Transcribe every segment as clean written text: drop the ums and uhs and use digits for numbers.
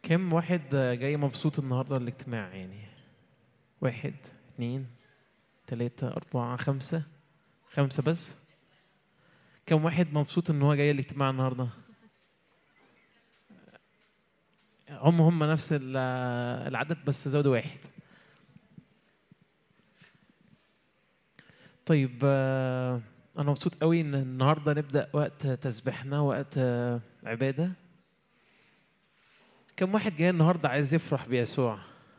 كم واحد جاي مبسوط النهارده الاجتماع يعني؟ 1 2 3 4 5. 5 بس. كم واحد مبسوط ان هو جاي الاجتماع النهارده؟ هم نفس العدد بس زودوا 1. طيب انا مبسوط قوي ان النهارده نبدا وقت تسبيحنا، وقت عباده. كم واحد جاي النهارده عايز يفرح بيسوع؟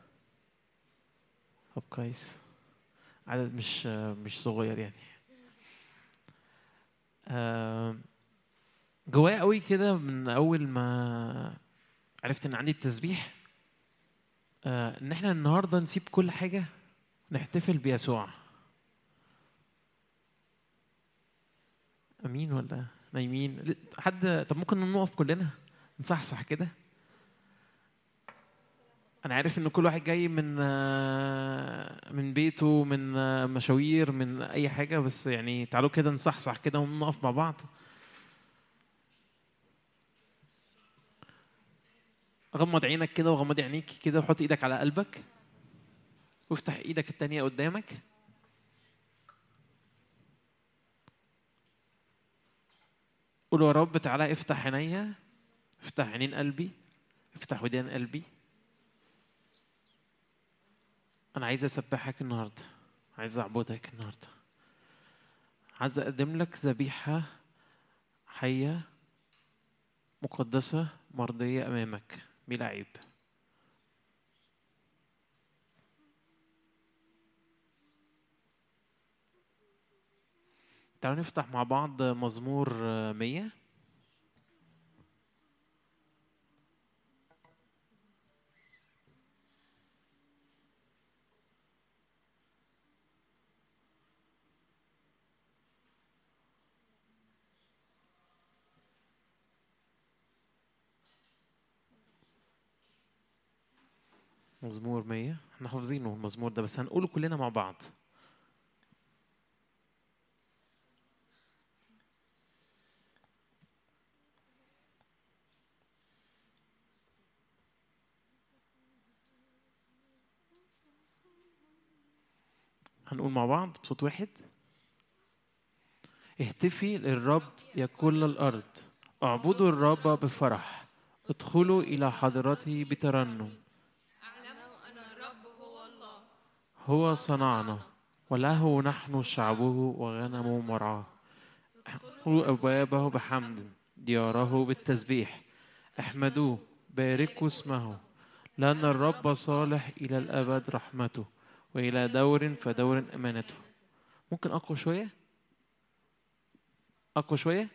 طب كويس، عدد مش صغير يعني. جوايا قوي كده من اول ما عرفت ان عندي التسبيح، ان احنا النهارده نسيب كل حاجه ونحتفل بيسوع. امين ولا نايمين حد؟ طب ممكن نقف كلنا نصحصح كده. انا عارف ان كل واحد جاي من بيته، من مشاوير، من اي حاجه، بس يعني تعالوا كده نصحصح كده ونقف مع بعض. غمض عينك كده وغمض عينيك كده وحط ايدك على قلبك وافتح ايدك التانية قدامك. قول يا رب تعالى افتح عينيا، افتح عينين قلبي، افتح ودان قلبي. انا عايز اسبحك النهارده، عايز اعبدك النهارده، عايز اقدم لك ذبيحه حيه مقدسه مرضيه امامك بلا عيب. تعالوا نفتح مع بعض مزمور 100. مزمور 100 احنا حافظينه المزمور ده، بس هنقوله كلنا مع بعض. هنقول مع بعض بصوت واحد. اهتفي للرب يا كل الأرض، اعبدوا الرب بفرح، ادخلوا إلى حضرته بترنم. اعلموا أن الرب هو الله، هو صنعنا وله نحن شعبه وغنم مرعاه. ادخلوا أبوابه بحمد، دياره بالتسبيح. احمدوه، باركوا اسمه، لأن الرب صالح إلى الأبد رحمته، وإلى دور فدور أمانته. ممكن أقوى شوية؟ أقوى شوية.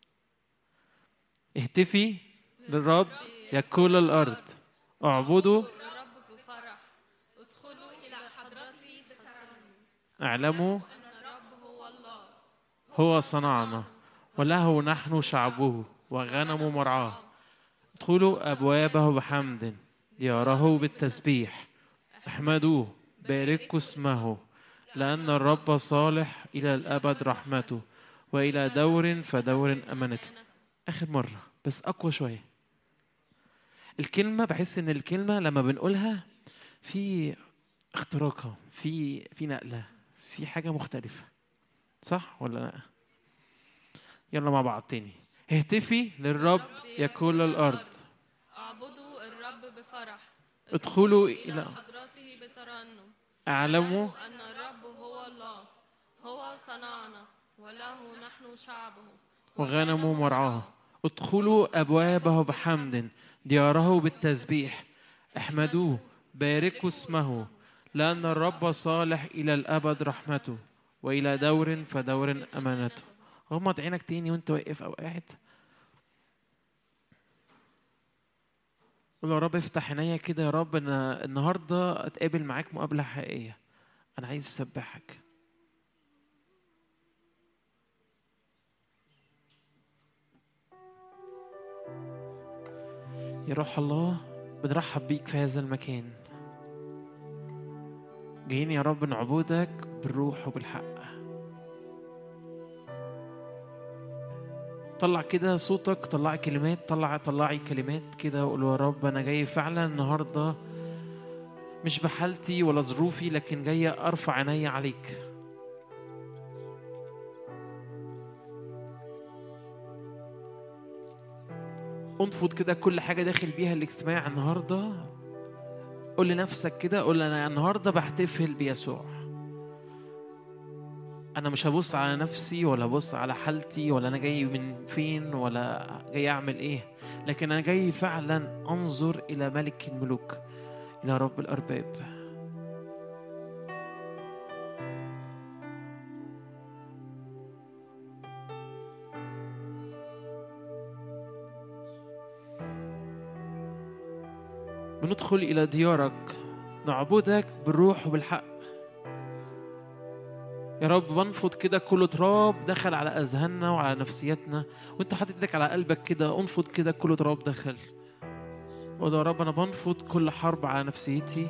اهتفي للرب يا كل الأرض، اعبدوا الرب بفرح، ادخلوا إلى حضرته بترنم. اعلموا أن الرب هو الله، هو صنعنا وله نحن شعبه وغنم مرعاه. ادخلوا أبوابه بحمد، دياره بالتسبيح. احمدوه، باركوا اسمه، لأن الرب صالح إلى الأبد رحمته، وإلى دور فدور أمانته. آخر مرة بس أقوى شوية. الكلمة بحس إن الكلمة لما بنقولها في اختراقها، في نقلة، في حاجة مختلفة. صح ولا لا؟ يلا مع بعض تاني. اهتفي للرب يا كل الأرض، اعبدوا الرب بفرح، ادخلوا إلى إلى حضرته بترنم. اعلموا أن الرب هو الله، هو صنعنا وله نحن شعبه وغنم مرعاه. ادخلوا أبوابه بحمد، دياره بالتسبيح. احمدوه، باركوا اسمه، لأن الرب صالح إلى الأبد رحمته، وإلى دور فدور أمانته. غمض عينك تاني وانت واقف أو قاعد. قول يا رب افتح عينيا كده يا رب، أنا النهاردة أتقابل معاك مقابلة حقيقية. أنا عايز أسبحك. يا روح الله بنرحب بيك في هذا المكان. جايين يا رب نعبدك بالروح وبالحق. طلع كده صوتك، طلعي كلمات، طلعي كلمات كده، وقول يا رب أنا جاي فعلا النهاردة مش بحالتي ولا ظروفي، لكن جاي أرفع عيني عليك. انفض كده كل حاجة داخل بيها الاجتماع النهاردة. قول لنفسك كده، قول أنا النهاردة بحتفل بيسوع. أنا مش هبص على نفسي ولا هبص على حالتي ولا أنا جاي من فين ولا جاي أعمل إيه، لكن أنا جاي فعلا أنظر إلى ملك الملوك، إلى رب الأرباب. بندخل إلى ديارك نعبدك بالروح وبالحق. يا رب بنفض كده كل تراب دخل على أذهاننا وعلى نفسيتنا، وانت حاطط ايدك على قلبك كده، انفض كده كل تراب دخل. وده يا رب أنا بنفض كل حرب على نفسيتي،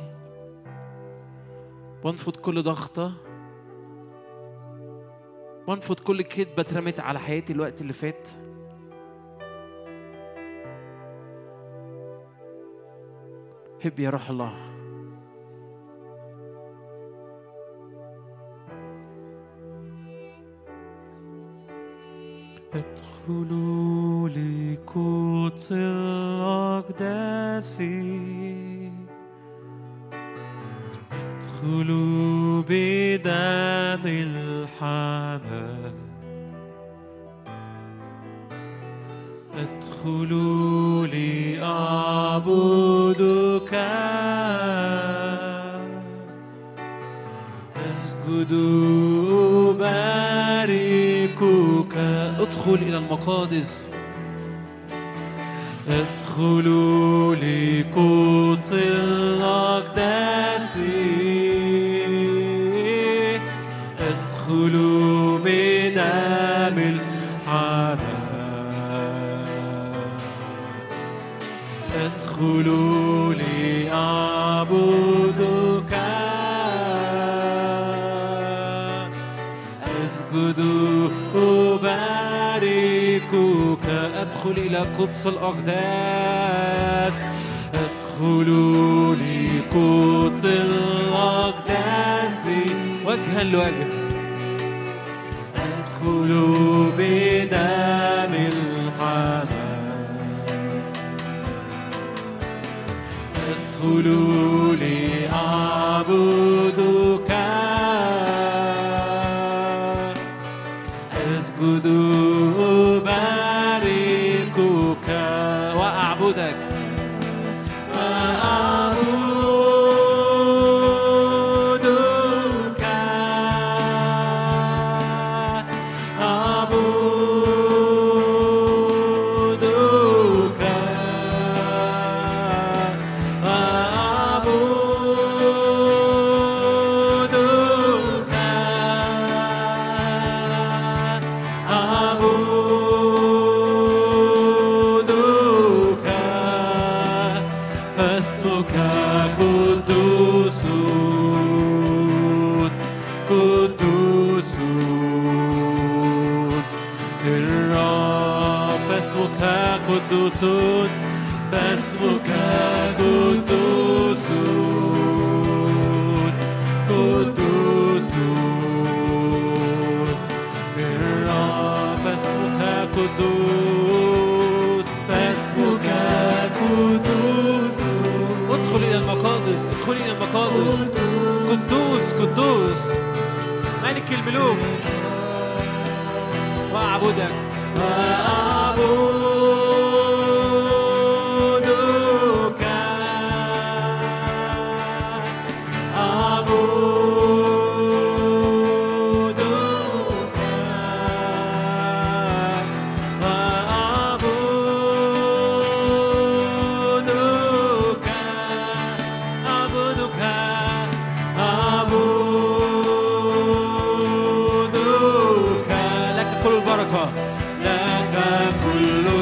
بنفض كل ضغطة، بنفض كل كذبة اترمت على حياتي الوقت اللي فات. هب يا روح الله. ادخلوا لقدس الأقداس، ادخلوا بدم الحمام، ادخلوا لأعبدك، أسجد أباركك. ادخل إلى المقادس، ادخلوا لقدس الأقداس، ادخلوا بدم الحمام، ادخلوا لأعبدك، أسجد أباركك. أدخل إلى قدس الأقداس، أدخلوا لقدس الأقداس وجها لوجه، أدخلوا بدم الحمام، أدخلوا لأعبدك، أسجد أباركك وأعبدك، وأعبدك، أعبدك، فاسمك قدوس قدوس الرب، فاسمك قدوس، فاسمك قدوس قدوس الرب، فاسمك قدوس، فاسمك قدوس. ادخل إلى المقادس، ادخل إلى المقادس. قدوس قدوس ملك الملوك، وأعبدك، وأعبدك، أعبدك، وأعبدك، أعبدك، أعبدك. لك كل البركة، لك كل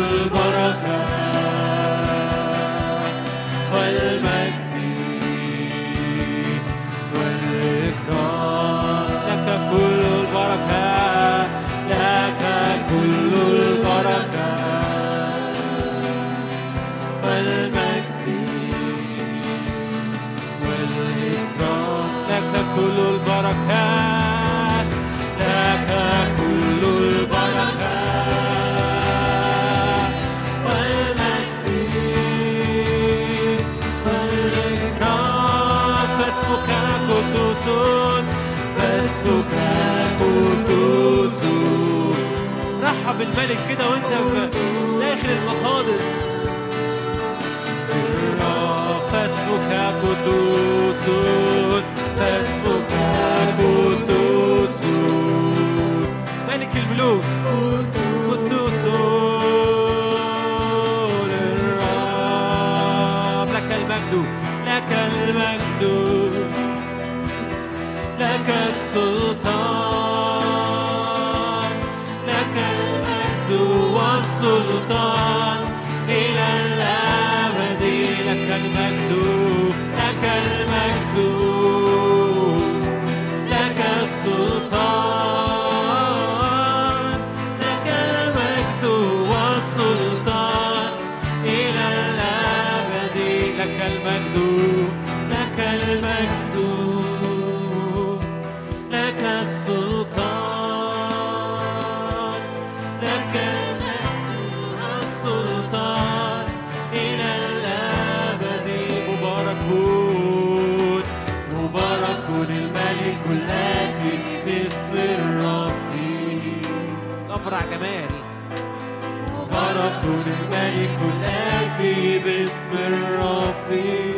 فاسمك قدوس. رحب الملك كده وانت في داخل المقادس. فاسمك قدوس، فاسمك قدوس، ملك الملوك قدوس للرب. لك المجد، لك المجد، لك السلطان، لك المجد والسلطان إلى الأبد. لك المجد، لك المجد، لك السلطان، لك المجد والسلطان إلى الأبد. لك المجد، لك المجد، لك السلطان، لك المجد والسلطان إلى الأبد. مباركون، مبارك الملك الآتي باسم الرب. أبرع جمال. مبارك الملك الآتي باسم الرب.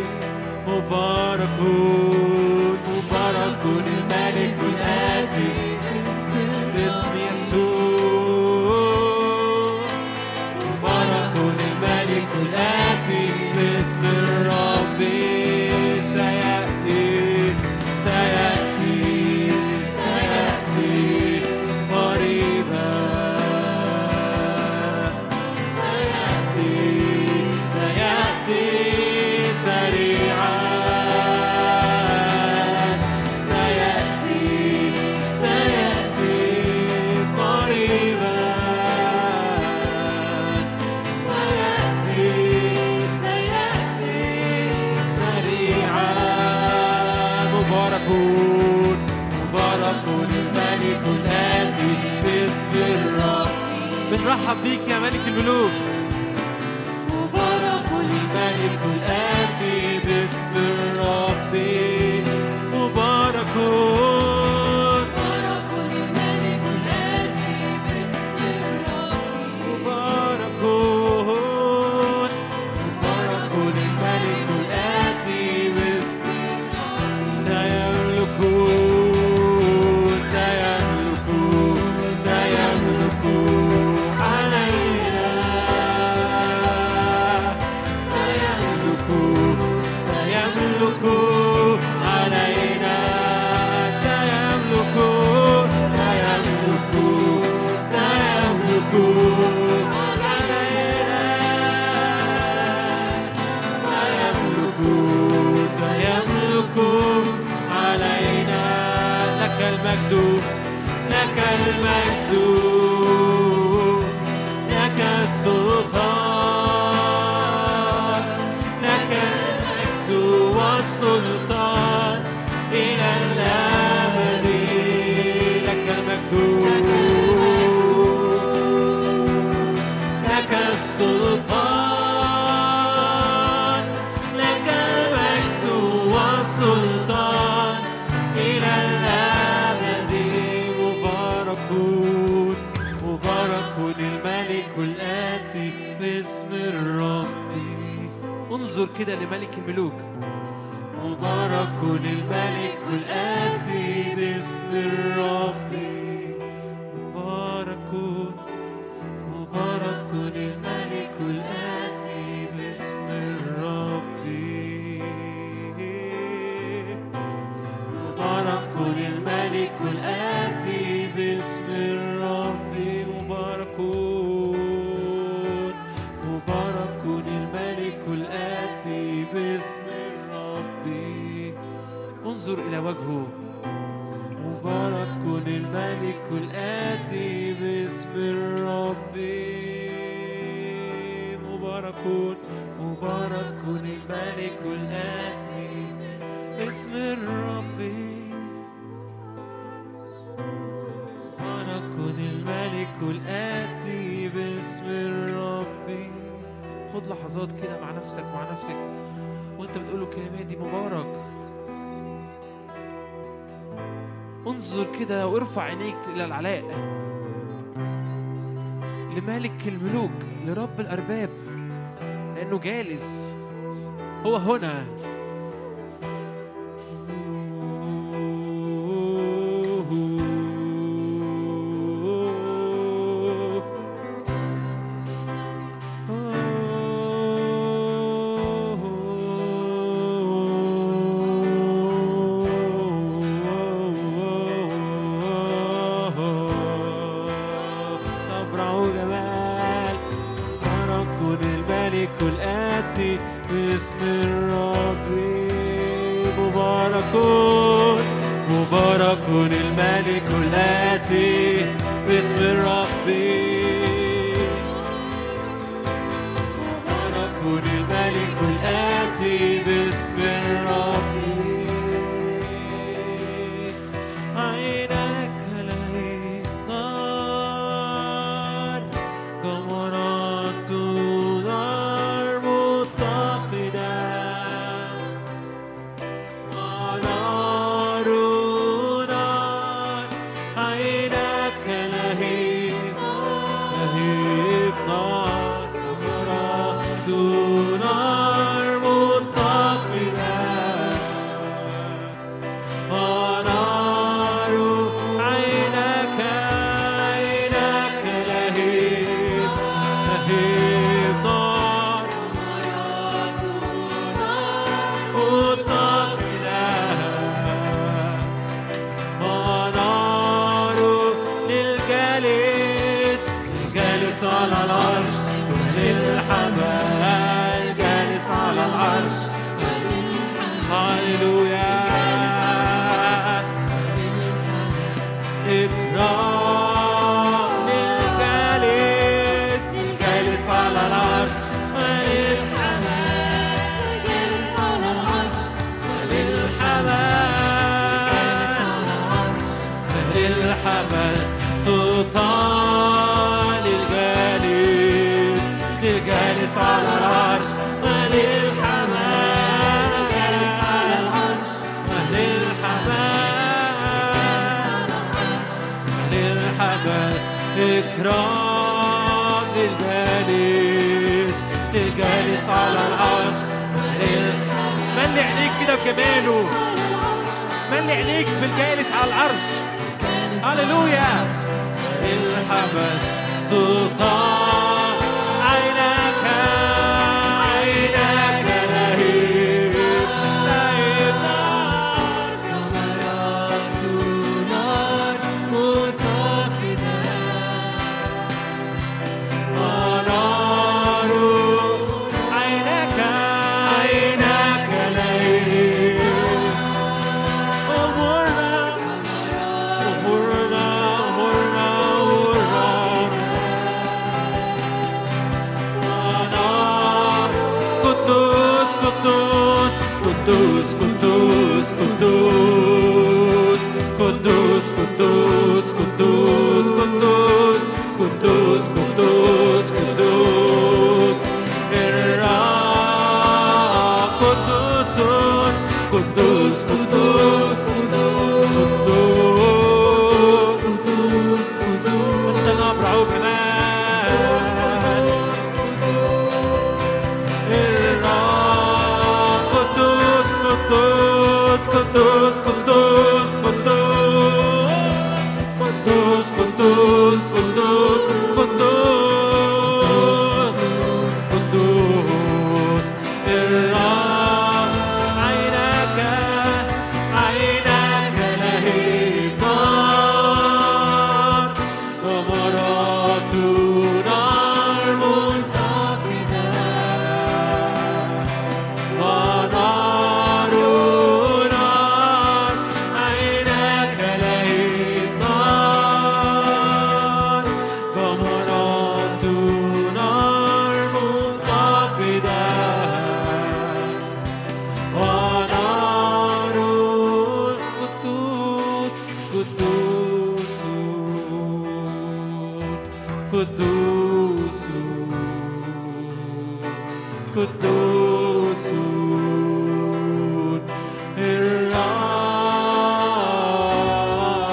مباركون، مبارك الملك الآتي باسم يسوع. مبارك الملك الآتي باسم الرب. سيأتي، سيأتي، سيأتي قريبا. سيأتي، سيأتي سريعا. سيأتي، سيأتي قريبا. سيأتي، سيأتي سريعا. مباركون، مبارك الملك الآتي باسم الرب. بنرحب بيك يا ملك الملوك. مبارك الملك الآتي باسم الرب. مباركون، مبارك الملك الآتي باسم الرب. مباركون، مبارك الملك الآتي باسم الرب. سيملكون، سيملكون، سيملكون علينا. سيملكون، سيملكون علينا. سيملكون، سيملكون، سيملكون علينا. سيملكون، سيملكون علينا. لك المجد، لك المجد، لك السلطان، لك المجد والسلطان إلى الأبد. لك المجد، لك السلطان، لك المجد والسلطان إلى الأبد. مباركون، مبارك الملك الآتي باسم الرب. انظر كده لملك الملوك. مبارك الملك الآتي باسم الرب. مباركون، مبارك الملك الآتي باسم الرب. مبارك الملك الآتي باسم الرب. مباركون، مبارك الملك الآتي باسم الرب. انظر إلى وجهه. مبارك الملك الآتي باسم الرب. مباركون، مبارك الملك الآتي باسم الرب. مبارك الملك الآتي باسم الرب. خد لحظات كده مع نفسك، مع نفسك وانت بتقول له الكلمات دي. مبارك، انظر كده وارفع عينيك إلى العلاء، لمالك الملوك، لرب الأرباب، لأنه جالس هو هنا. باسم الرب مبارك، مبارك الملك الآتي باسم الرب، مبارك الملك الآتي باسم الرب. عينك لهيب نار، جمرات نار متقدة، ونار نار. عينك لهيب لهيب نار، جمرات نار متقدة، ونار. عينك عينك لهيب لهيب نار، متقدة، ونار للجالس، الجالس على العرش وللحمل، الجالس على العرش. هللويا، إكرام للجالس، الجالس على العرش وللحمل، الجالس على العرش وللحمل، وللحمل. سلطان للجالس، للجالس على العرش وللحمل، الجالس على العرش وللحمل، للحمل. إكرام للجالس، للجالس على العرش وللحمل. ملي عينيك كده بجماله، ملي عينيك بالجالس على العرش. هللويا، للحمل. سلطان عينك عينك لهيب لهيب نار، جمرات نار متقدة، ونار. عينك عينك لهيب. أمرنا أمرنا أمرنا أمرنا. قدوس قدوس قدوس قدوس قدوس قدوس قدوس قدوس قدوس قدوس قدوس قدوس. الرب قدوس قدوس قدوس قدوس قدوس قدوس. انت الابرع كمان. الرب قدوس قدوس قدوس قدوس قدوس قدوس قدوس قدوس قدوس. الرب عينك عينك لهيب نار، جمرات نار متقدة، ونار نار. عينك لهيب نار، جمرات نار متقدة، ونار. قدوس قدوس قدوس قدوس. الرب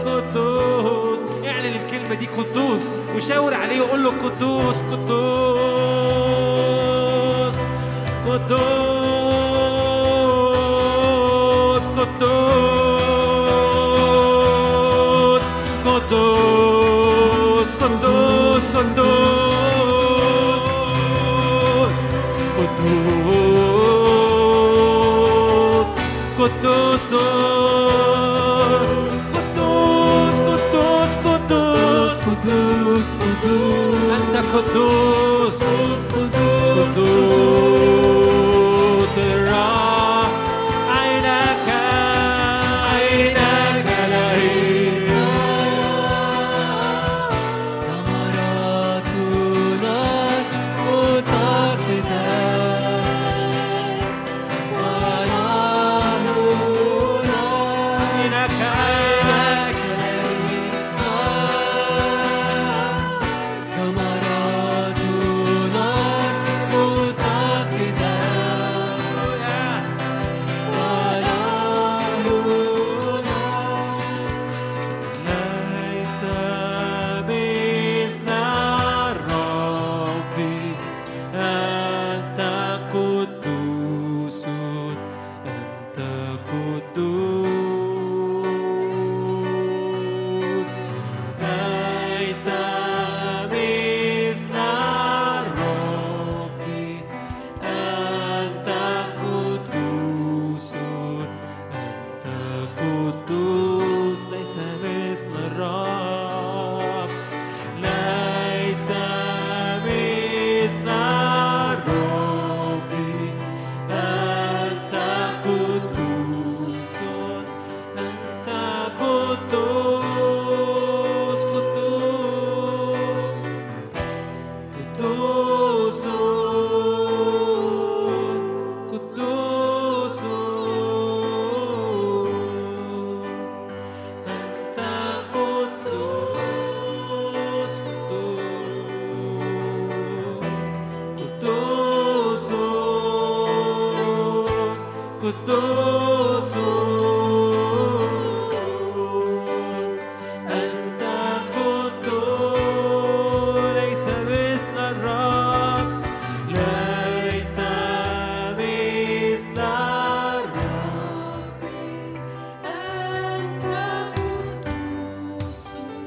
قدوس. اعلن الكلمة دي قدوس وشاور عليه وقول له قدوس قدوس قدوس قدوس قدوس قدوس قدوس قدوس قدوس قدوس قدوس أنت قدوس قدوس الرب عينك لهيب ثمراتنا متقدة ونهرنا عينك ثمراتنا متقدة ليس مثل الرب أنت قدوس أنت قدوس ليس مثل الرب أنت قدوس أنت قدوس ليس مثل الرب ليس مثل الرب أنت قدوس أنت قدوس قدوس قدوس أنت قدوس قدوس أنت قدوس ليس مثل الرب ليس مثل الرب أنت قدوس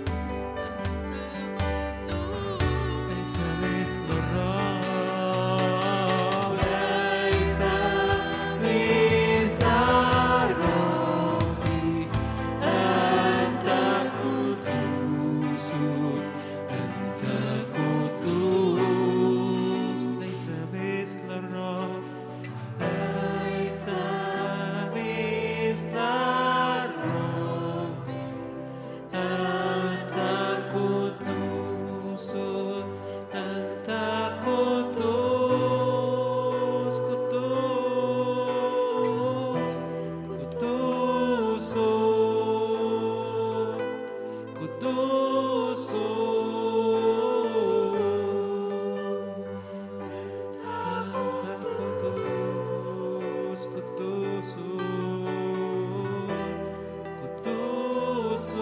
ليس مثل الرب ليس مثل الرب أنت قدوس أنت قدوس ليس مثل الرب ليس مثل الرب أنت قدوس أنت قدوس قدوس قدوس أنت قدوس قدوس قدوس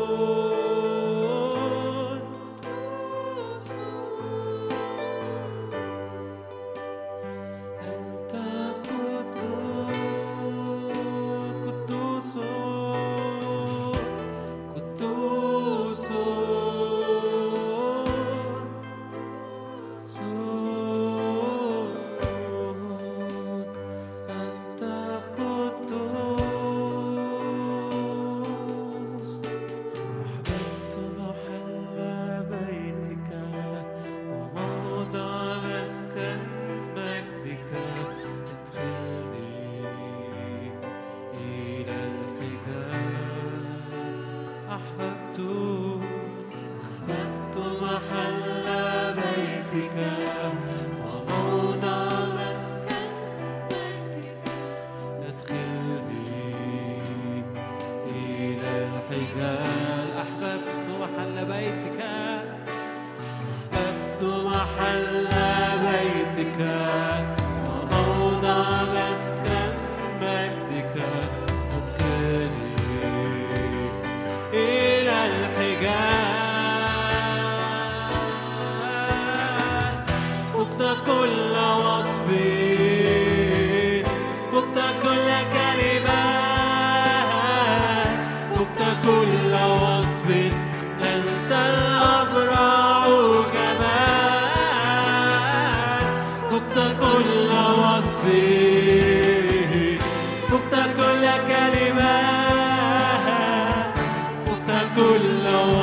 أنت قدوس قدوس أنت قدوس أحببت محل بيتك وموضع مسكن مجدك ادخلني إلى الحجاب أحببت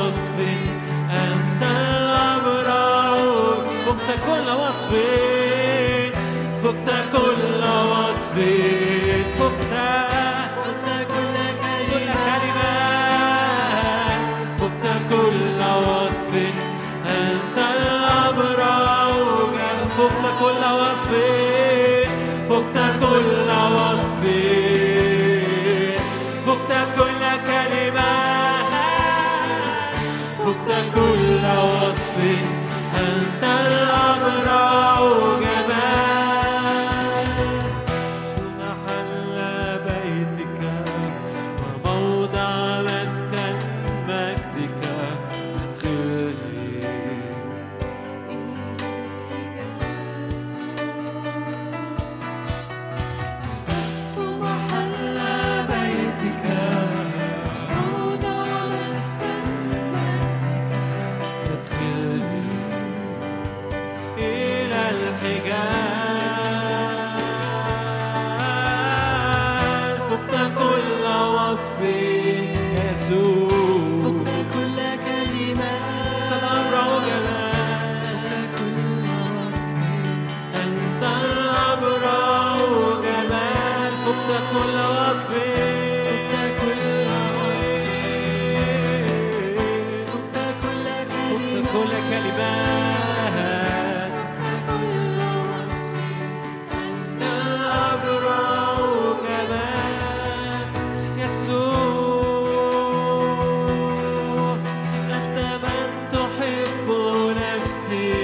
وصف أنت الأبرع فقت كل وصف فقت كل وصف فقت كل كلمة فقت كل وصف أنت الأبرع فقت كل وصف فقت كل وصف فقت كل كلمة فقت كل وصف أنت الأبرع جمال محل بيتك وموضع مسكن مجدك ادخلي محل بيتك موضع مسكن مجدك ادخلي إلى الحجال فقت كل وصف يسوع فقت كل كلمة الأبرع جمال كل وصف أنت الأبرع جمال فقت كل وصف كل وصف فقت كل كلمة كل كلمات كل وصف الأبرع جمال يسوع أنت من تحب نفسي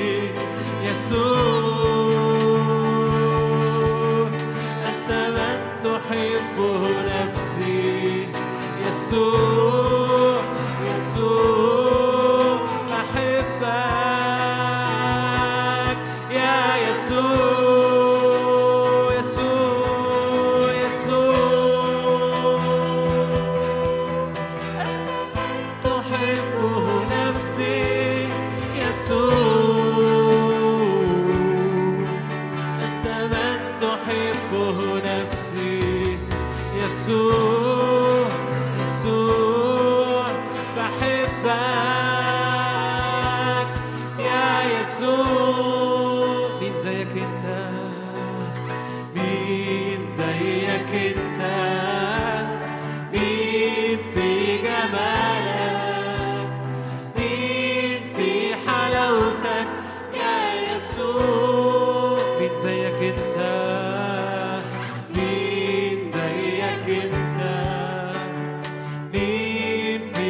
يسوع أنت من تحب نفسي يسوع يسوع أحبك يا يسوع يسوع يسوع أنت من تحبه نفسي يسوع أنت من تحبه نفسي يسوع يسوع بحبك يا يسوع مين زيك انت مين زيك انت مين في جمالك مين في حلاوتك يا يسوع مين زيك انت مين زيك انت مين في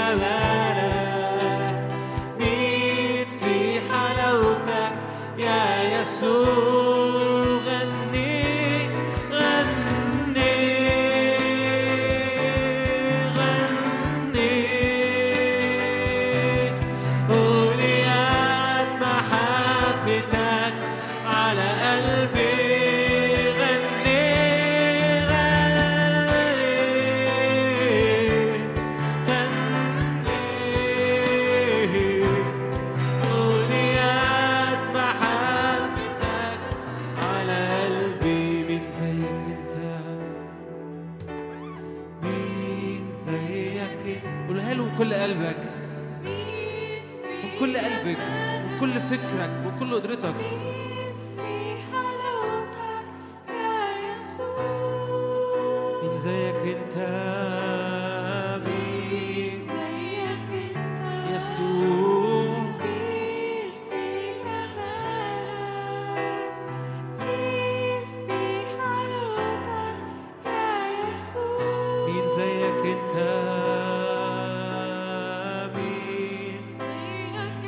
جمالك مين في حلاوتك يا يسوع غني غني غني أغنيات محبتك على قلبي غني غني أغنيات محبتك على قلبي مين زيك انت مين زيك انت قولها له من كل قلبك من كل قلبك من كل فكرك من كل قدرتك في حلاوتك يا يسوع مين زيك انت مين زيك أنت يسوع مين في جمالك مين في حلاوتك يا يسوع مين زيك انت مين زيك أنت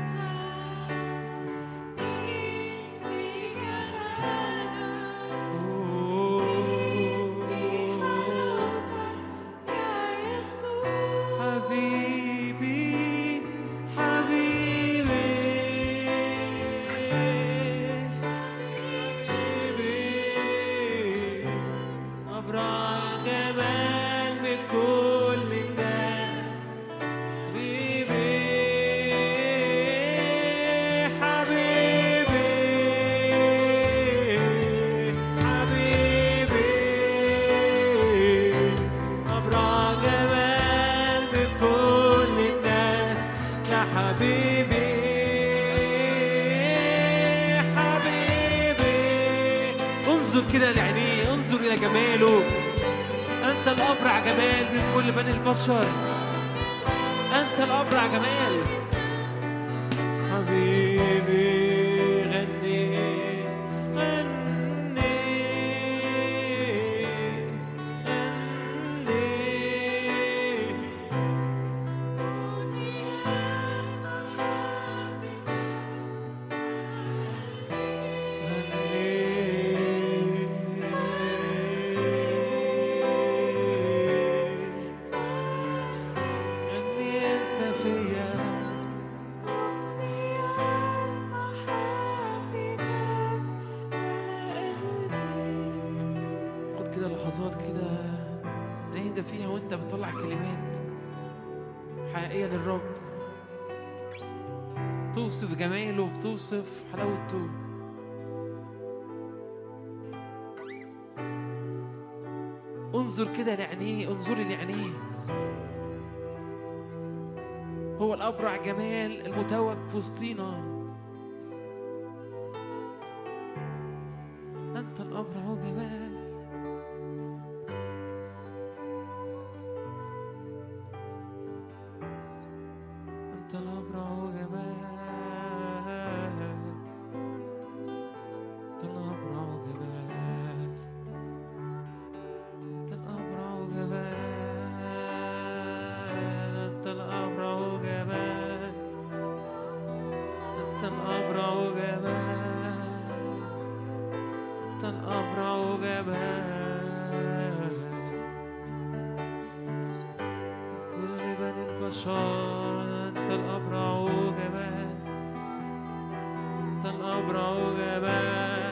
مين في جمالك في حلاوتك حبيبي حبيبي. انظر كده لعينيه، انظر إلى جماله. أنت الأبرع جمال من كل بني البشر، أنت الأبرع جمال. حبيبي غني غني فيها وانت بتطلع كلمات حقيقية للرب، توصف جماله وبتوصف حلاوته. انظر كده لعينيه، انظري لعينيه. هو الأبرع جمال المتوج في وسطينا. أنت الأبرع جمال. أنت الأبرع جمال، أنت الأبرع جمال، أنت الأبرع جمال، أنت الأبرع جمال، أنت الأبرع جمال، أنت الأبرع جمال. كل بني البشر أنت الأبرع جمال، أنت الأبرع جمال،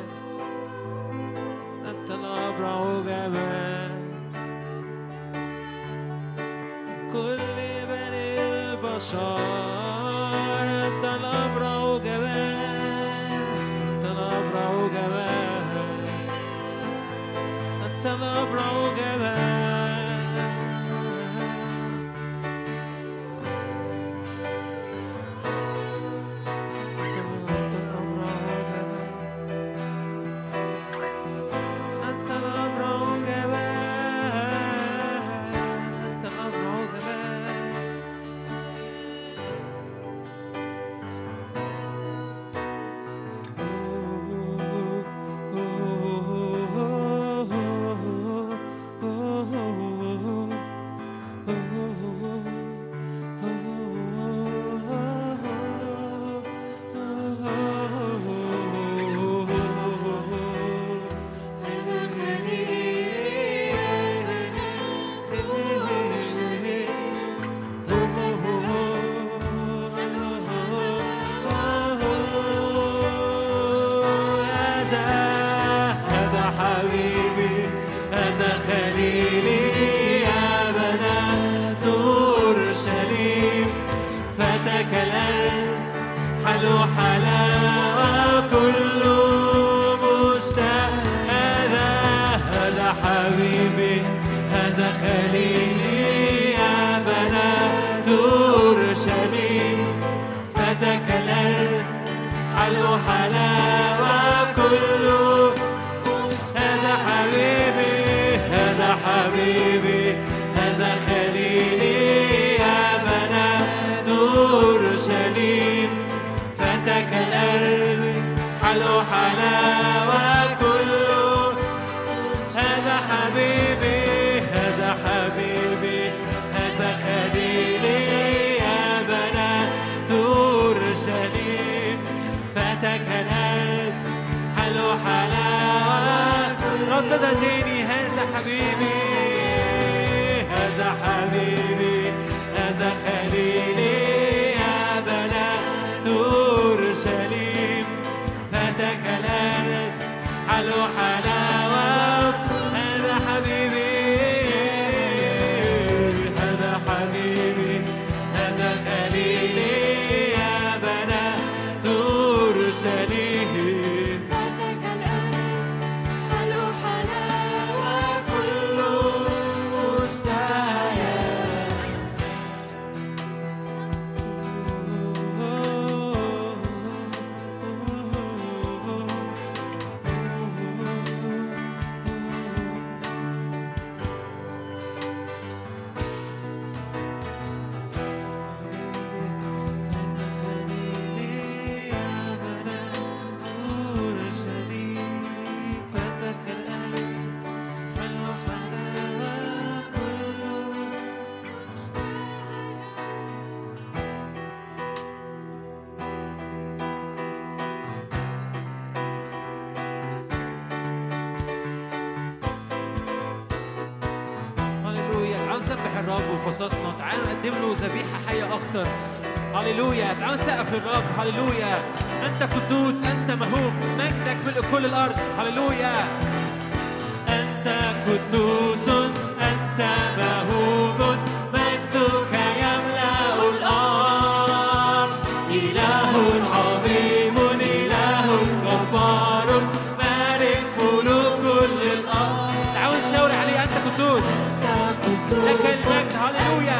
أنت الأبرع جمال. كل بني البشر أنت الأبرع جمال، أنت الأبرع جمال، أنت الأبرع جمال. هذا حبيبي، هذا خليلي يا بنات الرب وفصلنا. تعالوا نقدم له ذبيحة حية أكتر. هللويا. تعالوا نسقف للرب. هللويا. أنت قدوس، أنت مهوب، مجدك ملء كل الأرض. هللويا. أنت قدوس، أنت مهوب، مجدك يملأ الأرض. إله عظيم، إله جبار، مالك ملوك كل الأرض. تعالوا نشاور عليه. أنت قدوس، لك المجد. هللويا.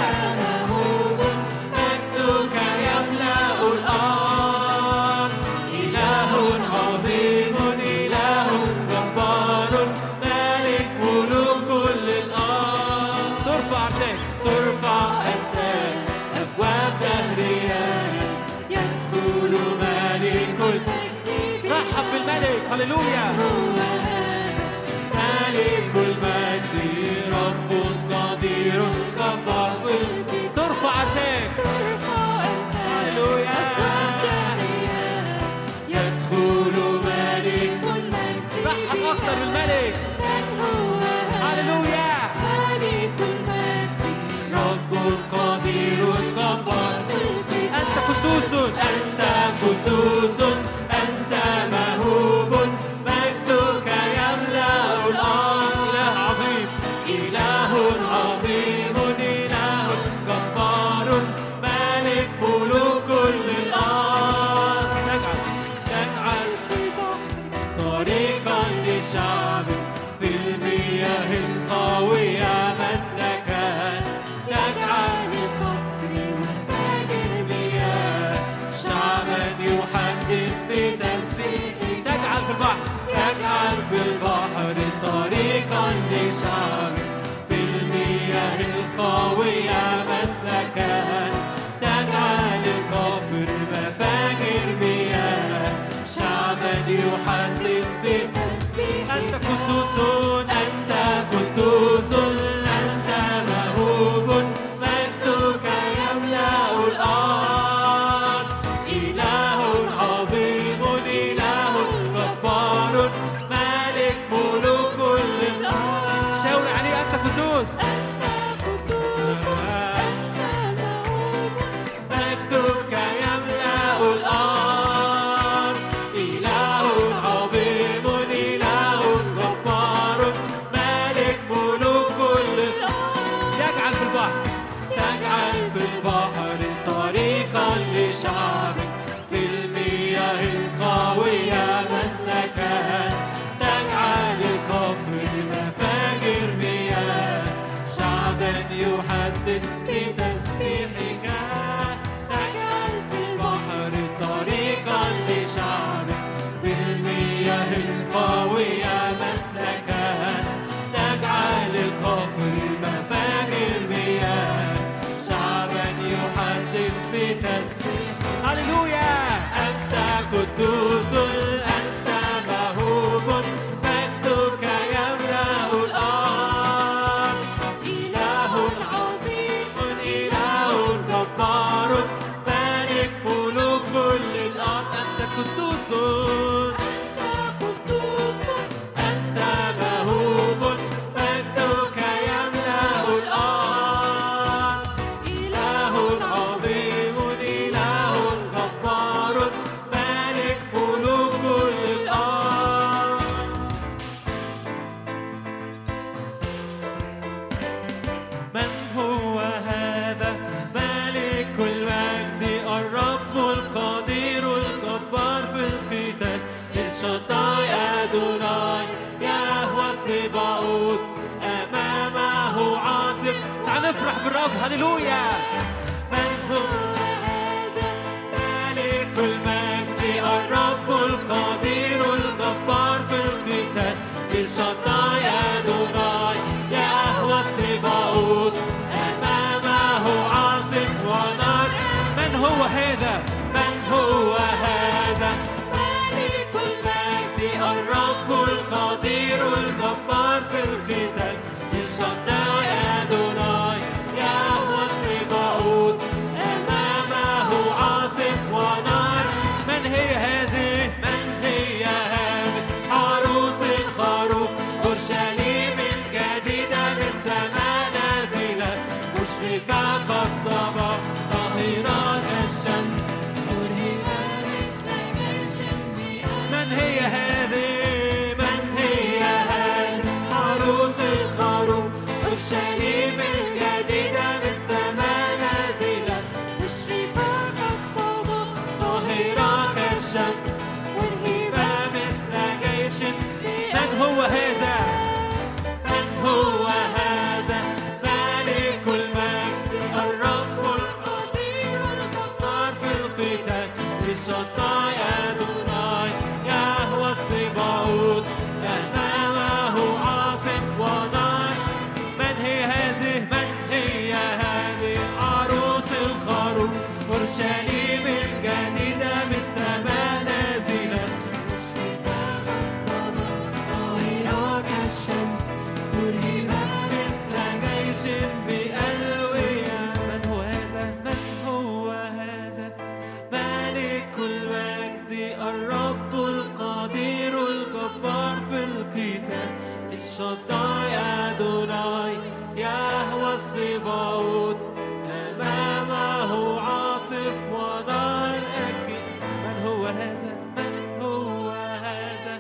مجدك يملأ الأرض. إله عظيم، إله جبار، مالك ملوك كل الأرض. ترفع أرتاك، ترفع أرتاك، أبواب دهرها يدخل مالك المجد. رحب بالملك. هللويا. مالك المجد، رب قدير جبار. ترفع أرتاك، هللويا. يدخل مالك المجد. رحب أكتر بالملك. هللويا. رب قدير جبار. أنت قدوس، أنت قدوس، أنت مهوب، مجدك يملأ الأرض. إله عظيم، إله عظيم، إله جبار، مالك ملوك كل الأرض. تجعل طريقا لشعبك في المياه القوية مسلكا. تجعل القفر والفجر مياه، شعبا يحدث بتسبيحك. تجعل في البحر، تجعل في البحر طريقا لشعبك في المياه القوية مسلكا. تجعل القفر مفاجر مياه، شعبا يحدث بتسبيحك. أنت قدوس، أنت قدوس، أنت مهوب، مجدك يملأ الأرض. إله عظيم، إله جبار، مالك ملوك كل الأرض. شاور عليه. أنت قدوس، مجدك يملأ الأرض. إله عظيم، إله جبار، مالك ملوك كل الأرض. يجعل في البحر، تجعل في البحر طريقا لشعبك في المياه القوية مسلكا. تجعل القفر مفاجر مياه، شعبا يحدث بتسبيحك. تجعل في البحر طريقا لشعبك في المياه القوية مسلكا. تجعل القفر مفاجر مياه، شعبا يحدث بتسبيحك. هللويا. أنت قدوس، أنت مهوب، مجدك يملأ الأرض. إله عظيم، إله جبار، مالك ملوك كل الأرض. أنت قدوس، أنت مهوب، مجدك يملأ الأرض. إله عظيم، إله جبار، مالك ملوك كل الأرض. من هو هذا مالك المجد، الرب القدير الجبار في القتال. الشداي أدوناي، يهوى السباوت، أمامه عاصف. تعال نفرح بالرب. هللويا. من هو هذا مالك المجد، الرب القدير الجبار في القتال. الشداي أدوناي، يهوى السباوت، أمامه عاصف ونار. من هو هذا؟ من هو هذا مالك المجد، الرب القدير الجبار في القتال. الشداي أدوناي، يهوى السباوت، أمامه عاصف ونار. من هي هذه؟ من هي هذه؟ عروس الخروف، أورشليم الجديدة من السماء نازلة. أورشليم الجديدة بالسماء نازلة مشرقة كالصباح طاهرة كالشمس والهبة مثل جيش. من هو هذا؟ من هو هذا؟ ملك المجد الرب القدير الجبار في القتال للشطاء أدوناي يهوى الصباؤوت أمامه عاصف ونار. من هي هذه؟ من هي هذه؟ عروس الخروف أورشليم الجديدة بالسماء نازلة طاهرة كالشمس مرهبة مثل جيش بألوية. من هو هذا؟ من هو هذا؟ ملك المجد الرب القدير الجبار في القتال الشطاء أدوناي يهوى الصباؤوت أمامه عاصف ونار أكيد. من هو هذا؟ من هو هذا؟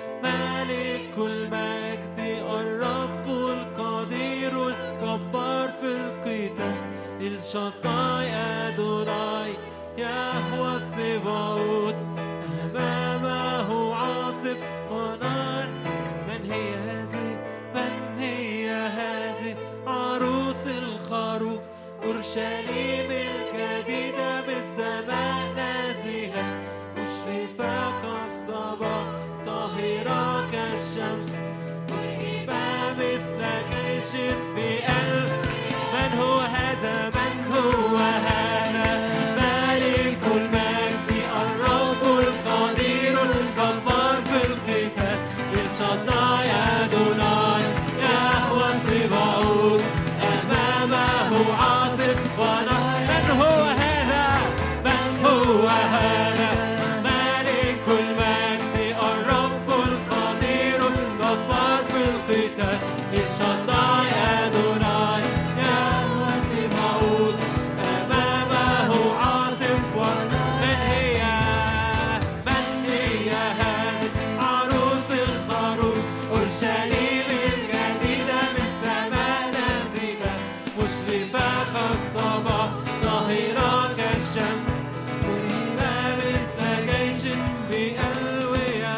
ملك المجد الرب القدير الجبار في القتال الشطاء أدوناي يهوى الصباؤوت أمامه عاصف ونار. من هي هذه؟ من هي هذه؟ عروس الخروف أورشليم الجديدة بالسماء نازلة مشرفة كالصباح طاهرة كالشمس مرهبة مثل جيش بألف. من هو هذا؟ من هو هذا؟ ملك المجد الرب القدير الجبار في القتال الشطاء أدوناي يهوى الصباؤوت أمامه عاصف ونار. من هو هذا؟ من هو هذا؟ ملك المجد الرب القدير الجبار في القتال الشطاء أدوناي يهوى الصباؤوت أمامه عاصف ونار. من هي؟ من هي هذه؟ عروس الخروف أورشليم الجديدة بالسماء نازلة مشرفة كالصباح طاهرة كالشمس مرهبة مثل جيش بألوية.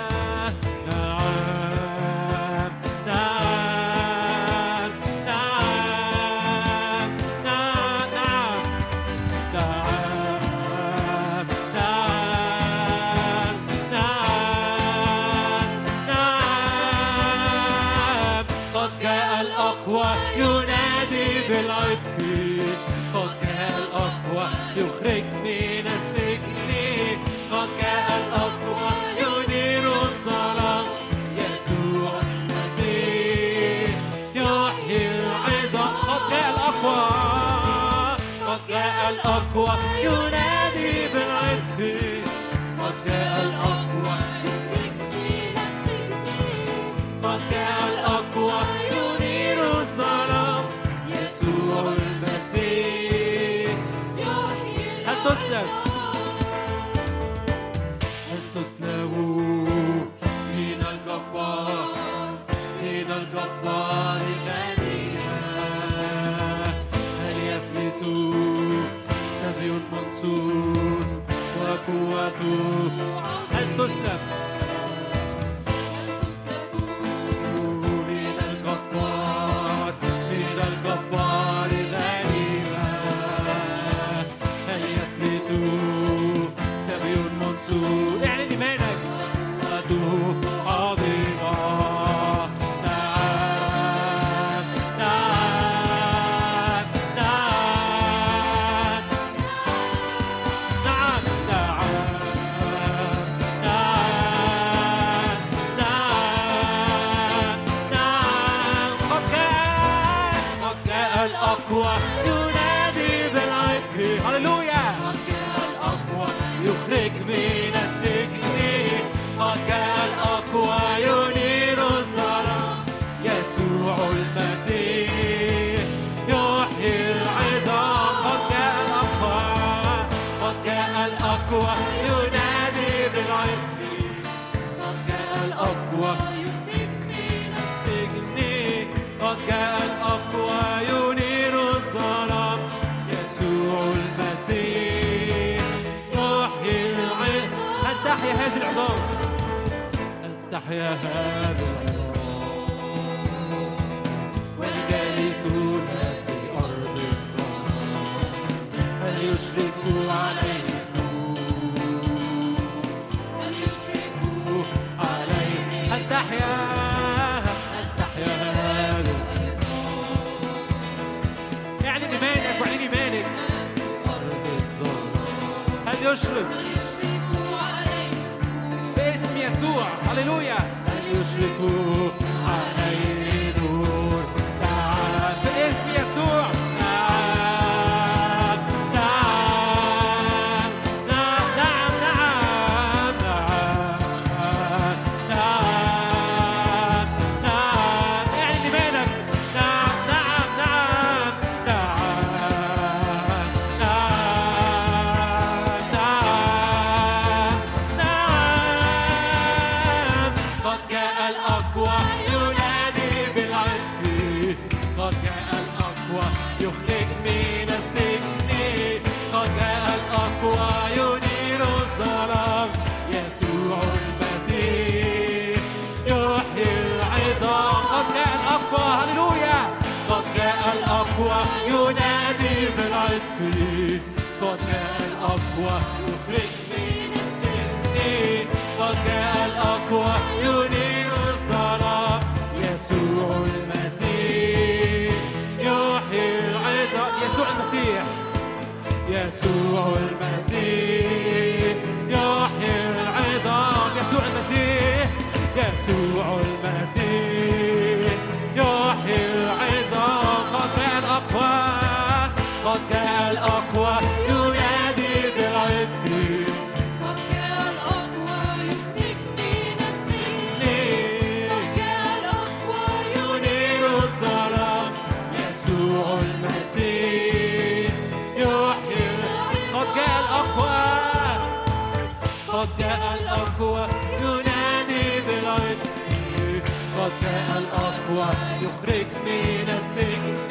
نعم نعم نعم نعم نعم نعم نعم نعم. قد جاء الأقوى ينادي بالعتق قد جاء الأقوى يخرج من السجن قد جاء الأقوى ينير الظلام يسوع المسيح يحيي العظام. قد جاء الأقوى قد جاء الأقوى ينادي بالعتق قد جاء الأقوى قد جاء الأقوى ينير الظلام يسوع المسيح. هل تسلم؟ هل تسلموا من الجبار من الجبار الذين هل يفلتوا سبي منصور وقوته. هل تسلم؟ من الجبار الغنيم هل يفلتوا سبي منصور. اعلن إيمانك قوته عظيمة. نعم نعم نعم نعم نعم نعم نعم نعم. قد جاء الأقوى ينادي بالعتق. هللويا. قد جاء الأقوى يخرج من السجن قد جاء الأقوى ينير الظلام يسوع المسيح يحيي العظام. قد جاء الأقوى قد جاء الأقوى ينادي بالعتق قد جاء الأقوى يخرج من السجن قد جاء الأقوى تحيا هذه العظام، هل تحيا هذه العظام والجالسون في أرض الظلام، هل يشرق عليه النور، هل يشرق عليه، هل تحيا هذه العظام. اعلن إيمانك واعلن إيمانك. أرض الظلام هل يشرق باسم يسوع. هللويا. هل يشرق عليه نور. تعال باسم يسوع. تعال تعال نعم نعم نعم نعم نعم نعم. اعلن إيمانك. نعم نعم نعم نعم نعم نعم نعم. قد جاء الأقوى ينادي بالعز، قد جاء الأقوى يخرج من السجن، قد جاء الأقوى ينير الظلام، يسوع المسيح يحيي العظام. قد جاء الأقوى. هللويا. قد جاء الأقوى ينادي بالعز، قد جاء الأقوى يخرج من السجن، قد جاء الأقوى ينير الظلام، يسوع المسيح يحيي العظام. يسوع المسيح، يسوع المسيح يحيي العظام، يسوع المسيح، يسوع المسيح يحيي العظام. قد جاء الأقوى، قد جاء الأقوى ينادي بالعد، قد جاء الأقوى يخرج من السجن، قد جاء الأقوى ينير الظلام، يسوع المسيح يحيي. قد جاء الأقوى، قد جاء الأقوى ينادي بالعد، قد جاء الأقوى يخرج من السجن،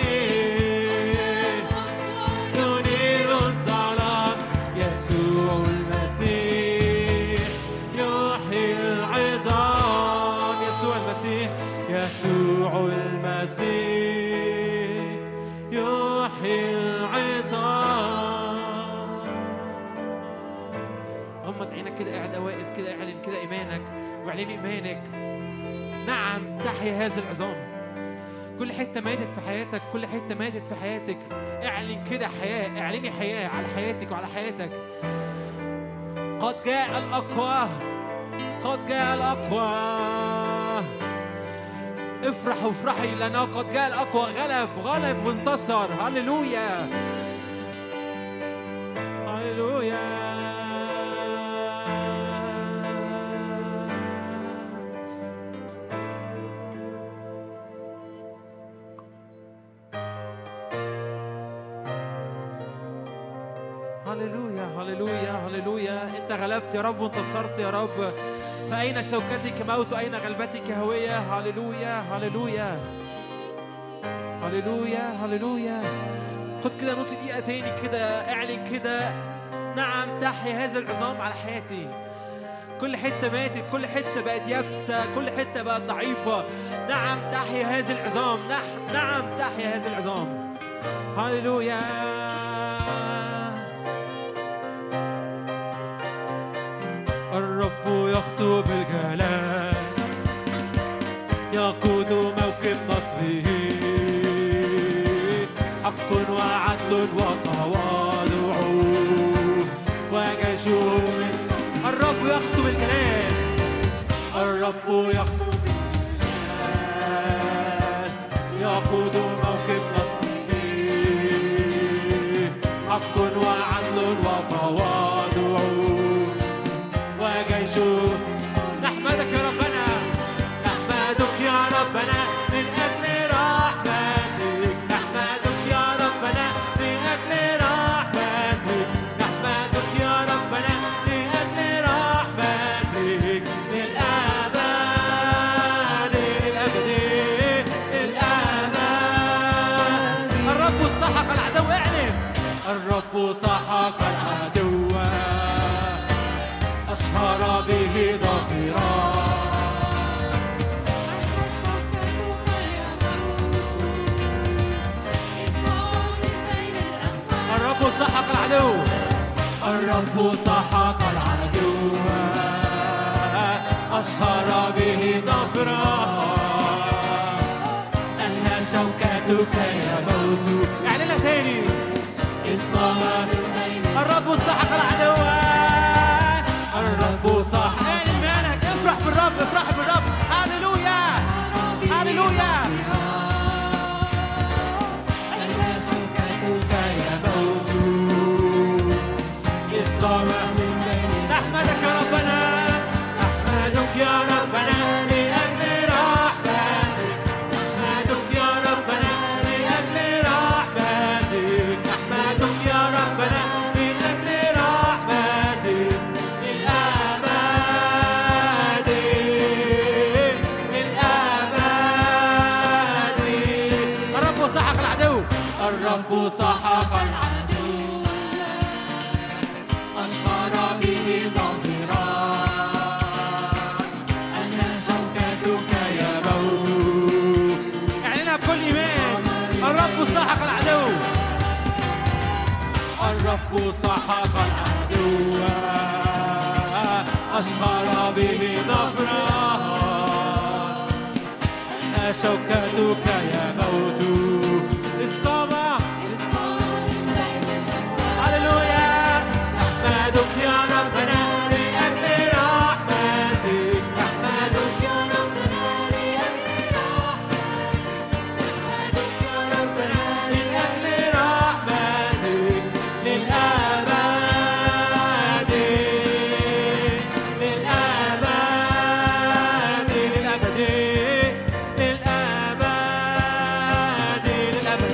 ينير الظلام، يسوع المسيح يحيي العظام. يسوع المسيح، يسوع المسيح يحيي العظام. غمض عينك كده، قاعد واقف كده، اعلن كده إيمانك واعلن إيمانك. نعم تحيا هذه العظام. كل حتة ماتت في حياتك، كل حتة ماتت في حياتك، اعلن كده حياة، اعلني حياة على حياتك وعلى حياتك. قد جاء الأقوى، قد جاء الأقوى. افرح وافرحي لأنه قد جاء الأقوى، غلب وانتصر. هللويا هللويا. هللويا هللويا هللويا. انت غلبت يا رب وانتصرت يا رب. فأين شوكتك موت وأين غلبتك هوية. هللويا هللويا هللويا هللويا. خد كده نص دقيقة تاني كده، اعلن كده. نعم تحيا هذا العظام على حياتي. كل حتة ماتت، كل حتة بقت يابسة، كل حتة بقت ضعيفة. نعم تحيا هذه العظام، نعم تحيا هذه العظام. هللويا. الرب يخطو بالجلال، يقود موكب نصره، حق وعدل وتواضع وجيشه. الرب يخطو بالجلال، الرب يخطو بالجلال، يقود موكب نصره، حق وعدل وتواضع وجيشه. نحمدك يا ربنا، نحمدك يا ربنا من أجل رحمتك، نحمدك يا ربنا من أجل رحمتك، نحمدك يا ربنا من أجل رحمتك للأبد للأبد للأبد. الرب سحق العدو، اعلن. الرب سحق العدو، العدو. الرب سحق العدو أشهر به ظفرا أنهى شوكتك يا موت. اعلنها تاني. اصطاد الليل الرب سحق العدو. الرب سحق اعلن مالك. افرح بالرب، افرح بالرب. هاليلويا هاليلويا. أنهى شوكتك يا موت. اصطاد الليل نحمدك يا ربنا، نحمدك يا ربنا لأجل رحمتك، نحمدك يا ربنا لأجل رحمتك، نحمدك يا ربنا لأجل رحمتك للأبد للأبد. الرب سحق العدو. الرب سحق العدو أشهر به ظفرا أنهى شوكتك يا موت. اعلنها بكل إيمان. الرب سحق العدو. الرب سحق العدو أشهر به ظفرا أنهى شوكتك يا موت. اسقامة. هللويا. نحمدك يا ربنا لأجل رحمتك، نحمدك يا ربنا لأجل رحمتك، نحمدك يا ربنا لأجل رحمتك للأبد للأبد للأبد للأبد للأبد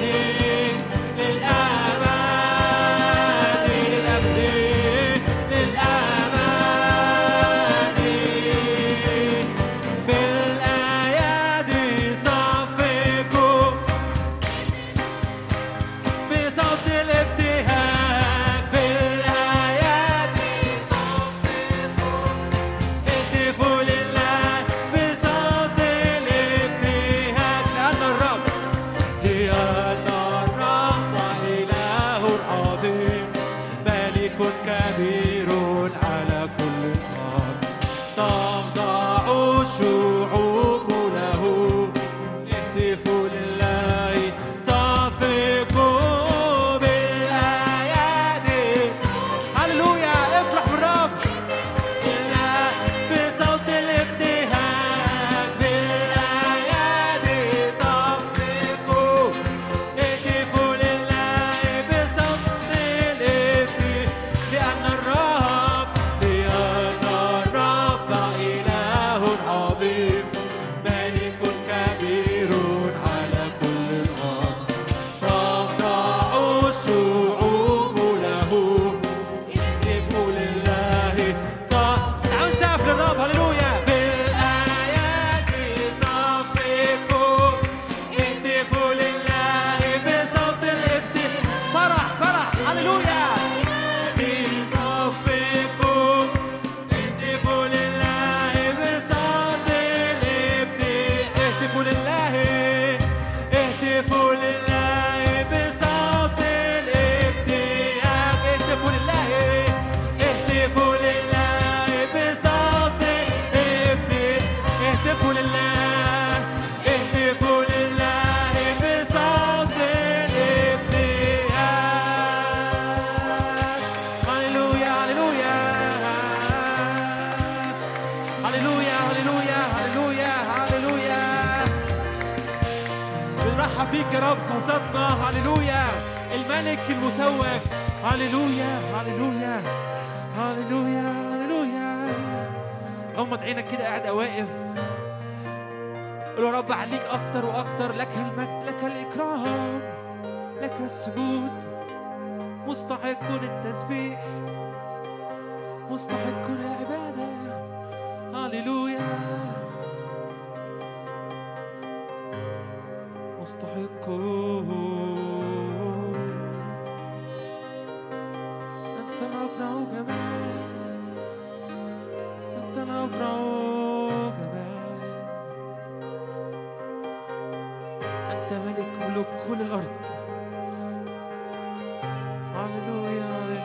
كبير على كل الأرض، تخضع الشعوب له، اهتفوا لله، صفقوا بالأيادي. هللويا. افرح بالرب بصوت الابتهاج، بالأيادي صفقوا، اهتفوا لله بصوت الابتهاج، لأن الرب إله عظيم، ملك كبير على كل الأرض، تخضع الشعوب له، اهتفوا لله. تعالوا نسقف للرب. هللويا. بالآيات صفقوا، اهتفوا لله بصوت الابتهاج. فرح فرح. هللويا. صفقوا، اهتفوا لله بصوت الابتهاج. اهتفوا لله، اهتفوا لله بصوت الابتهاج. اهتفوا لله، اهتفوا لله بصوت الابتهاج. اهتفوا لله، اهتفوا لله بصوت الابتهاج. هللويا هللويا هللويا هللويا هللويا هللويا. بنرحب بيك يا رب في وسطنا. هللويا. الملك المتوج. هللويا هللويا هللويا هللويا. غمض عينك كده، قاعد واقف، قول يا رب عليك اكتر واكتر. لك المجد، لك الاكرام، لك السجود، مستحق التسبيح، مستحق العباده. هللويا. مستحق. أنت مبرع جمال، أنت مبرع جمال، أنت ملك ملوك كل الأرض. هللويا.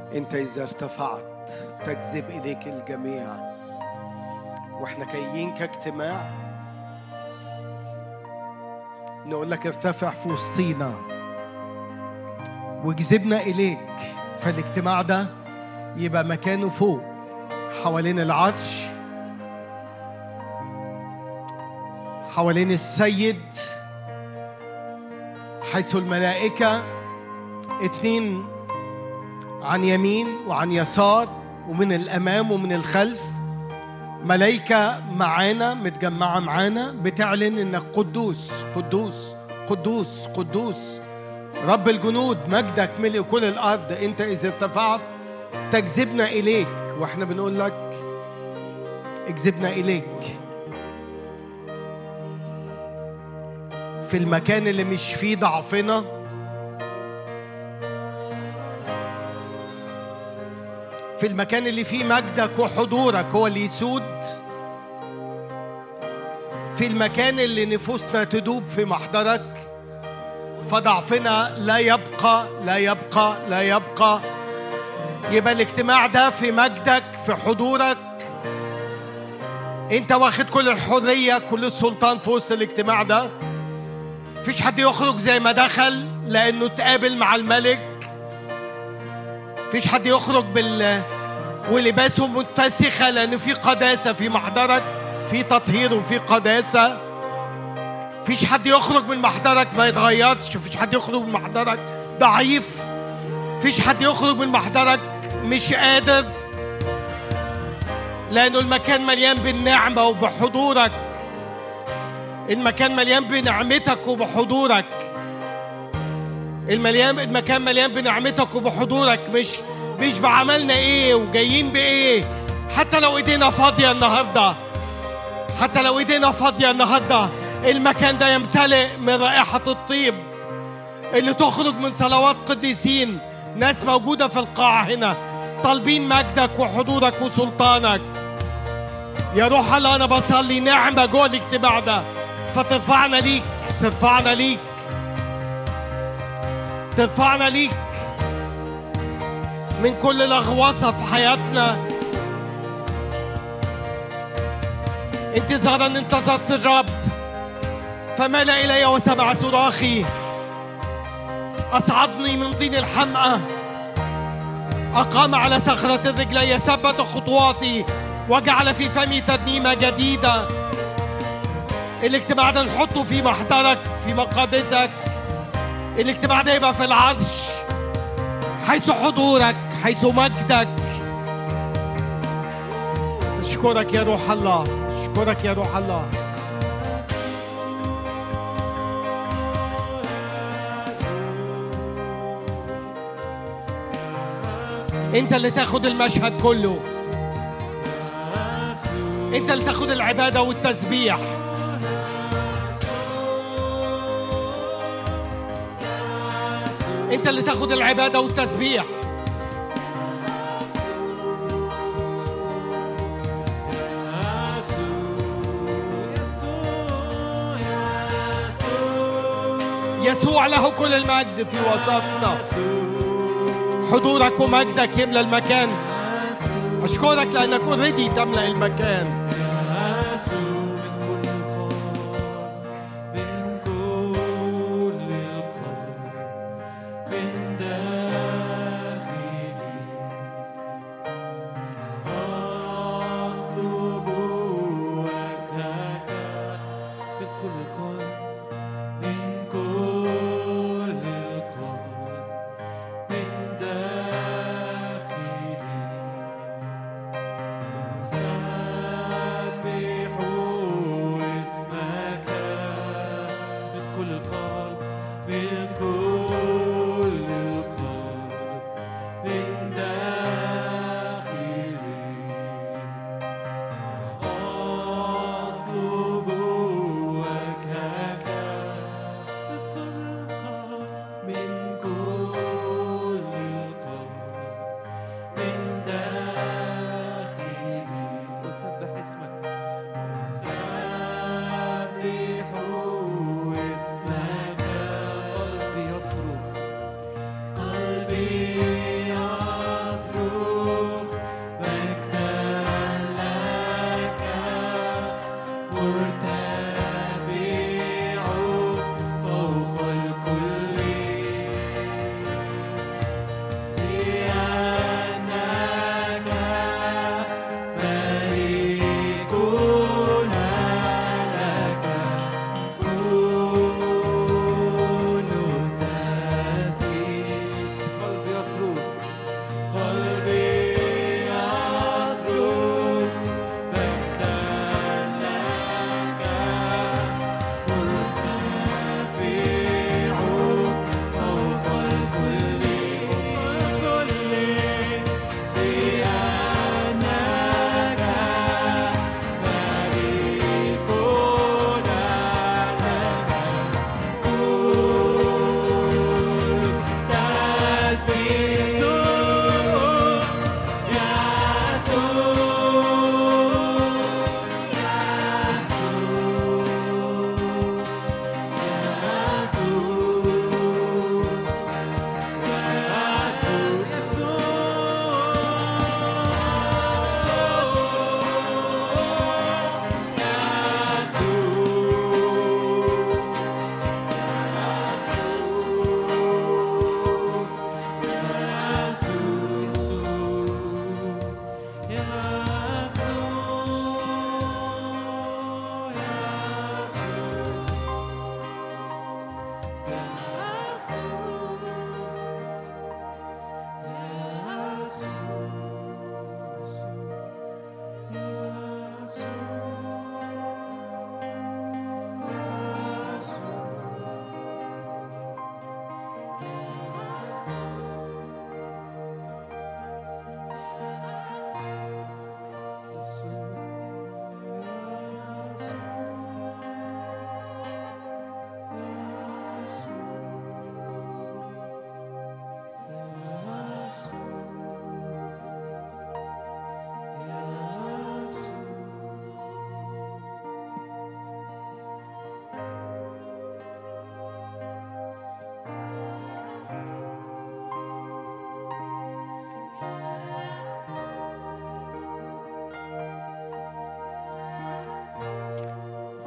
أنت إذا ارتفعت تجذب إليك الجميع. وإحنا جايين كاجتماع نقول لك ارتفع في وسطينا وجذبنا إليك. فالاجتماع ده يبقى مكانه فوق حوالين العرش، حوالين السيد، حيث الملائكة 2 عن يمين وعن يسار ومن الأمام ومن الخلف. ملائكة معانا متجمعة معانا بتعلن إنك قدوس قدوس قدوس قدوس رب الجنود، مجدك ملء كل الأرض. أنت إذا ارتفعت تجذبنا إليك، وإحنا بنقول لك اجذبنا إليك في المكان اللي مش فيه ضعفنا، في المكان اللي فيه مجدك وحضورك هو اللي يسود، في المكان اللي نفوسنا تدوب في محضرك، فضعفنا لا يبقى لا يبقى لا يبقى. يبقى الاجتماع ده في مجدك، في حضورك. انت واخد كل الحرية كل السلطان في وسط الاجتماع ده. مفيش حد يخرج زي ما دخل لأنه تقابل مع الملك. مفيش حد يخرج ولباسه متسخة لأنه في قداسة في محضرك، في تطهير وفي قداسة. مفيش حد يخرج من محضرك ما يتغيرش. مفيش حد يخرج من محضرك ضعيف. مفيش حد يخرج من محضرك مش قادر، لأنه المكان مليان بالنعمة وبحضورك. المكان مليان بنعمتك وبحضورك. المكان مليان بنعمتك وبحضورك، مش بعملنا ايه وجايين بايه. حتى لو ايدينا فاضية النهاردة، حتى لو ايدينا فاضية النهاردة، المكان ده يمتلئ من رائحة الطيب اللي تخرج من صلوات قديسين. ناس موجودة في القاعة هنا طالبين مجدك وحضورك وسلطانك. يا روح الله أنا بصلي نعمة جوه الاجتماع ده، فترفعنا ليك، ترفعنا ليك، ترفعنا ليك من كل لغوصة في حياتنا. انتظارا انتظرت الرب فمال إلي وسمع صراخي. أصعدني من طين الحمأة، أقام على صخرة الرجلي، ثبت خطواتي وجعل في فمي ترنيمة جديدة. الاجتماع ده نحطه في محضرك، في مقادسك. الاجتماع ده يبقى في العرش، حيث حضورك، حيث مجدك. أشكرك يا روح الله، أشكرك يا روح الله. انت اللي تاخد المشهد كله، انت اللي تاخد العبادة والتسبيح. انت اللي تاخد العبادة والتسبيح. يسوع له كل المجد في وسطنا. حضورك ومجدك يملى المكان. أشكرك لأنك اوريدي تملأ المكان.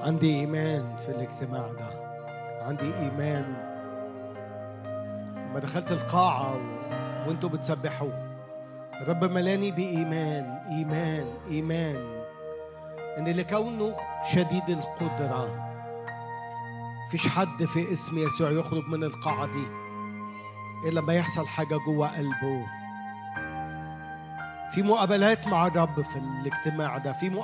عندي إيمان في الاجتماع ده، عندي إيمان. لما دخلت القاعة وانتوا بتسبحوا الرب ملاني بإيمان، إيمان إيمان إن لكونه شديد القدرة فيش حد في اسم يسوع يخرج من القاعة دي إلا لما يحصل حاجة جوه قلبه. في مقابلات مع الرب في الاجتماع ده، في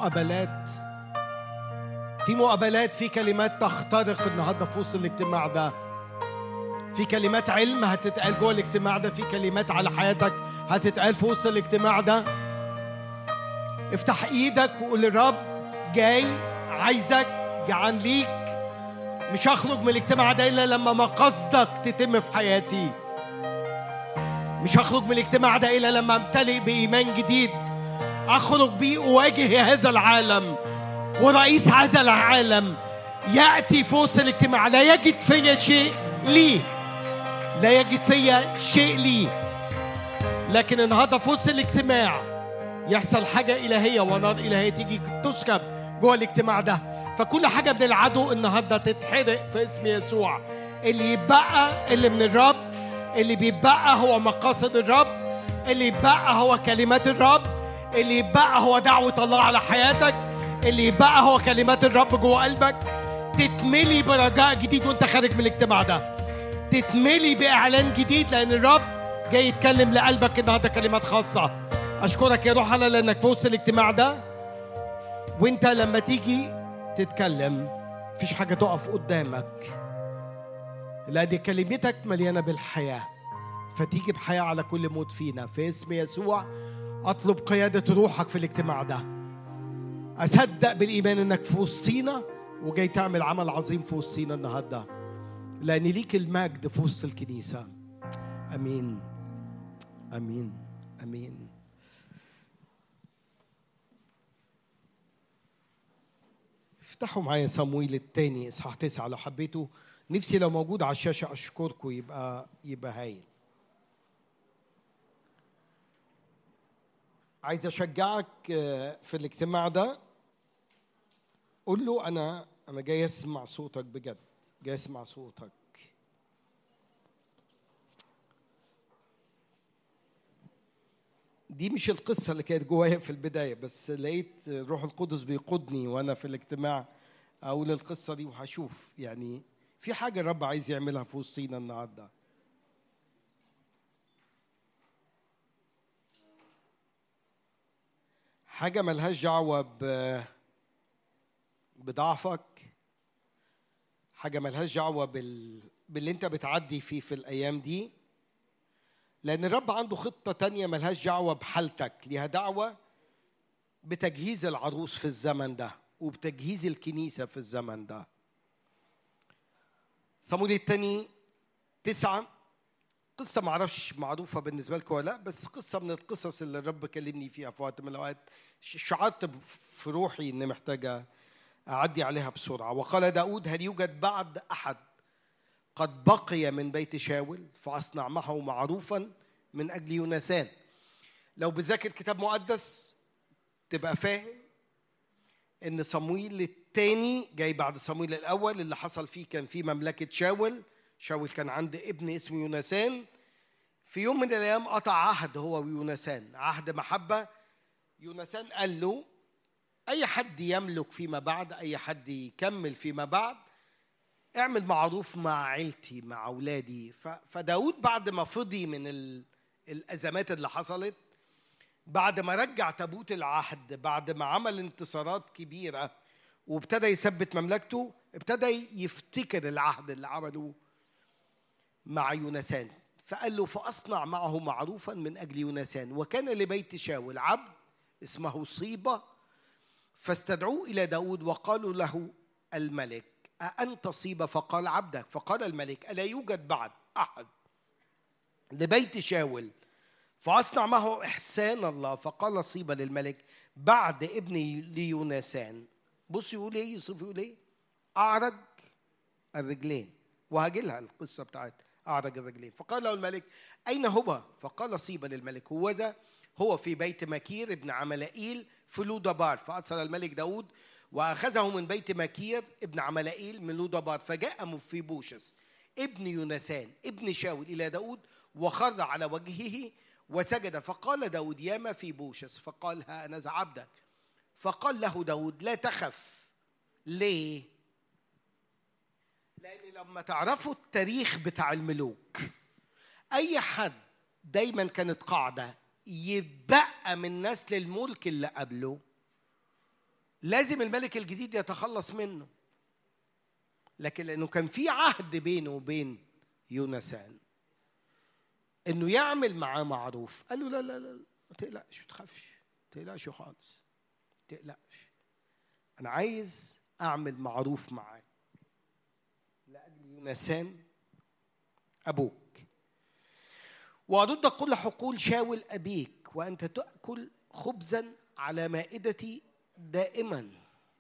مقابلات، في كلمات تخترق النهارده في وسط الاجتماع ده، في كلمات علم هتتقال جوه الاجتماع ده، في كلمات على حياتك هتتقال في وسط الاجتماع ده. افتح ايدك وقول للرب جاي، عايزك، جعان ليك. مش هخرج من الاجتماع ده الا لما مقاصدك تتم في حياتي. مش هخرج من الاجتماع ده الا لما امتلئ بايمان جديد اخرج بيه اواجه هذا العالم ورئيس هذا العالم ياتي في وسط الاجتماع لا يجد فيا شيء ليه، لا يجد فيا شيء ليه، لكن النهارده في وسط الاجتماع يحصل حاجه الهيه ونار الهيه تيجي تسكب جوه الاجتماع ده. فكل حاجه من العدو النهارده تتحرق في اسم يسوع. اللي يبقى اللي من الرب، اللي بيبقى هو مقاصد الرب، اللي يبقى هو كلمات الرب، اللي يبقى هو دعوة الله على حياتك، اللي يبقى هو كلمات الرب جوه قلبك. تتملي برجاء جديد وانت خارج من الاجتماع ده، تتملي بإعلان جديد، لأن الرب جاي يتكلم لقلبك النهارده كلمات خاصة. أشكرك يا روح الله لأنك في وسط الاجتماع ده، وانت لما تيجي تتكلم مفيش حاجة تقف قدامك، لأن كلمتك مليانة بالحياة، فتيجي بحياة على كل موت فينا. في اسم يسوع أطلب قيادة روحك في الاجتماع ده. أصدق بالإيمان أنك في وسطينا وجاي تعمل عمل عظيم في وسطينا النهاردة، لأن ليك المجد في وسط الكنيسة. أمين أمين أمين. افتحوا معايا صمويل الثاني إصحاح 9 لو حبيتوا. نفسي لو موجود على الشاشة أشكركم، يبقى هايل. عايز أشجعك في الاجتماع ده، قول له أنا جاي أسمع صوتك بجد، جاي أسمع صوتك. دي مش القصة اللي كانت جوايا في البداية، بس لقيت روح القدس بيقودني وأنا في الاجتماع أقول القصة دي، وهشوف يعني في حاجة الرب عايز يعملها في وسطينا النهارده. حاجة ملهاش دعوة بضعفك، حاجة ملهاش دعوة باللي انت بتعدي فيه في الأيام دي، لأن الرب عنده خطة تانية ملهاش دعوة بحالتك، ليها دعوة بتجهيز العروس في الزمن ده وبتجهيز الكنيسة في الزمن ده. صمويل الثاني 9 قصة معرفش معروفة بالنسبة لكم ولا لا، بس قصة من القصص اللي الرب كلمني فيها في وقت من الأوقات، شعرت في روحي إني محتاجة أعدي عليها بسرعة. وقال داود: هل يوجد بعد أحد قد بقي من بيت شاول فأصنع معه معروفا من أجل يونسان؟ لو بذاكر كتاب مقدس تبقى فاهم إن صمويل الثاني جاي بعد صمويل الأول. اللي حصل فيه كان في مملكة شاول كان عنده ابن اسمه يونسان. في يوم من الأيام قطع عهد هو ويونسان، عهد محبة. يونسان قال له أي حد يملك فيما بعد، أي حد يكمل فيما بعد، اعمل معروف مع عيلتي مع أولادي. فداود بعد ما فضي من الأزمات اللي حصلت، بعد ما رجع تابوت العهد، بعد ما عمل انتصارات كبيرة وابتدى يثبت مملكته، ابتدى يفتكر العهد اللي عمله مع يونسان. فقال له: فأصنع معه معروفا من أجل يونسان. وكان لبيت شاول عبد اسمه صيبة، فاستدعوه إلى داود وقالوا له الملك: أأنت صيبة؟ فقال: عبدك. فقال الملك: ألا يوجد بعد أحد لبيت شاول فأصنع معه إحسان الله؟ فقال صيبة للملك: بعد ابني ليونسان. بص يقول إيه يوسف، يقول إيه؟ أعرج الرجلين. وهجلها القصة بتاعت أعرج الرجلين. فقال له الملك: أين هو؟ فقال صيبة للملك: هو في بيت مكير ابن عملائيل في لودبار. فأرسل الملك داود وأخذه من بيت مكير ابن عملائيل من لودبار. فجاء مفيبوشس ابن يونسان ابن شاول إلى داود وخر على وجهه وسجد. فقال داود يا مفيبوشس، فقال ها أنا ذا عبدك. فقال له داود لا تخف. ليه؟ لأن لما تعرفوا التاريخ بتاع الملوك، أي حد دايما كانت قاعدة يبقى من نسل الملك اللي قبله لازم الملك الجديد يتخلص منه. لكن لأنه كان في عهد بينه وبين يونسان إنه يعمل معاه معروف، قال له لا لا لا ما تقلقش، ما تخافش، ما تقلقش خالص، ما تقلقش، أنا عايز أعمل معروف معاك لأجل يونسان أبوك، وأرد كل حقول شاول أبيك، وأنت تأكل خبزا على مائدتي دائما.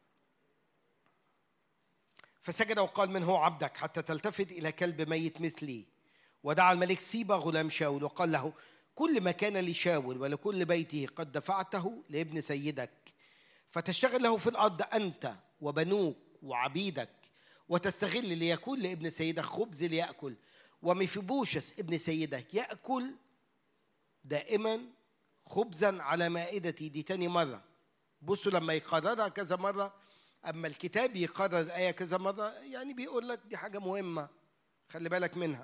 فسجد وقال من هو عبدك حتى تلتفت إلى كلب ميت مثلي. ودعا الملك سيبا غلام شاول وقال له كل ما كان لشاول ولكل بيته قد دفعته لابن سيدك، فتشتغل له في الأرض أنت وبنوك وعبيدك، وتستغل ليكون لابن سيدك خبز ليأكل، ومفيبوشس ابن سيدك يأكل دائما خبزا على مائدتي. دي تاني مرة. بصوا لما يقررها كذا مرة، أما الكتاب يقرر الآية كذا مرة يعني بيقول لك دي حاجة مهمة خلي بالك منها.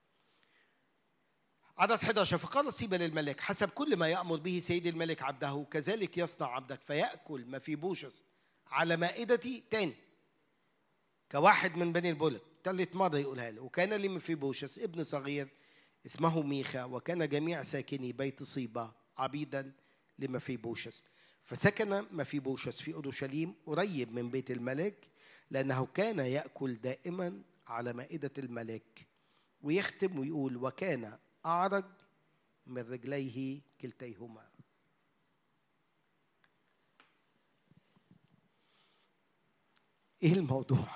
عدد 11. فقال سيبا للملك حسب كل ما يأمر به سيد الملك عبده كذلك يصنع عبدك، فيأكل مفيبوشس على مائدتي تاني كواحد من بني البلد. ثالث مرة يقولها له. وكان لمفيبوشس ابن صغير اسمه ميخا، وكان جميع ساكني بيت صيبا عبيدا لمفيبوشس. فسكن مفيبوشس في أورشليم قريب من بيت الملك، لأنه كان يأكل دائما على مائدة الملك. ويختم ويقول وكان أعرج من رجليه كلتيهما. إيه الموضوع؟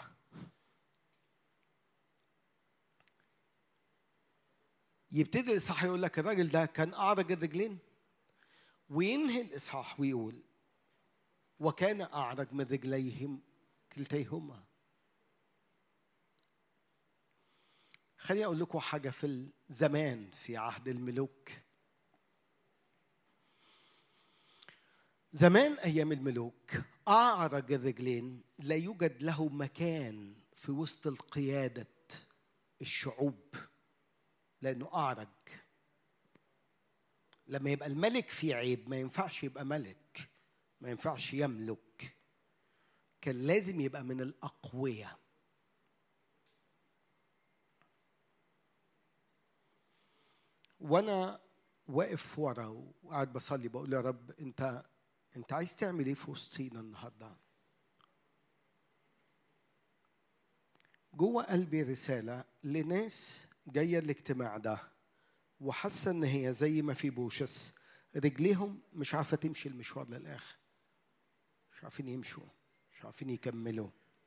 يبتدي الإصحاح يقول لك الراجل ده كان أعرج الرجلين، وينهي الإصحاح ويقول وكان أعرج من رجليهم كلتيهما. خليني أقول لكم حاجة. في الزمان في عهد الملوك، زمان أيام الملوك، أعرج الرجلين لا يوجد له مكان في وسط القيادة الشعوب، لأنه أعرج. لما يبقى الملك في عيب ما ينفعش يبقى ملك، ما ينفعش يملك. كان لازم يبقى من الأقوياء. وأنا واقف ورا وقاعد بصلي بقول يا رب أنت عايز تعمل إيه في وسطينا النهارده؟ جوه قلبي رسالة لناس جاية الاجتماع ده وحاسة إن هي زي ما في بوشس رجليهم مش عارفة تمشي المشوار للآخر، مش عارفين يمشوا، مش عارفين يكملوا.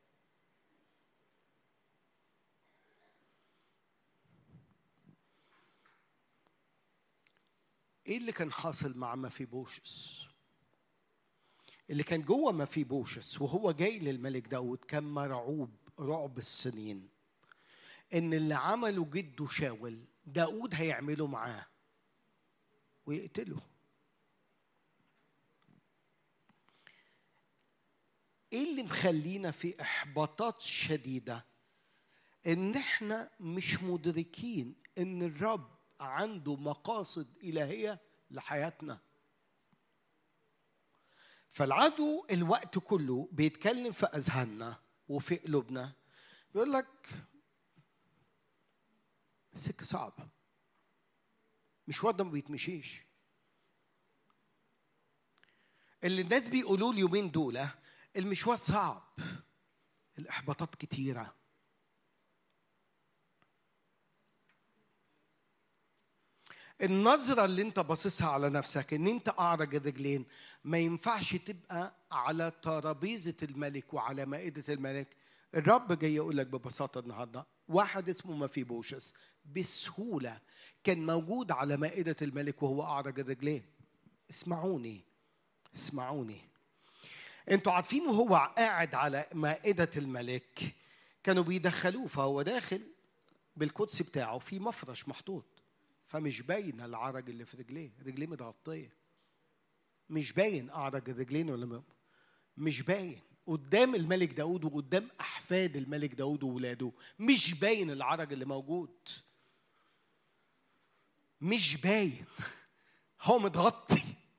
ايه اللي كان حاصل مع مفيبوشس؟ اللي كان جوه مفيبوشس وهو جاي للملك داود كان مرعوب رعب السنين ان اللي عمله جده شاول داود هيعمله معاه ويقتله. ايه اللي مخلينا في احباطات شديدة؟ ان احنا مش مدركين ان الرب عنده مقاصد إلهية لحياتنا. فالعدو الوقت كله بيتكلم في أذهاننا وفي قلوبنا، بيقول لك السكة صعبة، مشوار ده ما بيتمشيش. اللي الناس بيقولوا لي يومين دول المشوار صعب، الإحباطات كتيرة. النظرة اللي انت باصصها على نفسك ان انت اعرج الرجلين ما ينفعش تبقى على ترابيزة الملك وعلى مائدة الملك. الرب جاي يقول لك ببساطة النهاردة واحد اسمه مفيبوشس بسهولة كان موجود على مائدة الملك وهو اعرج الرجلين. اسمعوني اسمعوني، انتوا عارفين وهو قاعد على مائدة الملك كانوا بيدخلوه، فهو داخل بالقدس بتاعه في مفرش محطوط، فمش باين العرج اللي في رجليه متغطيه، مش باين اعرج الرجلين ولا مش باين قدام الملك داود وقدام احفاد الملك داود وولاده، مش باين العرج اللي موجود، مش باين، هو متغطي.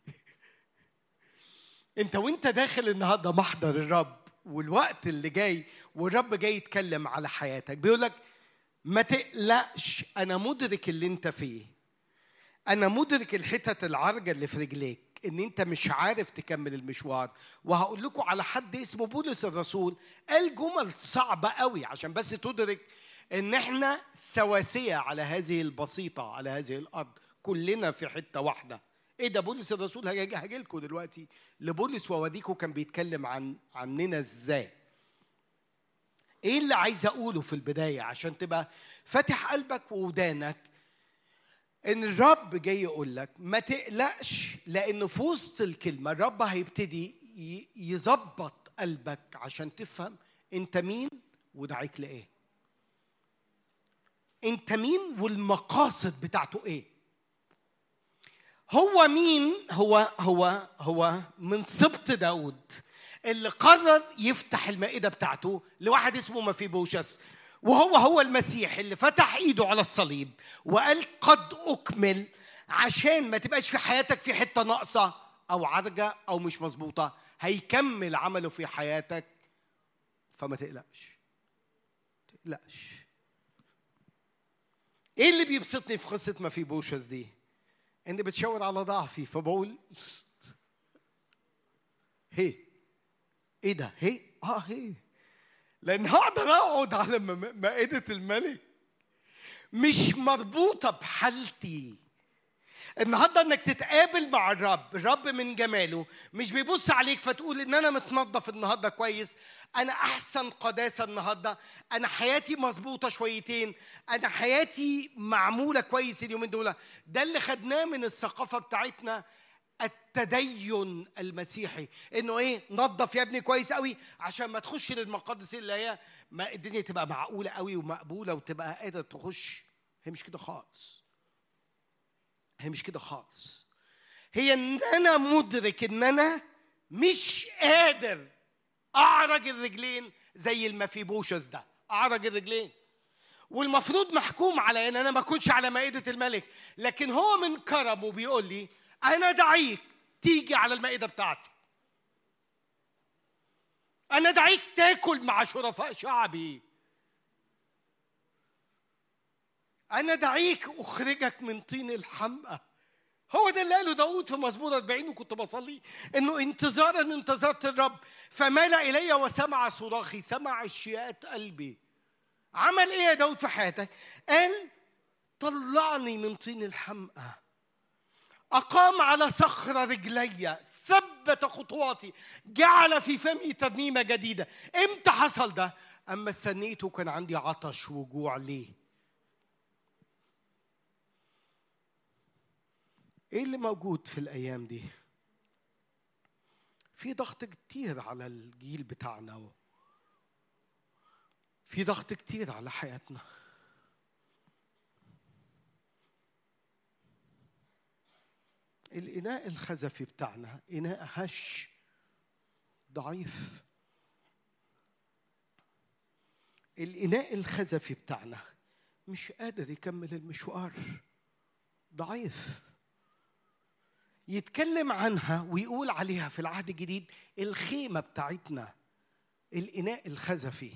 انت وانت داخل النهارده محضر الرب والوقت اللي جاي والرب جاي يتكلم على حياتك، بيقول لك ما تقلقش، انا مدرك اللي انت فيه، انا مدرك الحتت العرجه اللي في رجليك ان انت مش عارف تكمل المشوار. وهقول لكم على حد اسمه بولس الرسول قال جمل صعبه قوي عشان بس تدرك ان احنا سواسيه على هذه البسيطه، على هذه الارض كلنا في حته واحده. ايه ده بولس الرسول؟ هاجي لكم دلوقتي لبولس واوريكم كان بيتكلم عننا ازاي. ايه اللي عايز اقوله في البدايه عشان تبقى فاتح قلبك وودانك، ان الرب جاي يقول لك ما تقلقش، لان في وسط الكلمه الرب هيبتدي يظبط قلبك عشان تفهم انت مين ودعيك لايه، انت مين والمقاصد بتاعته ايه. هو مين؟ هو من سبط داود اللي قرر يفتح المائدة بتاعته لواحد اسمه مفيبوشس، وهو المسيح اللي فتح ايده على الصليب وقال قد أكمل، عشان ما تبقاش في حياتك في حتة ناقصة أو عرجة أو مش مظبوطة، هيكمل عمله في حياتك. فما تقلقش. ايه اللي بيبسطني في قصة مفيبوشس دي؟ اني بتشاور على ضعفي، فبقول ايه ده؟ هي لان هقدر اقعد على مائدة الملك مش مربوطة بحالتي. النهارده انك تتقابل مع الرب من جماله مش بيبص عليك فتقول ان انا متنظف النهارده كويس، انا احسن قداسه النهارده، انا حياتي مظبوطه شويتين، انا حياتي معموله كويس اليومين دول. ده اللي خدناه من الثقافه بتاعتنا التدين المسيحي، انه ايه؟ نظف يا ابني كويس قوي عشان ما تخش للمقدس اللي هي ما الدنيا تبقى معقوله قوي ومقبوله وتبقى قادر تخش. هي مش كده خالص. هي ان انا مدرك ان انا مش قادر اعرج الرجلين زي المفيبوشس ده، اعرج الرجلين، والمفروض محكوم على ان انا ما اكونش على مائدة الملك، لكن هو من كرمه بيقول لي انا دعيك تيجي على المائدة بتاعتي، انا دعيك تاكل مع شرفاء شعبي، أنا دعيك أخرجك من طين الحمأة. هو ده اللي قاله داود في مزمور 40 وكنت بصلي، إنه انتظارا انتظرت الرب فمال إلي وسمع صراخي، سمع اشتياقات قلبي. عمل إيه يا داود في حياتك؟ قال طلعني من طين الحمأة، أقام على صخرة رجلي، ثبت خطواتي، جعل في فمي ترنيمة جديدة. إمتى حصل ده؟ أما استنيته كان عندي عطش وجوع. ليه؟ ايه اللي موجود في الايام دي؟ في ضغط كتير على الجيل بتاعنا، في ضغط كتير على حياتنا. الإناء الخزفي بتاعنا إناء هش ضعيف. الإناء الخزفي بتاعنا مش قادر يكمل المشوار، ضعيف. يتكلم عنها ويقول عليها في العهد الجديد الخيمة بتاعتنا الإناء الخزفي.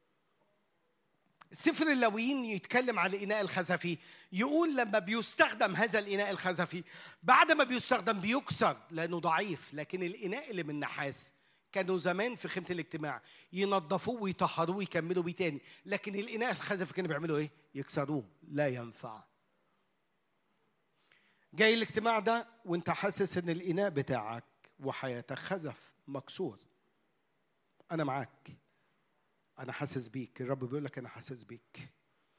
سفر اللاويين يتكلم عن الإناء الخزفي، يقول لما بيستخدم هذا الإناء الخزفي بعد ما بيستخدم بيكسر لأنه ضعيف، لكن الإناء اللي من نحاس كانوا زمان في خيمة الاجتماع ينظفوه ويطهروه ويكملوا بيه تاني، لكن الإناء الخزفي كانوا بيعملوا إيه؟ يكسروه، لا ينفع. جاي الاجتماع ده وانت حاسس ان الإناء بتاعك وحياتك خزف مكسور، أنا معاك، أنا حاسس بيك. الرب بيقول لك أنا حاسس بيك.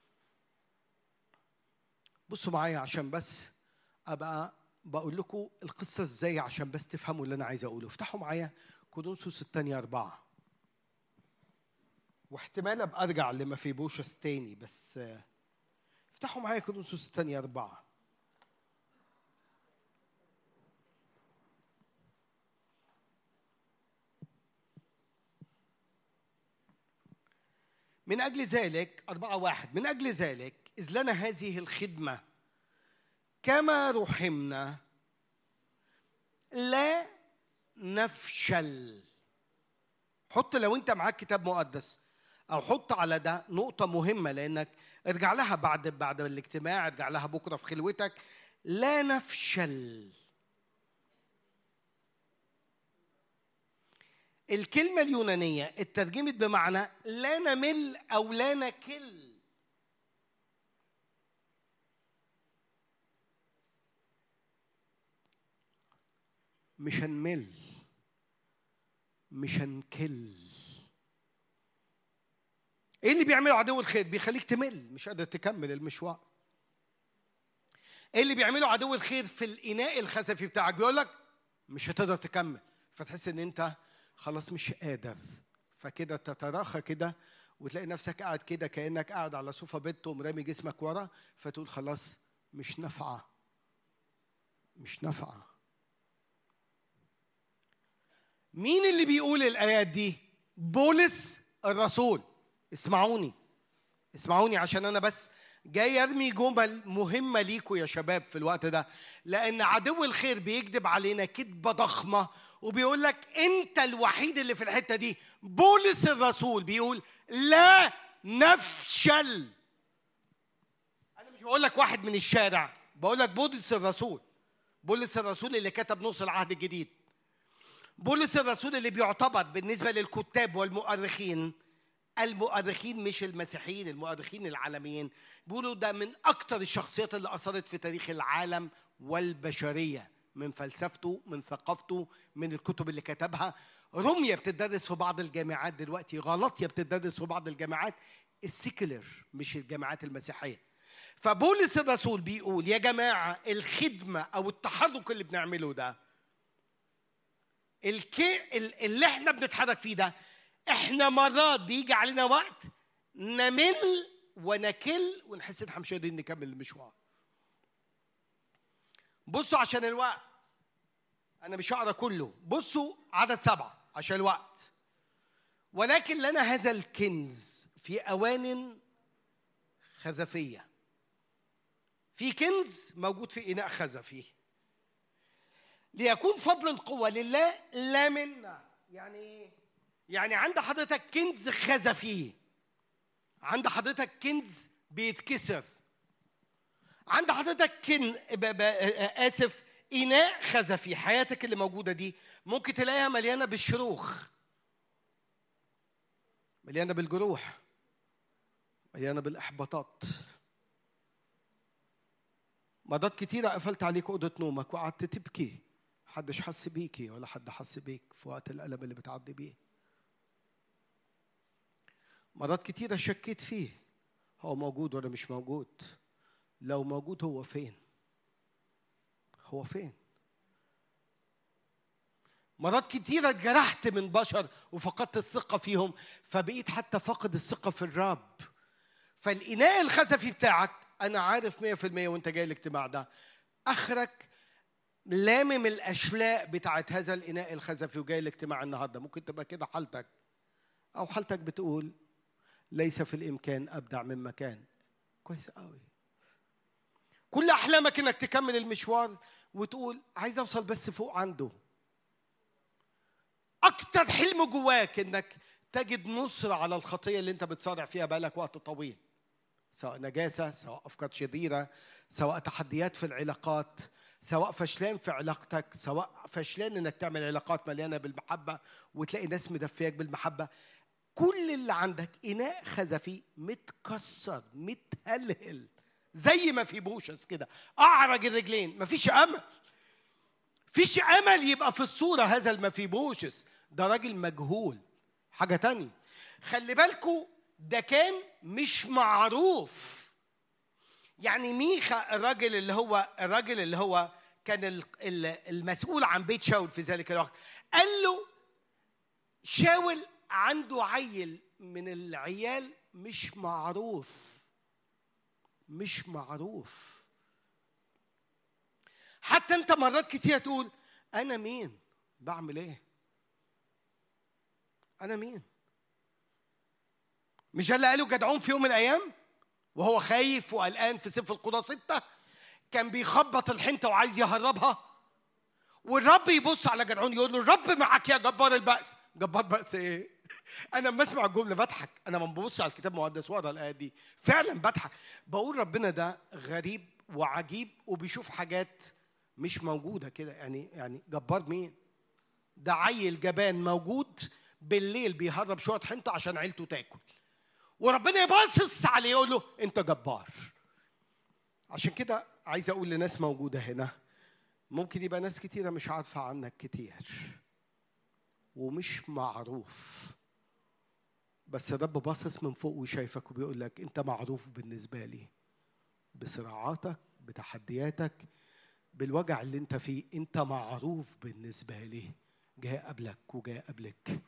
بصوا معايا عشان بس أبقى بقول لكم القصة إزاي، عشان بس تفهموا اللي أنا عايز أقوله. افتحوا معايا كورنثوس الثانية 4. واحتمال ابقى ارجع لمفيبوشس تاني، بس افتحوا معايا كورنثوس الثانية 4. من أجل ذلك 4:1 من أجل ذلك إذ لنا هذه الخدمة كما رحمنا لا نفشل. حط لو أنت معاك كتاب مقدس أو حط على ده نقطة مهمة، لأنك ارجع لها بعد الاجتماع، ارجع لها بكرة في خلوتك. لا نفشل. الكلمة اليونانية اترجمت بمعنى لا نمل أو لا نكل. مش هنمل، مش هنكل. ايه اللي بيعمله عدو الخير؟ بيخليك تمل، مش قادر تكمل المشوار. ايه اللي بيعمله عدو الخير في الإناء الخزفي بتاعك؟ بيقول لك مش هتقدر تكمل، فتحس ان انت خلاص مش قادر، فكده تتراخى كده وتلاقي نفسك قاعد كده كأنك قاعد على صوفا بيت ورامي جسمك ورا، فتقول خلاص مش نافعة، مش نافعة. مين اللي بيقول الآيات دي؟ بولس الرسول. اسمعوني عشان أنا بس جاي أرمي جمل مهمة ليكوا يا شباب في الوقت ده، لأن عدو الخير بيكذب علينا كذبة ضخمة وبيقول لك أنت الوحيد اللي في الحتة دي. بولس الرسول بيقول لا نفشل. أنا مش بقول لك واحد من الشارع، بقول لك بولس الرسول. بولس الرسول اللي كتب نص العهد الجديد. بولس الرسول اللي بيعتبر بالنسبة للكتاب والمؤرخين، المؤرخين مش المسيحيين، المؤرخين العالميين، بيقولوا ده من أكتر الشخصيات اللي أثرت في تاريخ العالم والبشرية، من فلسفته، من ثقافته، من الكتب اللي كتبها. روميا بتدرس في بعض الجامعات دلوقتي، غلطية بتدرس في بعض الجامعات السيكولر مش الجامعات المسيحية. فبولس الرسول بيقول يا جماعة الخدمة أو التحرك اللي بنعمله ده، اللي احنا بنتحرك فيه ده، احنا مرات بيجي علينا وقت نمل ونكل ونحس ان احنا مش قادرين نكمل المشوار. بصوا عشان الوقت، انا مش هقرا كله، بصوا عدد 7 عشان الوقت. ولكن لنا هذا الكنز في اوان خزفيه. في كنز موجود في اناء خزفي، ليكون فضل القوة لله لا منا. يعني عند حضرتك كنز خزفي، عند حضرتك كنز بيتكسر، عند حضرتك إناء خزفي. حياتك اللي موجودة دي ممكن تلاقيها مليانة بالشروخ، مليانة بالجروح، مليانة بالإحباطات. مرات كتيرة قفلت عليك أوضة نومك وقعدت تبكي، حدش حس بيكي ولا حد حس بيك في وقت الألم اللي بتعدي بيه. مرات كتيرة شكيت فيه، هو موجود ولا مش موجود؟ لو موجود هو فين؟ هو فين؟ مرات كتيرة اتجرحت من بشر وفقدت الثقة فيهم، فبقيت حتى فاقد الثقة في الرب. فالإناء الخزفي بتاعك أنا عارف 100% وأنت جاي الاجتماع ده آخرك لامم الأشلاء بتاعت هذا الإناء الخزفي وجاي الاجتماع النهاردة. ممكن تبقى كده حالتك، أو حالتك بتقول ليس في الإمكان أبدع مما كان. كويس قوي. كل أحلامك إنك تكمل المشوار وتقول عايز أوصل بس فوق عنده. أكتر حلم جواك إنك تجد نصرة على الخطية اللي أنت بتصارع فيها بقالك وقت طويل، سواء نجاسة، سواء أفكار شريرة، سواء تحديات في العلاقات، سواء فشلان في علاقتك، سواء فشلان إنك تعمل علاقات مليانة بالمحبة وتلاقي ناس مدفياك بالمحبة. كل اللي عندك إناء خزفي متكسر متهلهل زي ما في بوشس كده، أعرج الرجلين، مفيش أمل. فيش أمل يبقى في الصورة هذا المفيبوشس، ده راجل مجهول. حاجة تانية خلي بالكوا، ده كان مش معروف. يعني ميخا الراجل اللي هو كان المسؤول عن بيت شاول في ذلك الوقت، قال له شاول عنده عيل من العيال مش معروف. حتى انت مرات كتير تقول انا مين؟ بعمل ايه؟ انا مين؟ مش اللي قاله جدعون في يوم من الايام وهو خايف وقلقان في سفر القضاة 6 كان بيخبط الحنطة وعايز يهربها، والرب يبص على جدعون يقول له الرب معك يا جبار البأس. جبار بأس ايه؟ انا لما اسمع الجمله بضحك. انا لما ببص على الكتاب المقدس واقرا الايه دي فعلا بضحك، بقول ربنا ده غريب وعجيب وبيشوف حاجات مش موجوده كده. يعني جبار مين؟ ده عيل جبان موجود بالليل بيهرب شويه حنطه عشان عيلته تاكل، وربنا يبصص عليه يقول له انت جبار. عشان كده عايز اقول لناس موجوده هنا، ممكن يبقى ناس كتيره مش عارفه عنك كتير ومش معروف، بس الرب باصص من فوق وشايفك وبيقول لك انت معروف بالنسبه لي، بصراعاتك، بتحدياتك، بالوجع اللي انت فيه، انت معروف بالنسبه لي. جاي قبلك وجاي قبلك.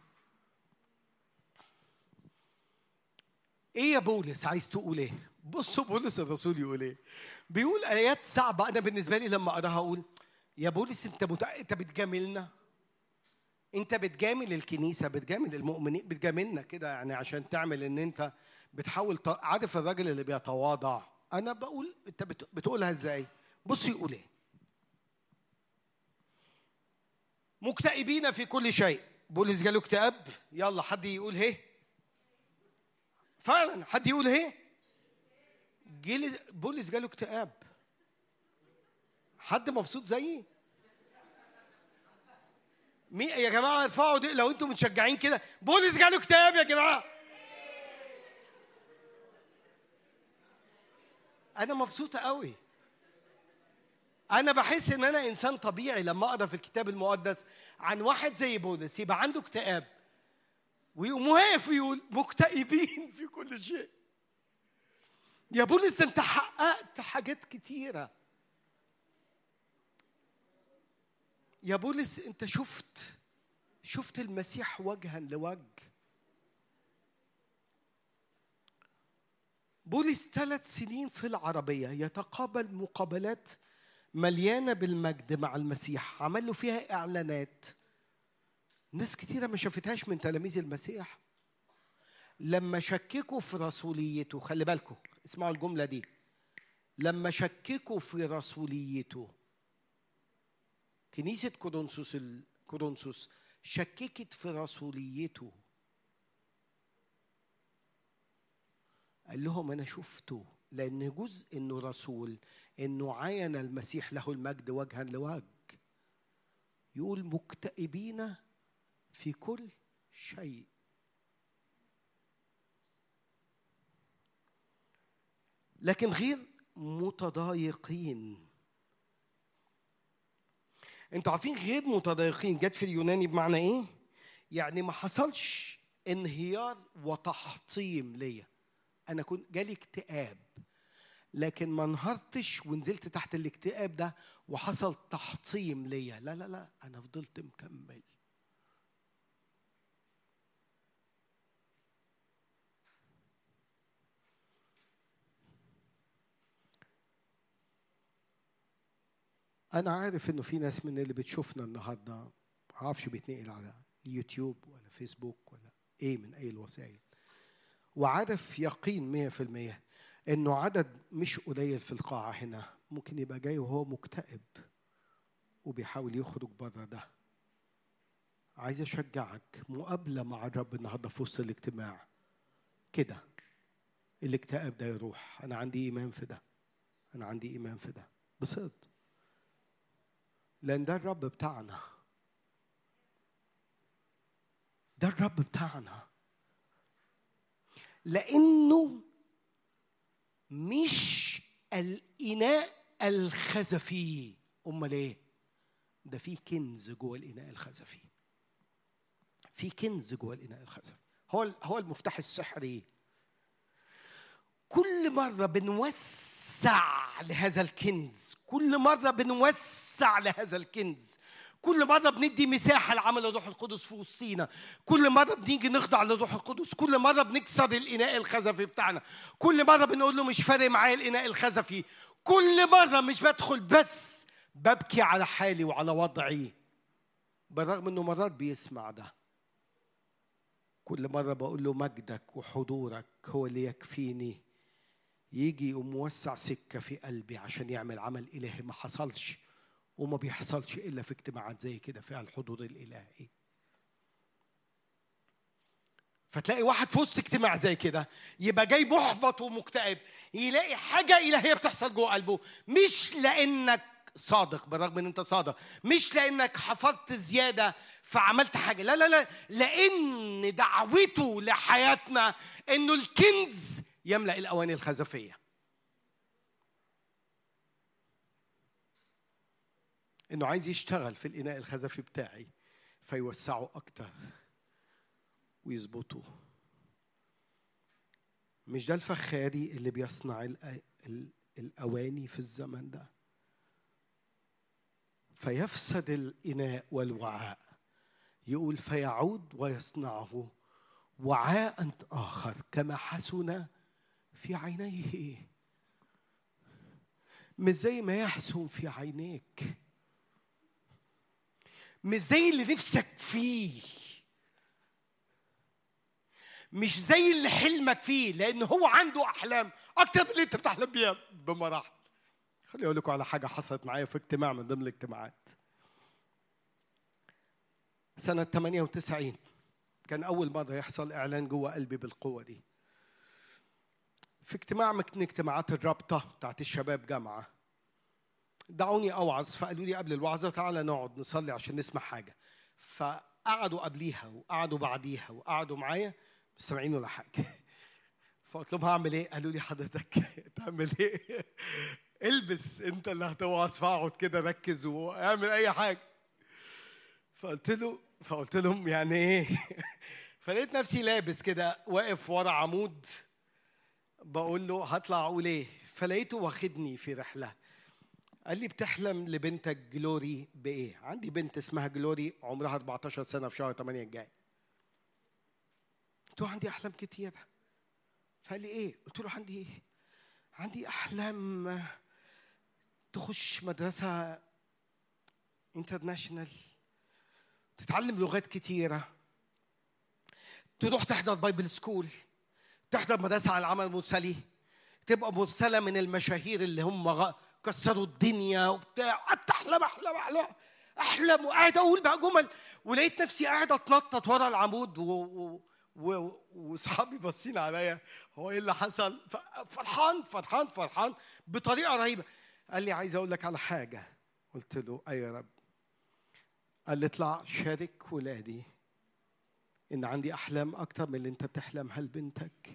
ايه يا بولس عايز تقول ايه؟ بصوا بولس الرسول يقول ايه. بيقول ايات صعبه انا بالنسبه لي لما اقراها اقول يا بولس انت بتجاملنا، انت بتجامل الكنيسه، بتجامل المؤمنين، بتجاملنا كده يعني عشان تعمل ان انت بتحاول عارف الراجل اللي بيتواضع. انا بقول انت بتقولها ازاي؟ بص يقول ايه. مكتئبين في كل شيء. بولس جاله اكتئاب. يلا حد يقول هي. فعلا حد يقول هي. بولس جاله اكتئاب. حد مبسوط زيي؟ يا جماعه ارفعوا دي لو انتم متشجعين كده. بولس جاله اكتئاب يا جماعه. انا مبسوطه قوي. انا بحس ان انا انسان طبيعي لما اقرا في الكتاب المقدس عن واحد زي بولس يبقى عنده اكتئاب ويقوم واقف ويقول مكتئبين في كل شيء. يا بولس انت حققت حاجات كتيره. يا بولس انت شفت المسيح وجها لوجه. بولس 3 سنين في العربية يتقابل مقابلات مليانة بالمجد مع المسيح، عمل له فيها إعلانات ناس كتيرة ما شافتهاش من تلاميذ المسيح. لما شككوا في رسوليته، خلي بالكم اسمعوا الجملة دي، لما شككوا في رسوليته كنيسة كورنثوس شككت في رسوليته. قال لهم أنا شفته، لأن جزء إنه رسول إنه عاين المسيح له المجد وجها لوجه. يقول مكتئبين في كل شيء. لكن غير متضايقين. انتوا عارفين غير متضايقين جت في اليوناني بمعنى ايه؟ يعني ما حصلش انهيار وتحطيم ليا. انا كنت جالي اكتئاب لكن ما انهارتش ونزلت تحت الاكتئاب ده وحصل تحطيم ليا. لا لا لا، انا فضلت مكمل. أنا عارف إنه في ناس من اللي بتشوفنا النهاردة ما عارفش بيتنقل على اليوتيوب ولا فيسبوك ولا إيه من أي الوسائل، وعارف يقين 100% إنه عدد مش قليل في القاعة هنا ممكن يبقى جاي وهو مكتئب وبيحاول يخرج بره ده. عايز أشجعك مقابلة مع الرب النهاردة في وسط الاجتماع كده، الاكتئاب ده يروح. أنا عندي إيمان في ده، أنا عندي إيمان في ده بصدق، لأن ده الرب بتاعنا، ده الرب بتاعنا. لأنه مش الإناء الخزفي. أمال إيه؟ ده في كنز جوه الإناء الخزفي. في كنز جوه الإناء الخزفي. هو المفتاح السحري. كل مرة بنوسع بنوسع لهذا الكنز، كل مرة بنوسع لهذا الكنز، كل مرة بندي مساحة لعمل الروح القدس في وسطينا، كل مرة بنيجي نخضع للروح القدس، كل مرة بنكسر الإناء الخزفي بتاعنا، كل مرة بنقول له مش فارق معايا الإناء الخزفي، كل مرة مش بدخل بس ببكي على حالي وعلى وضعي، بالرغم إنه مرات بيسمع ده. كل مرة بقول له مجدك وحضورك هو اللي يكفيني، يجي يقوم موسع سكة في قلبي عشان يعمل عمل إلهي ما حصلش وما بيحصلش إلا في اجتماعات زي كده فيها الحضور الإلهي. فتلاقي واحد في وسط اجتماع زي كده يبقى جاي محبط ومكتئب، يلاقي حاجة إلهية بتحصل جوه قلبه، مش لأنك صادق بالرغم ان انت صادق، مش لانك حفظت زياده فعملت حاجه، لا لا لا، لان دعوته لحياتنا انه الكنز يملأ الاواني الخزفيه، انه عايز يشتغل في الاناء الخزفي بتاعي فيوسعه اكتر ويظبطه. مش ده الفخاري اللي بيصنع الاواني في الزمن ده؟ فيفسد الإناء والوعاء، يقول فيعود ويصنعه وعاء آخر كما حسن في عينيه. مش زي ما يحسن في عينيك، مش زي اللي نفسك فيه، مش زي اللي حلمك فيه، لأن هو عنده أحلام أكتر من اللي أنت بتحلم بيها بمراحل. خليني أقول لكم على حاجة حصلت معايا في اجتماع من ضمن الاجتماعات سنة 98. كان أول مرة يحصل إعلان جوه قلبي بالقوة دي. في اجتماع من اجتماعات الرابطة بتاعت الشباب جامعة، دعوني أوعظ، فقالوا لي قبل الوعظة تعالى نقعد نصلي عشان نسمع حاجة. فقعدوا قبليها وقعدوا بعديها وقعدوا معايا مش سامعين ولا حاجة. فقلت لهم هعمل إيه؟ قالوا لي حضرتك تعمل إيه؟ البس انت اللي هتوعظ، فاقعد كده ركز واعمل اي حاجه. فقلت لهم يعني ايه؟ فلقيت نفسي لابس كده واقف ورا عمود بقول له هطلع اقول ايه؟ فلقيته واخدني في رحله. قال لي بتحلم لبنتك جلوري بايه؟ عندي بنت اسمها جلوري عمرها 14 سنه في شهر 8 الجاي. قلت له عندي احلام كتير. فقال لي ايه؟ قلت له عندي احلام تخش مدرسة انترناشنال، تتعلم لغات كتيرة، تروح تحضر بايبل سكول، تحضر مدرسة على العمل المرسلي، تبقى مرسلة من المشاهير اللي هم كسروا الدنيا وبتاع. قعدت أحلم وقاعد أقول بقى جمل، ولقيت نفسي قاعد أتنطط ورا العمود وصحابي باصين عليا، هو إيه اللي حصل؟ فرحان بطريقة رهيبة. قال لي عايز أقول لك على حاجة. قلت له أي يا رب. قال لي اطلع شارك ولادي إن عندي أحلام أكتر من اللي أنت بتحلمها لبنتك.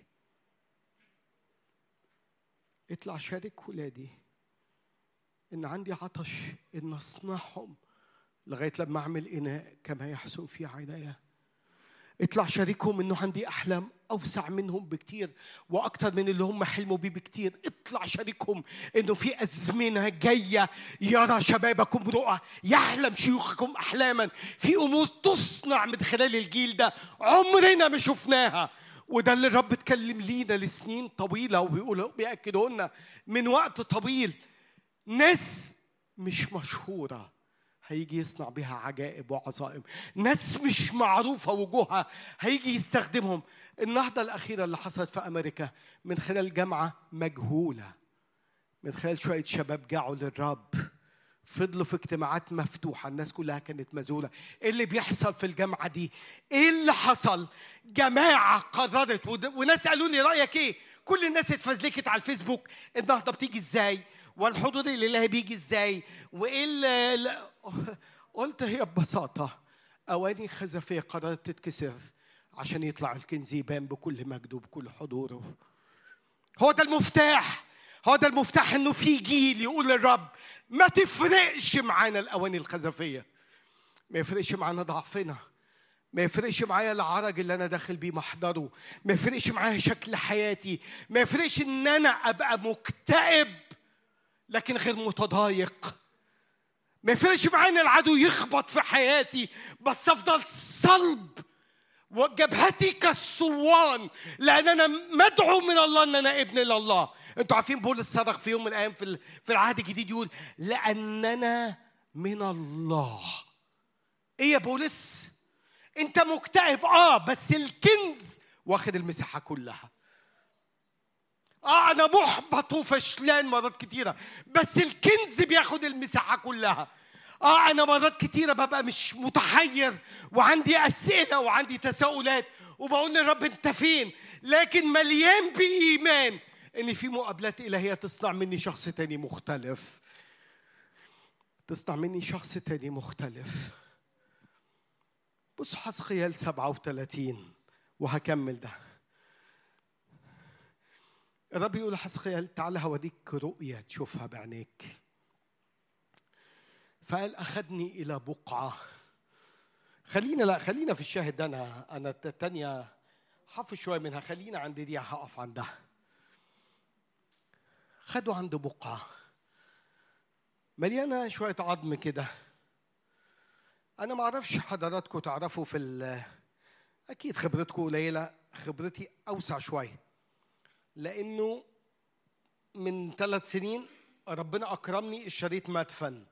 اطلع شارك ولادي إن عندي عطش إن أصنعهم لغاية لما أعمل إناء كما يحسن في عيني. اطلع شاركهم إنه عندي أحلام أوسع منهم بكتير وأكتر من اللي هم حلموا بيه بكتير. اطلع شاركهم إنه في أزمنة جاية يرى شبابكم رؤى، يحلم شيوخكم أحلاما، في أمور تصنع من خلال الجيل ده عمرنا ما شفناها. وده اللي الرب اتكلم لينا لسنين طويلة وبيقولوا بيأكدوا لنا من وقت طويل. ناس مش مشهورة هيجي يصنع بها عجائب وعظائم، ناس مش معروفة وجوهها هيجي يستخدمهم. النهضة الأخيرة اللي حصلت في أمريكا من خلال جامعة مجهولة، من خلال شوية شباب جاعوا للرب، فضلوا في اجتماعات مفتوحة، الناس كلها كانت مذهولة. إيه اللي بيحصل في الجامعة دي؟ إيه اللي حصل؟ جماعة قررت وناس قالوا لي رأيك إيه؟ كل الناس اتفزلكت على الفيسبوك، النهضة بتيجي إزاي؟ والحضور الإلهي بيجي إزاي؟ وإيه قلت هي ببساطة أواني خزفية قررت تتكسر عشان يطلع الكنز يبان بكل مجده وبكل حضوره. هو ده المفتاح، هو ده المفتاح. إنه في جيل يقول للرب ما تفرقش معانا الأواني الخزفية، ما يفرقش معانا ضعفنا، ما يفرقش معايا العرج اللي أنا داخل بيه محضره، ما يفرقش معايا شكل حياتي، ما يفرقش إن أنا أبقى مكتئب لكن غير متضايق. ما يفرقش معايا ان العدو يخبط في حياتي، بس افضل صلب وجبهتي كالصوان، لان انا مدعو من الله ان انا ابن لله. انتوا عارفين بولس صرخ في يوم من الايام في العهد الجديد يقول لاننا من الله. ايه يا بولس؟ انت مكتئب بس الكنز واخد المساحه كلها. انا محبط وفشلان مرات كتيره، بس الكنز بياخد المساحه كلها. انا مرات كتيره ببقى مش متحير وعندي اسئله وعندي تساؤلات وبقول للرب انت فين، لكن مليان بايمان ان في مقابلات الهيه تصنع مني شخص تاني مختلف. تصنع مني شخص تاني مختلف. بصوا حزقيال 37 وهكمل ده. الرب يقول لحزقيال تعالى هوديك رؤية تشوفها بعينيك. فقال أخذني إلى بقعة. خلينا في الشاهد ده. أنا التانية حافظ شوية منها، خلينا عند دي هقف عندها. خدوا عند بقعة مليانة شوية عظم كده. أنا ما أعرفش حضراتكم تعرفوا أكيد خبرتكم قليلة، خبرتي أوسع شوية، لأنه من 3 سنين ربنا أكرمني اشتريت مدفن.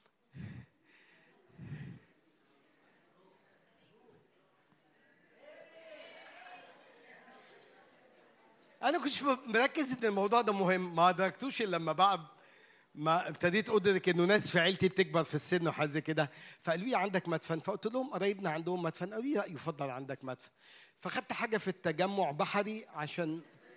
أنا كنتش مركز إن الموضوع ده مهم، ما أدركتوش إلا لما بعد ما ابتديت أدرك إنه ناس في عيلتي بتكبر في السن وحاجة زي كده، فقالوا لي عندك مدفن، فقلت لهم قرايبنا عندهم مدفن، قالوا لي لا يفضل عندك مدفن. فخدت حاجة في التجمع بحري عشان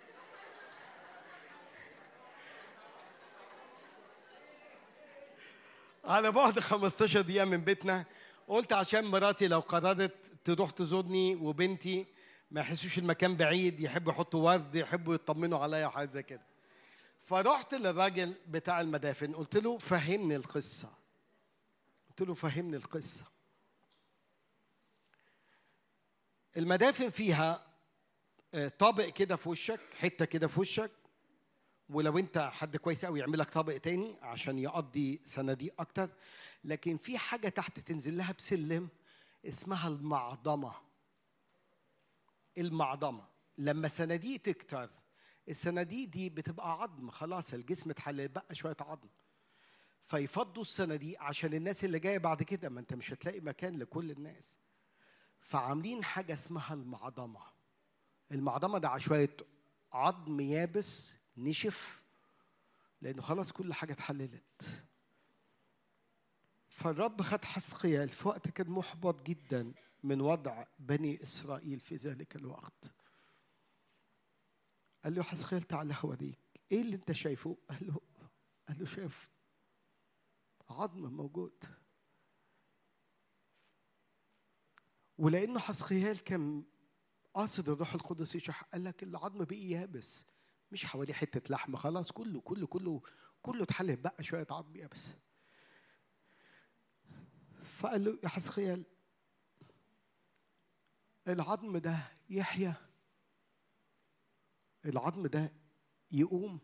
على بعد 15 دقيقة من بيتنا. قلت عشان مراتي لو قررت تروح تزورني وبنتي ما يحسوش المكان بعيد، يحبوا يحطوا ورد، يحبوا يطمنوا عليا وحاجات زي كده. فرحت للراجل بتاع المدافن قلت له فهمني القصة. المدافن فيها طابق كده في وشك، حتة كده في وشك، ولو انت حد كويس قوي يعمل لك طابق تاني عشان يقضي صناديق اكتر. لكن في حاجة تحت تنزل لها بسلم اسمها المعضمة. لما صناديق تكتر، الصناديق دي بتبقى عظم، خلاص الجسم اتحلل بقى شوية عظم، فيفضوا الصناديق عشان الناس اللي جاية بعد كده، ما انت مش هتلاقي مكان لكل الناس، فعاملين حاجة اسمها المعضمة ده عشوائية عظم يابس نشف، لأنه خلاص كل حاجة اتحللت. فالرب خد حزقيال في وقت كان محبط جدا من وضع بني إسرائيل في ذلك الوقت. قال له حزقيال تعالى هوريك ايه اللي انت شايفه. قال له شايف عظم موجود. ولأنه حزقيال كان قاصد الروح القدس يشرح، قال لك العظم بقي يابس، مش حوالي حتة لحم، خلاص كله اتحلل بقى شوية عظم يابس. فقال له يا حزقيال العظم ده يحيى، العظم ده يقوم،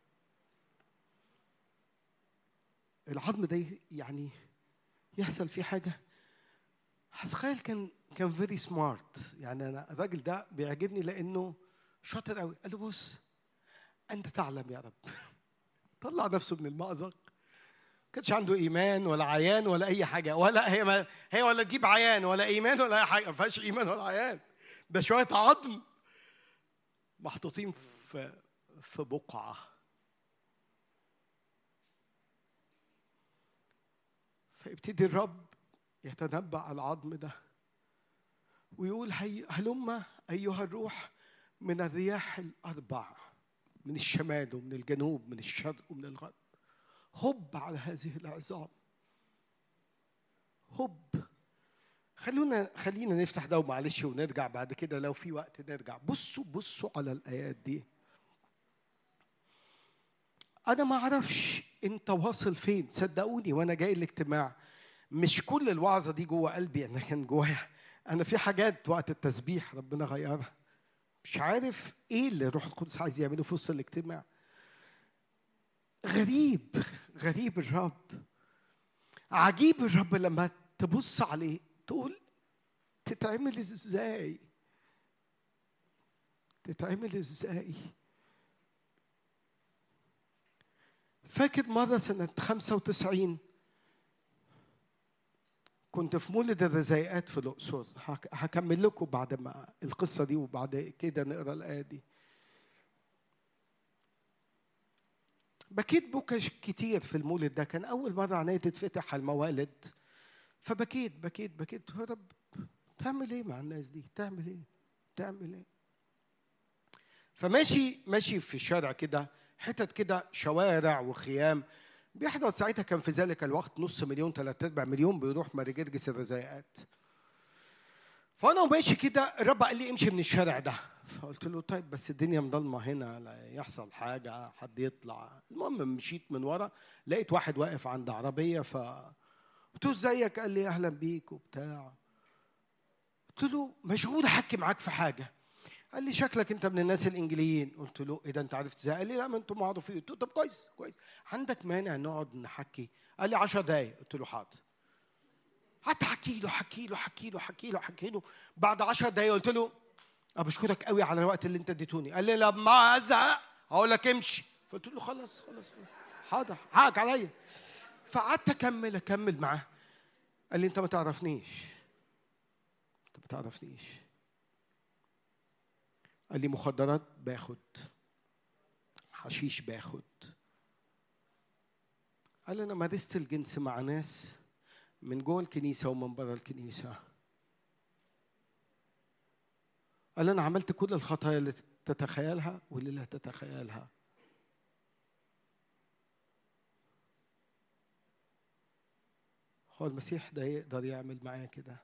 العظم ده يعني يحصل فيه حاجة. حزقيال كان فيري سمارت، يعني أنا الراجل ده بيعجبني لأنه شاطر قوي. قال له بص أنت تعلم يا رب. طلع نفسه من المأزق، كانش عنده إيمان ولا عيان ولا أي حاجة، ولا هي ولا تجيب عيان ولا إيمان ولا أي حاجة، ما فيهاش إيمان ولا عيان، ده شوية عظم محطوطين في بقعة. فيبتدي الرب يتنبأ على العظم ده ويقول هلم أيها الروح من الرياح الأربع، من الشمال ومن الجنوب من الشرق ومن الغرب، هب على هذه العظام، هب. خلينا نفتح ده ومعلش ونرجع بعد كده لو في وقت نرجع. بصوا على الآيات دي. أنا ما أعرفش أنت واصل فين، صدقوني وأنا جاي الاجتماع مش كل الوعظة دي جوه قلبي، أنا كان جوايا أنا في حاجات وقت التسبيح ربنا غيرها، مش عارف إيه اللي الروح القدس عايز يعمله في وسط الاجتماع. غريب غريب الرب، عجيب الرب. لما تبص عليه تقول تتعمل ازاي؟ تتعمل ازاي؟ فاكر مرة سنة 95 كنت في مولد الرزايقات في الأقصر. هكمل لكم بعد ما القصة دي وبعد كده نقرأ الآية دي. بكيت بكى كتير في المولد ده، كان أول مرة عينيا تتفتح على الموالد، فبكيت بكيت بكيت. يا رب تعمل إيه مع الناس دي؟ تعمل إيه؟ تعمل إيه؟ فماشي في الشارع كده، حتت كده شوارع وخيام. بيحضر ساعتها كان في ذلك الوقت 500,000 3/4 مليون بيروح مارجرجس الرزايقات. فأنا ماشي كده الرب قال لي امشي من الشارع ده. فقلت له طيب بس الدنيا مضلمة هنا، لا يحصل حاجة حد يطلع. المهم مشيت من ورا، لقيت واحد واقف عند عربية، قلت له ازيك؟ قال لي أهلا بيك وبتاع. قلت له مشغول أحكي معاك في حاجة. قال لي شكلك انت من الناس الانجليين. قلت له ايه ده انت عرفت ازاي؟ قال لي لا ما انتم معروفين. قلت له طب كويس كويس، عندك مانع نقعد نحكي؟ قال لي 10 دقايق. قلت له حاضر. قعدت احكي له. بعد 10 دقايق قلت له بشكرك قوي على الوقت اللي انت اديتوني. قال لي لما ازهق هقول لك امشي. فقلت له خلاص حاضر حقك عليا. فقعدت اكمل معاه. قال لي انت ما تعرفنيش. قال لي مخدرات باخد، حشيش باخد. قال لي أنا مارست الجنس مع ناس من جوه الكنيسة ومن بره الكنيسة. قال لي أنا عملت كل الخطايا اللي تتخيلها واللي لا تتخيلها. هو المسيح ده يقدر يعمل معايا كده؟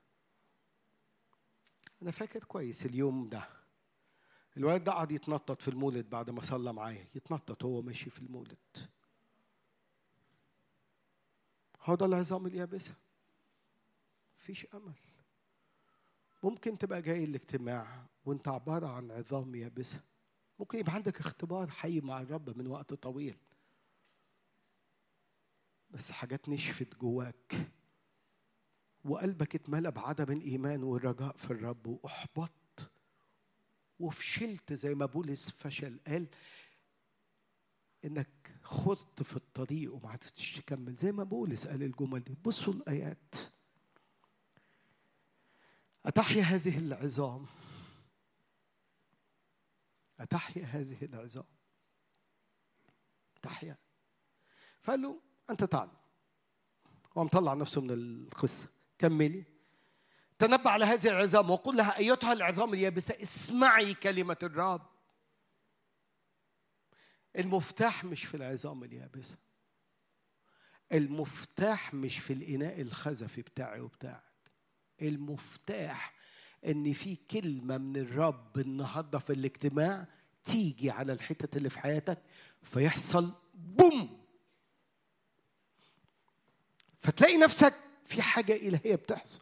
أنا فاكر كويس اليوم ده. الولد ده قعد يتنطط في المولد بعد ما صلى معايا، يتنطط هو ماشي في المولد. هو ده العظام اليابسة، مفيش أمل. ممكن تبقى جاي الاجتماع وانت عبارة عن عظام يابسة. ممكن يبقى عندك اختبار حي مع الرب من وقت طويل، بس حاجات نشفت جواك وقلبك اتملى بعدم الإيمان والرجاء في الرب، وأحبطت وفشلت زي ما بولس فشل. قال انك خضت في الطريق وما عرفتش تكمل، زي ما بولس قال الجمل دي. بصوا الآيات. أتحيا هذه العظام، أتحيا هذه العظام، تحيا. فقال له أنت تعلم. هو مطلع نفسه من القصة. كملي. تنبأ على هذه العظام وقل لها أيتها العظام اليابسة اسمعي كلمة الرب. المفتاح مش في العظام اليابسة، المفتاح مش في الإناء الخزفي بتاعي وبتاعك. المفتاح إن في كلمة من الرب النهاردة في الاجتماع تيجي على الحتة اللي في حياتك فيحصل بوم، فتلاقي نفسك في حاجة إلهية بتحصل،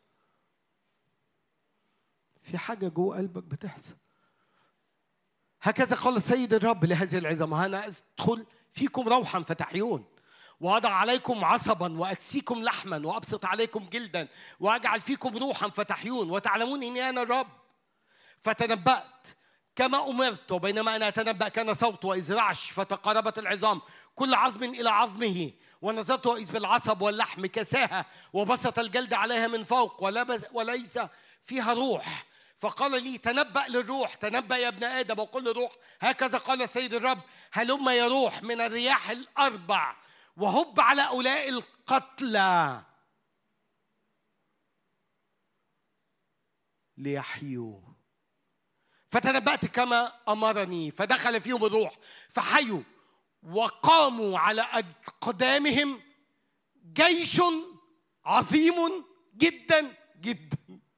في حاجة جوه قلبك بتحصل. هكذا قال السيد الرب لهذه العظام أنا أدخل فيكم روحا فتحيون، وأضع عليكم عصبا وأكسيكم لحما وأبسط عليكم جلدا وأجعل فيكم روحا فتحيون وتعلمون إني أنا الرب. فتنبأت كما أمرت، وبينما أنا أتنبأ كان صوت وإذ رعش فتقاربت العظام كل عظم إلى عظمه، ونظرت وإذ بالعصب واللحم كساها وبسط الجلد عليها من فوق وليس فيها روح. فقال لي تنبأ للروح، تنبأ يا ابن آدم وقل للروح هكذا قال السيد الرب هلم يا روح من الرياح الأربع وهب على أولاء القتلى ليحيوا. فتنبأت كما أمرني فدخل فيهم الروح فحيوا وقاموا على أقدامهم جيش عظيم جدا جدا.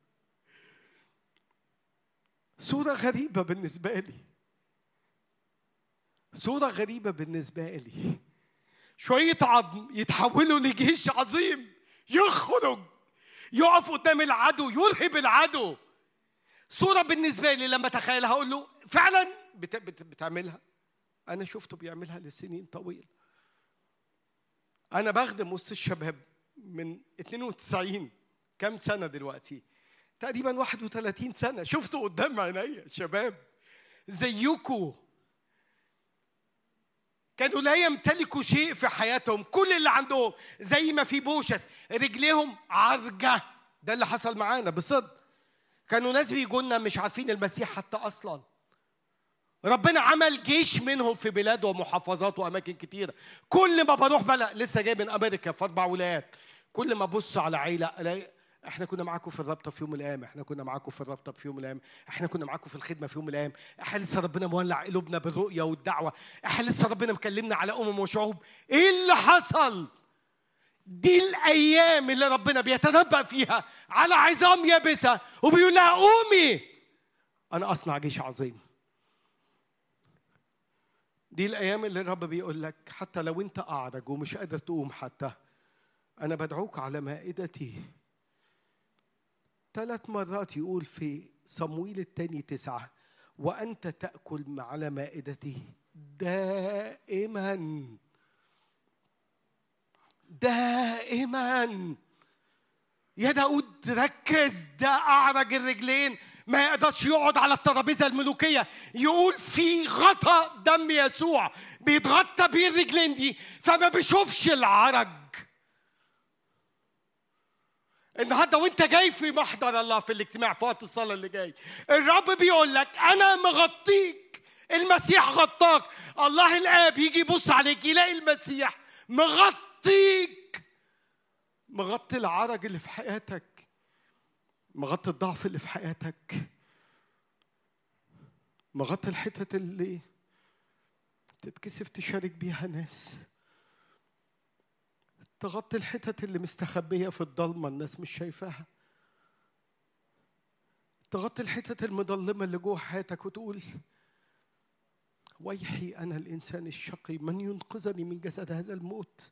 صورة غريبة بالنسبة لي، صورة غريبة بالنسبة لي. شوية عظم يتحولوا لجيش عظيم يخرج يقف قدام العدو يرهب العدو. صورة بالنسبة لي لما تخيلها أقول له فعلا بتعملها. أنا شفته بيعملها لسنين طويلة أنا بخدم وسط الشباب من 92 كم سنة دلوقتي؟ تقريبا 31 سنة. شفتوا قدام عينيا شباب زيكوا كانوا لا يمتلكوا شيء في حياتهم، كل اللي عندهم زي ما في بوشس رجليهم عرجة. ده اللي حصل معانا بصدق. كانوا ناس بيجونا مش عارفين المسيح حتى أصلا. ربنا عمل جيش منهم في بلاد ومحافظات وأماكن كتيرة. كل ما بروح بلد، لسه جاي من أمريكا في 4 ولايات، كل ما أبص على عيلة ألاقي احنا كنا معاكم في الرابطه في يوم من الايام، احنا كنا معاكم في الرابطه في يوم من الايام، احنا كنا معاكم في الخدمه في يوم من الايام، احنا لسه ربنا مولع قلوبنا بالرؤيه والدعوه، احنا لسه ربنا مكلمنا على وشعوب. ايه اللي حصل؟ دي الايام اللي ربنا بيتنبأ فيها على عظام يابسه وبيقول لها قومي انا اصنع جيش عظيم. دي الايام اللي الرب بيقول لك حتى لو انت اعرج ومش قادر تقوم، حتى انا بدعوك على مائدتي. 3 مرات يقول في صموئيل الثاني 9 وأنت تأكل على مائدتي دائما دائما. يا داود ركز، ده أعرج الرجلين ما يقدرش يقعد على الترابيزة الملوكية. يقول في غطاء دم يسوع بيتغطى بيه الرجلين دي فما بيشوفش العرج. النهارده وانت جاي في محضر الله في الاجتماع في وقت الصلاه اللي جاي، الرب بيقول لك انا مغطيك. المسيح غطاك. الله الاب يجي يبص عليك يلاقي المسيح مغطيك، مغطي العرج اللي في حياتك، مغطي الضعف اللي في حياتك، مغطي الحتت اللي تتكسف تشارك بيها ناس، تغطي الحتت اللي مستخبية في الضلمة الناس مش شايفاها، تغطي الحتت المظلمة اللي جوه حياتك وتقول ويحي أنا الإنسان الشقي من ينقذني من جسد هذا الموت.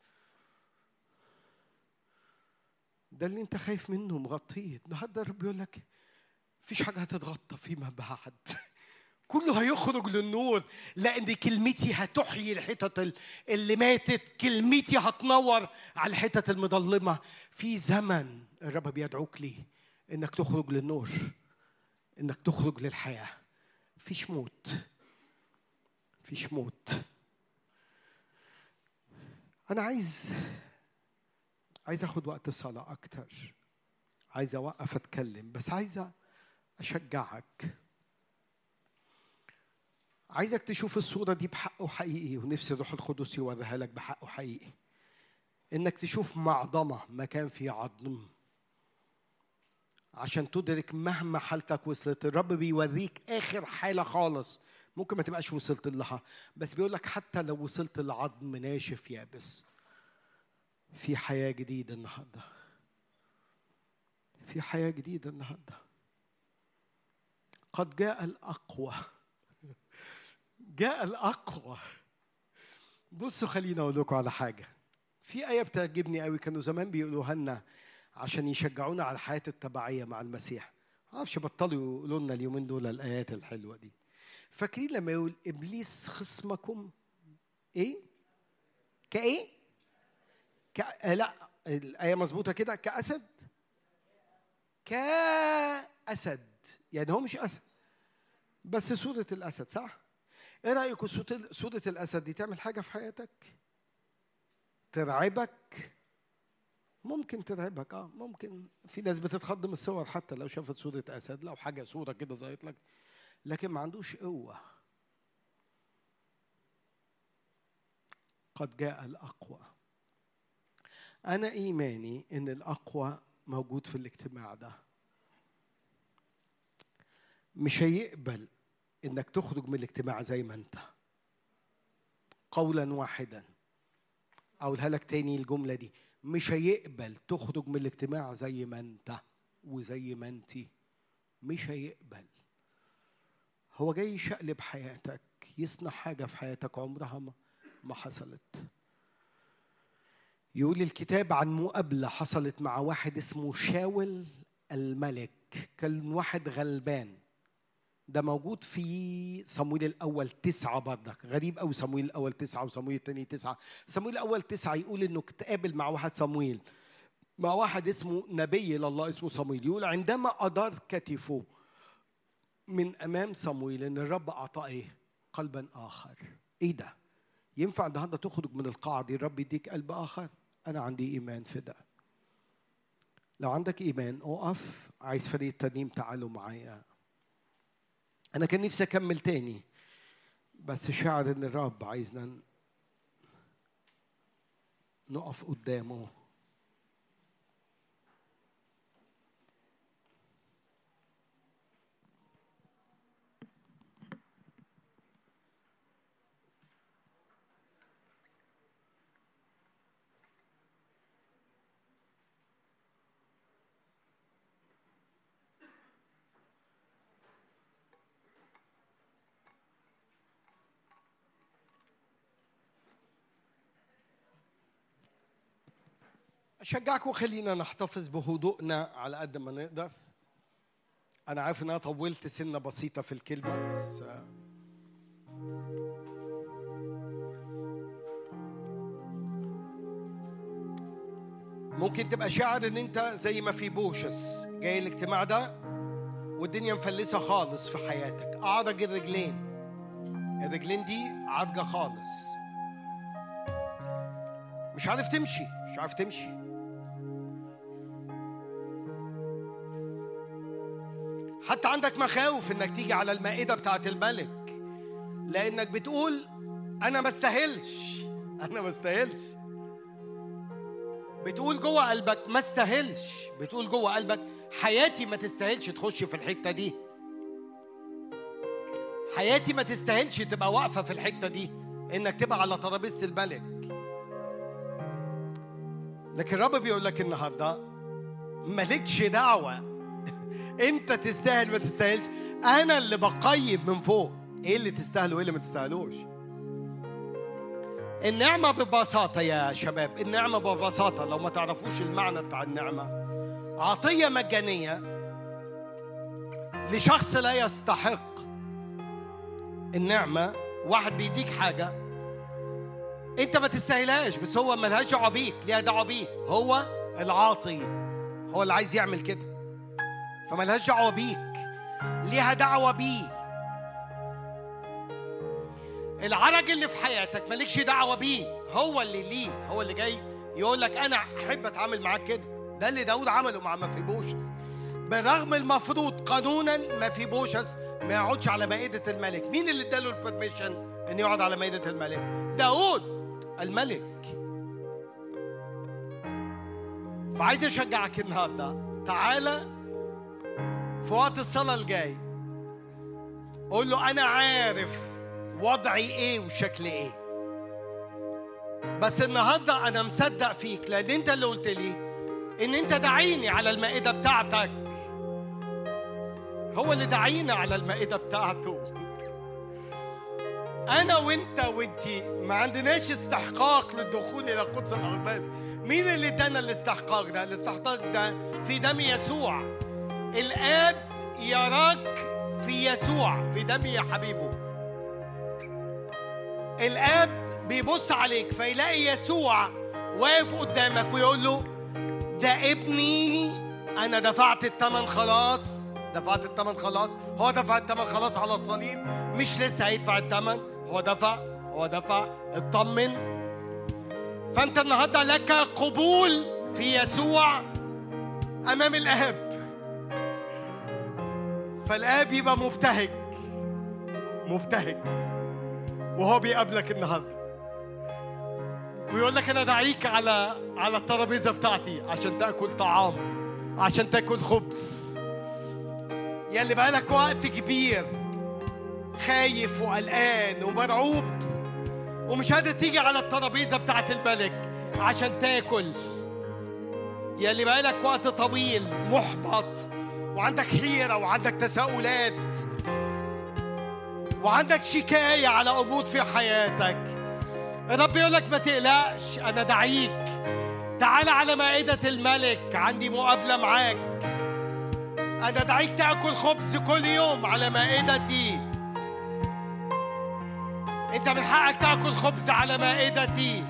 ده اللي أنت خايف منه مغطيه. النهارده الرب بيقول لك مفيش حاجة هتتغطى فيما بعد، كله هيخرج للنور، لأن كلمتي هتحيي الحتت اللي ماتت، كلمتي هتنور على الحتت المظلمة. في زمن الرب بيدعوك ليه إنك تخرج للنور، إنك تخرج للحياة. فيش موت، فيش موت. أنا عايز أخد وقت صلاة أكتر، عايز أوقف أتكلم، بس عايز أشجعك، عايزك تشوف الصورة دي بحقه حقيقي، ونفسي الروح القدس يوريها لك بحقه حقيقي. إنك تشوف معضمة مكان فيه عظم عشان تدرك مهما حالتك وصلت. الرب بيوريك آخر حالة خالص، ممكن ما تبقاش وصلت لها، بس بيقول لك حتى لو وصلت لعظم ناشف يابس، في حياة جديدة النهاردة، في حياة جديدة النهاردة. قد جاء الأقوى، جاء الأقوى. بصوا خلينا أقول لكم على حاجة. في آية بتعجبني قوي، كانوا زمان بيقولوها لنا عشان يشجعونا على الحياة التبعية مع المسيح. معرفش بطلوا يقولوا لنا اليومين دول الآيات الحلوة دي. فاكرين لما يقول إبليس خصمكم إيه؟ كإيه؟ لا الآية مظبوطة كده، كأسد. كأسد يعني هو مش أسد بس صورة الأسد، صح؟ إيه رأيكم صورة الأسد دي تعمل حاجة في حياتك؟ ترعبك؟ ممكن ترعبك، ممكن. في ناس بتتخض من الصور حتى لو شافت صورة أسد، لو حاجة صورة كده ظهرت لك، لكن ما عندوش قوة. قد جاء الأقوى. أنا إيماني إن الأقوى موجود في الاجتماع ده. مش هيقبل إنك تخرج من الاجتماع زي ما أنت. قولا واحدا أقولها لك تاني الجملة دي، مش هيقبل تخرج من الاجتماع زي ما أنت وزي ما أنتي. مش هيقبل. هو جاي يشقلب حياتك، يصنع حاجة في حياتك عمرها ما حصلت. يقول الكتاب عن مقابلة حصلت مع واحد اسمه شاول الملك. كان واحد غلبان، ده موجود في صمويل الأول 9 برضك. غريب أوي صمويل الأول 9 وصمويل الثاني 9. صمويل الأول 9 يقول إنه تقابل مع واحد صمويل، مع واحد اسمه نبي لله اسمه صمويل، يقول عندما أدار كتفه من أمام صمويل إن الرب أعطاه إيه؟ قلبا آخر. إيه ده؟ ينفع النهارده تخرج من القاعة دي الرب يديك قلب آخر؟ أنا عندي إيمان في ده. لو عندك إيمان أقف. عايز فريق الترنيم تعالوا معايا. أنا كان نفسي أكمل تاني بس شعر إن الرب عايزنا نقف قدامه. أشجعكم وخلينا نحتفظ بهدوءنا على قد ما نقدر. أنا عارف إن أنا طولت سنة بسيطة في الكلمة بس ممكن تبقى شاعر إن أنت زي ما في بوشس جاي الاجتماع ده والدنيا مفلسة خالص في حياتك. أعرج الرجلين دي عرجة خالص، مش عارف تمشي. حتى عندك مخاوف انك تيجي على المائدة بتاعت الملك لانك بتقول انا ما استاهلش. بتقول جوه قلبك ما استاهلش، بتقول جوه قلبك حياتي ما تستاهلش تخش في الحتة دي، حياتي ما تستاهلش تبقى واقفة في الحتة دي انك تبقى على ترابيزة الملك. لكن الرب بيقول لك النهارده مالكش دعوة انت تستاهل ما تستاهلش. انا اللي بقيم من فوق ايه اللي تستاهله وايه اللي ما تستاهلوش. النعمة ببساطة يا شباب، النعمة ببساطة لو ما تعرفوش المعنى بتاع النعمة، عطية مجانية لشخص لا يستحق. النعمة واحد بيديك حاجة انت ما تستاهلهاش بس هو ملهاش دعوة بيك، ليها دعوة بيه. هو العاطي، هو اللي عايز يعمل كده، فملهاش دعوة بيك، ليها دعوة بيه. العرج اللي في حياتك مالكش دعوة بيه، هو اللي ليه، هو اللي جاي يقول لك أنا أحب أتعامل معاك كده. ده اللي داود عمله مع مفيبوشس، بالرغم المفروض قانونا مفيبوشس ما يقعدش على مائدة الملك. مين اللي اداله البرميشن إن يقعد على مائدة الملك؟ داود الملك. فعايز أشجعك النهارده، تعالى في وقت الصلاة الجاي قول له أنا عارف وضعي إيه وشكلي إيه، بس النهارده أنا مصدق فيك لأن أنت اللي قلت لي إن أنت دعيني على المائدة بتاعتك. هو اللي دعينا على المائدة بتاعته. أنا وأنت وأنتي ما عندناش استحقاق للدخول إلى قدس الأقداس. مين اللي ادانا الاستحقاق ده؟ الاستحقاق ده في دم يسوع. الآب يراك في يسوع، في دم يا حبيبه. الآب بيبص عليك فيلاقي يسوع واقف قدامك ويقول له ده ابني، أنا دفعت الثمن خلاص. دفعت الثمن خلاص. هو دفع الثمن خلاص على الصليب، مش لسه هيدفع الثمن. هو دفع. اطمن. فأنت النهارده لك قبول في يسوع أمام الآب. فالآب يبقى مبتهج وهو بيقابلك النهارده ويقول لك أنا دعيك على الترابيزة بتاعتي عشان تأكل طعام، عشان تأكل خبز. يا اللي بقالك وقت كبير خايف وقلقان ومرعوب ومش قادر تيجي على الترابيزة بتاعت الملك عشان تاكل. يا اللي بقالك وقت طويل محبط وعندك حيرة وعندك تساؤلات وعندك شكاية على أمور في حياتك، الرب يقول لك ما تقلقش، أنا دعيك. تعال على مائدة الملك، عندي مقابلة معاك. أنا دعيك تأكل خبز كل يوم على مائدتي. أنت من حقك تأكل خبز على مائدتي،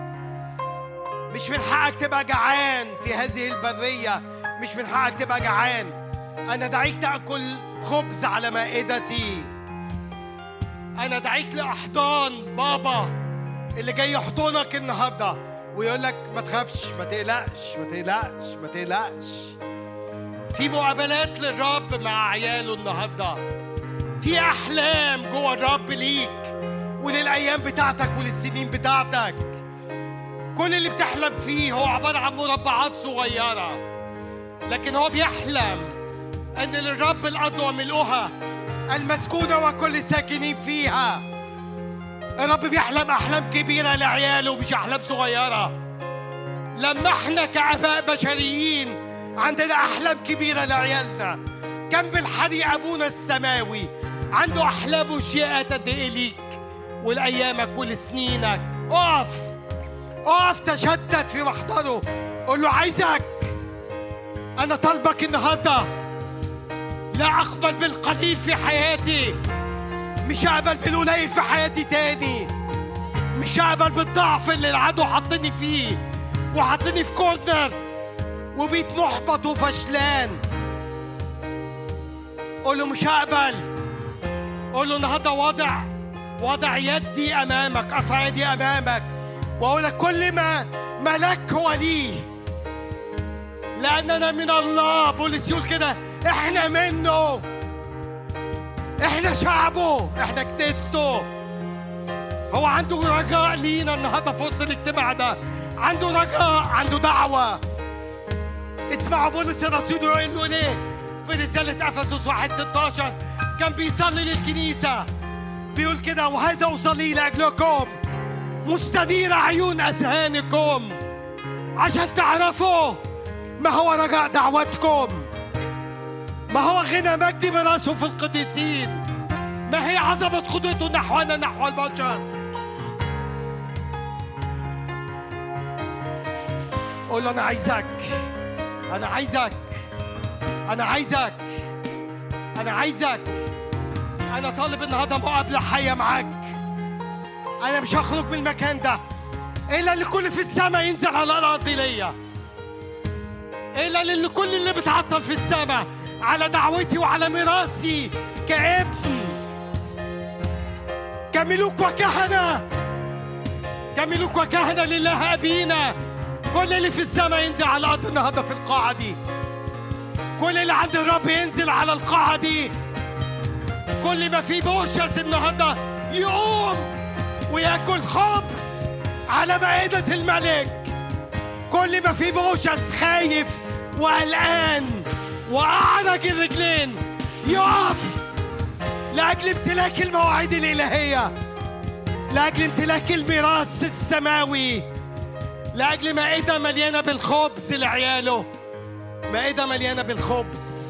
مش من حقك تبقى جعان في هذه البرية، مش من حقك تبقى جعان. أنا دعيك تأكل خبز على مائدتي. أنا دعيك لأحضان بابا اللي جاي يحضنك النهارده ويقول لك ما تخافش، ما تقلقش، ما تقلقش، ما تقلقش. في مقابلات للرب مع عياله النهارده، في أحلام جوه الرب ليك وللأيام بتاعتك وللسنين بتاعتك. كل اللي بتحلم فيه هو عبارة عن مربعات صغيرة، لكن هو بيحلم أن للرب الأرض وملؤها المسكونة وكل الساكنين فيها. الرب بيحلم أحلام كبيرة لعياله مش أحلام صغيرة. لما احنا كآباء بشريين عندنا أحلام كبيرة لعيالنا، كم بالحري أبونا السماوي عنده أحلام وشيئات قد إيه ليك ولأيامك ولسنينك. اقف تشتت في محضره، قول له عايزك، أنا طالبك النهارده. لا أقبل بالقليل في حياتي، مش هقبل بالقليل في حياتي تاني، مش هقبل بالضعف اللي العدو حطني فيه وحطني في كورنر وبيت محبط وفشلان. قول له مش هقبل. قول له النهارده وضع يدي أمامك، أرفع يدي أمامك وأقول لك كل ما لك هو لي، لأننا من الله. بولس يقول كده، إحنا منه، إحنا شعبه، إحنا كنيسته. هو عنده رجاء لينا النهارده في وسط الاجتماع ده، عنده رجاء، عنده دعوة. اسمعوا بولس الرسول يقول له ليه في رسالة أفسس 1:16 كان بيصلي للكنيسة، بيقول كده: وهذا أصلي لأجلكم مستنير عيون أذهانكم عشان تعرفوا ما هو رجاء دعوتكم، ما هو غنى مجد براسه في القديسين، ما هي عظمة قدرته نحونا نحو البشر. قول له أنا عايزك، أنا عايزك، أنا عايزك، أنا عايزك. أنا طالب النهارده مقابلة حية معاك. أنا مش هخرج من المكان ده إلا اللي كل في السماء ينزل على الأرض ليا، إلا اللي كل اللي بتعطل في السماء على دعوتي وعلى ميراثي كابن، كملوك وكهنة، كملوك وكهنة لله أبينا. كل اللي في السماء ينزل على الأرض النهارده في القاعة دي، كل اللي عند الرب ينزل على القاعة دي. كل ما في بوشس النهارده يقوم وياكل خبز على مائدة الملك. كل ما في بوشس خايف وقلقان وأعرج الرجلين يقف لأجل امتلاك المواعيد الإلهية، لأجل امتلاك الميراث السماوي، لأجل مائدة مليانة بالخبز لعياله، مائدة مليانة بالخبز.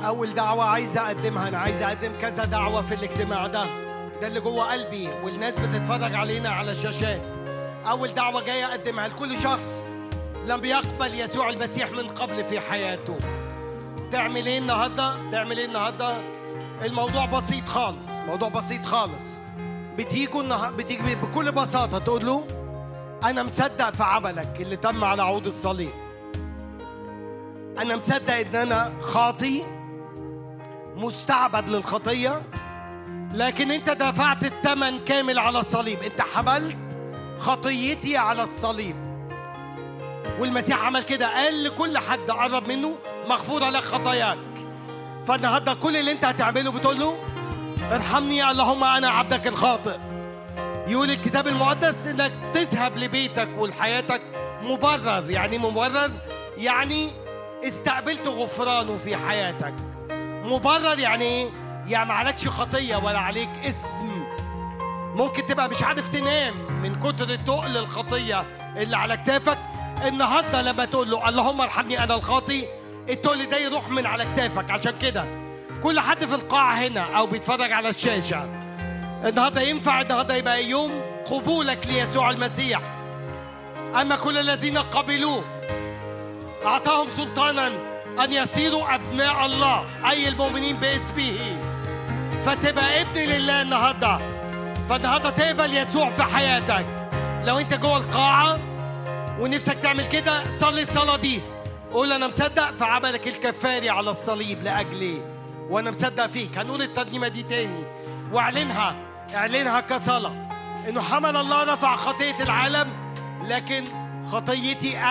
أول دعوة عايز أقدمها، أنا عايز أقدم كذا دعوة في الاجتماع ده اللي جوه قلبي والناس بتتفرج علينا على الشاشات. أول دعوة جاية أقدمها لكل شخص لم يقبل يسوع المسيح من قبل في حياته. تعمل إيه النهاردة؟ تعمل إيه النهاردة؟ الموضوع بسيط خالص، موضوع بسيط خالص. بتيجي بكل بساطة تقول له أنا مصدق في عملك اللي تم على عود الصليب. أنا مصدق إن أنا خاطي مستعبد للخطية، لكن أنت دفعت الثمن كامل على الصليب. أنت حملت خطيتي على الصليب، والمسيح عمل كده، قال لكل حد قرب منه مغفورة لك خطاياك. فالنهارده كل اللي أنت هتعمله بتقول له ارحمني اللهم أنا عبدك الخاطئ. يقول الكتاب المقدس إنك تذهب لبيتك ولحياتك مبرر. يعني مبرر يعني استقبلت غفرانه في حياتك. مبرر يعني ايه؟ يعني ما عليكش خطية ولا عليك اسم. ممكن تبقى مش عارف تنام من كتر تقل الخطية اللي على كتافك. النهارده لما تقول له اللهم ارحمني انا الخاطي، التقل ده يروح من على كتافك. عشان كده كل حد في القاعة هنا او بيتفرج على الشاشة، النهارده ينفع النهارده يبقى يوم قبولك ليسوع المسيح. اما كل الذين قبلوه أعطاهم سلطانا أن يصيروا أبناء الله، أي المؤمنين باسمه. فتبقى ابن لله النهاردة. فالنهاردة تقبل يسوع في حياتك. لو أنت جوه القاعة ونفسك تعمل كده، صلي الصلاة دي. قول أنا مصدق في عملك الكفاري على الصليب لأجلي، وأنا مصدق فيك. هنقول الترنيمة دي تاني واعلنها كصلاة، إنه حمل الله رفع خطية العالم، لكن خطيتي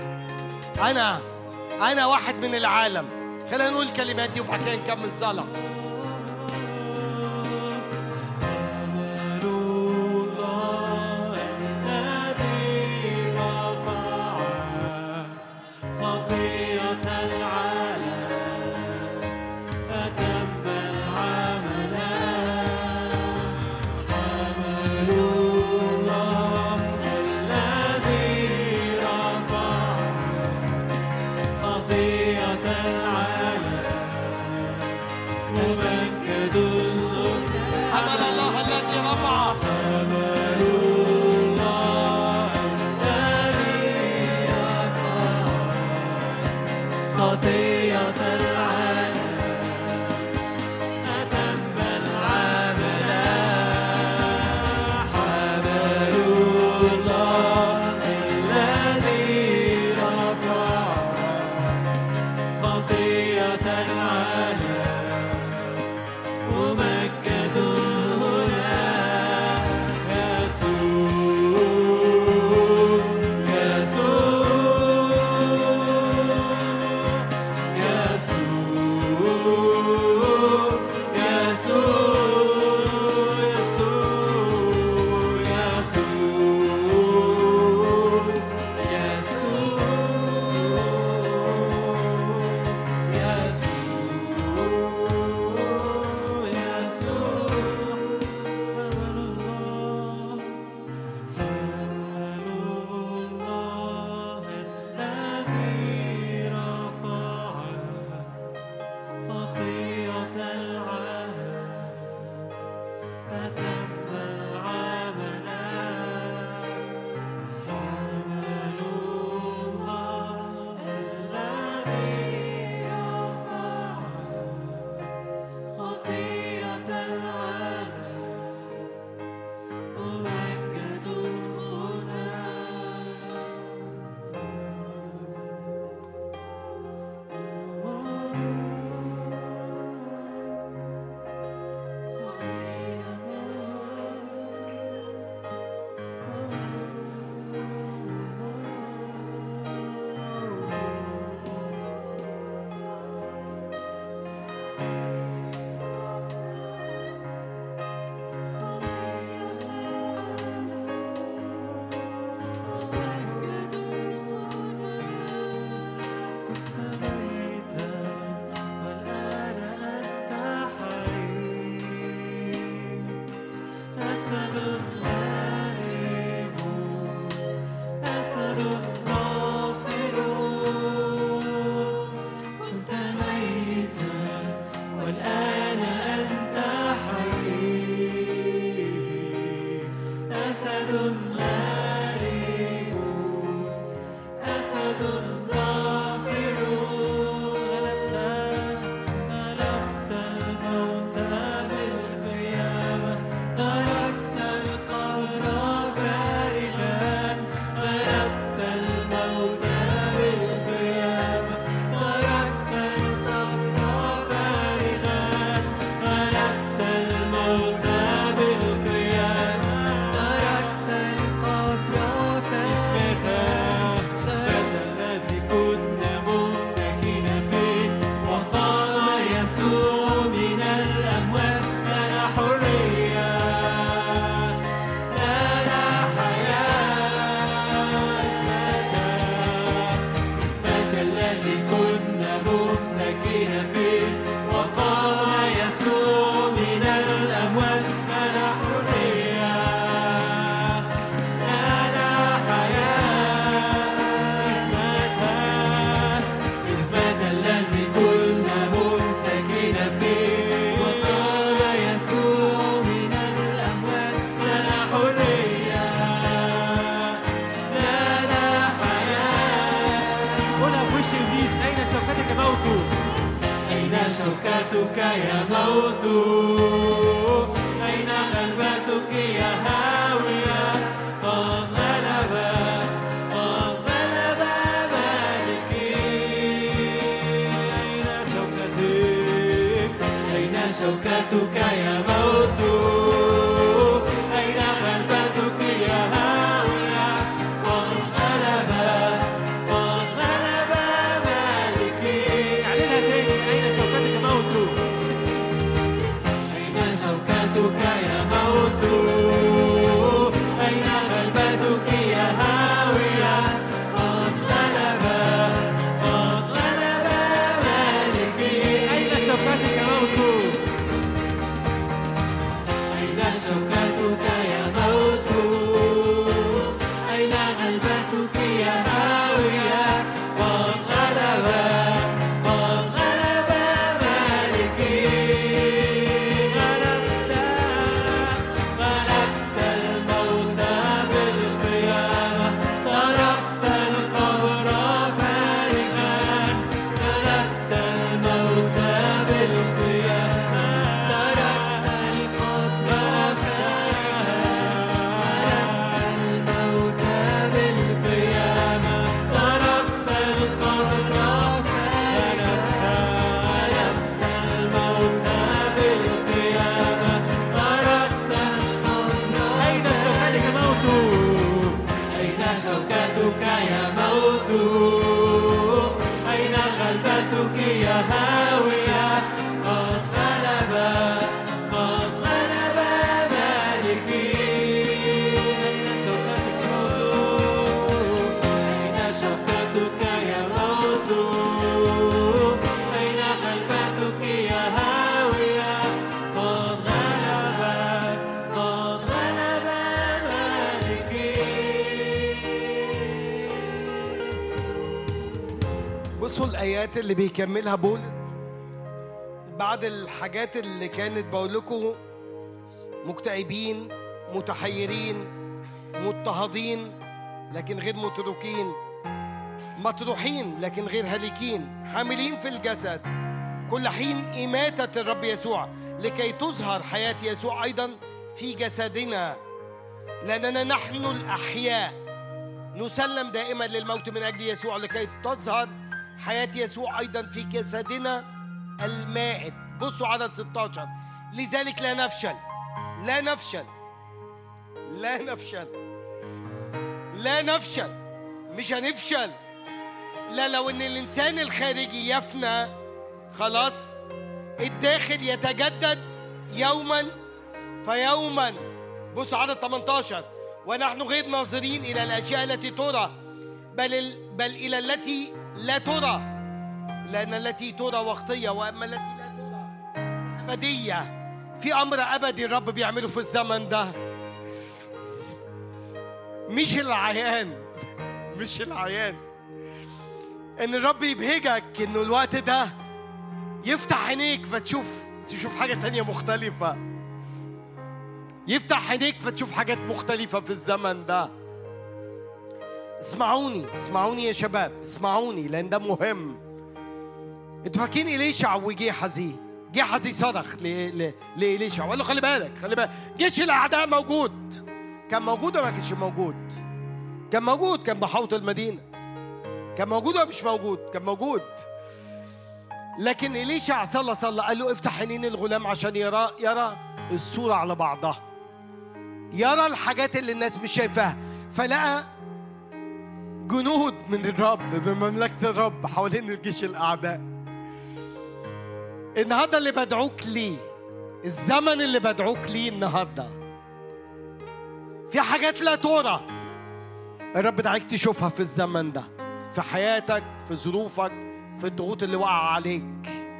أنا واحد من العالم. خلينا نقول الكلمات دي وبعد كده نكمل صلاة. خطيئة العالم ساكن فيه وقام يسوع من الأموات لنا حرية لنا حياة إثبات الذي كنا منسكين فيه وقام يسوع من الأموات لنا حرية لنا حياة. قولها في وش إبليس: أين شوكتك موت؟ أين شوكتك يا موت؟ أين غلبتك يا هاوية؟ قد غلب مالكي. أين شوكتك؟ أين شوكتك يا موت؟ أين غلبتك يا هاوية؟ قد غلب مالكي. اعلنها تاني: أين شوكتك موت؟ أين شوكتك يا موت؟ أين غلبتك يا هاوية؟ قد غلب مالكي. أين شوكتك موت؟ أين شوكتك يا موت؟ أين غلبتك يا هاوية؟ قد غلب مالكي. غلبت الموت بالقيامة، تركت القبر فارغا. غلبت الموت بالقيامة، تركت القبر الموت بالقيامة، تركت القبر غلبت الموت بالقيامة، تركت القبر. أين شوكتك موت؟ أين شوكتك يا موت؟ أين غلبتك يا هاوية؟ قد غلب مالكي. أين شوكتك يا موت؟ أين غلبتك يا هاوية؟ قد غلب مالكي. بصوا الآيات اللي بيكملها بولس بعد الحاجات اللي كانت بقول لكم: مكتئبين، متحيرين، مضطهدين لكن غير متروكين، مطروحين لكن غير هالكين، حاملين في الجسد كل حين إماتة الرب يسوع لكي تظهر حياة يسوع أيضا في جسدنا، لأننا نحن الأحياء نسلم دائما للموت من أجل يسوع لكي تظهر حياة يسوع أيضا في جسدنا المائت. بصوا عدد 16: لذلك لا نفشل لا نفشل لا نفشل لا نفشل. مش هنفشل. لا، لو ان الانسان الخارجي يفنى خلاص، الداخل يتجدد يوما فيوما. بصوا عدد 18: ونحن غير ناظرين الى الاشياء التي ترى بل الى التي لا ترى، لان التي ترى وقتيه واما التي لا ترى ابديه. في امر ابدي الرب بيعمله في الزمن ده، مش العيان ان الرب يبهجك انه الوقت ده يفتح عينيك فتشوف حاجة تانية مختلفة، يفتح عينيك فتشوف حاجات مختلفة في الزمن ده. اسمعوني يا شباب، اسمعوني لان ده مهم. انتوا فاكرين إليشع وجيحزي؟ جيحزي صرخ لإليشع وقال له خلي بالك جيش الأعداء موجود. كان موجود ولا ما كانش موجود؟ كان موجود، كان بحوط المدينة. كان موجود ولا مش موجود؟ كان موجود. لكن إليشع صلى قال له افتح عينين الغلام عشان يرى الصورة على بعضها، يرى الحاجات اللي الناس مش شايفاها. فلقى جنود من الرب بمملكة الرب حوالين الجيش الأعداء. النهاردة اللي بدعوك ليه، الزمن اللي بدعوك ليه النهاردة، في حاجات لا ترى الرب دعيك تشوفها في الزمن ده، في حياتك، في ظروفك، في الضغوط اللي وقع عليك.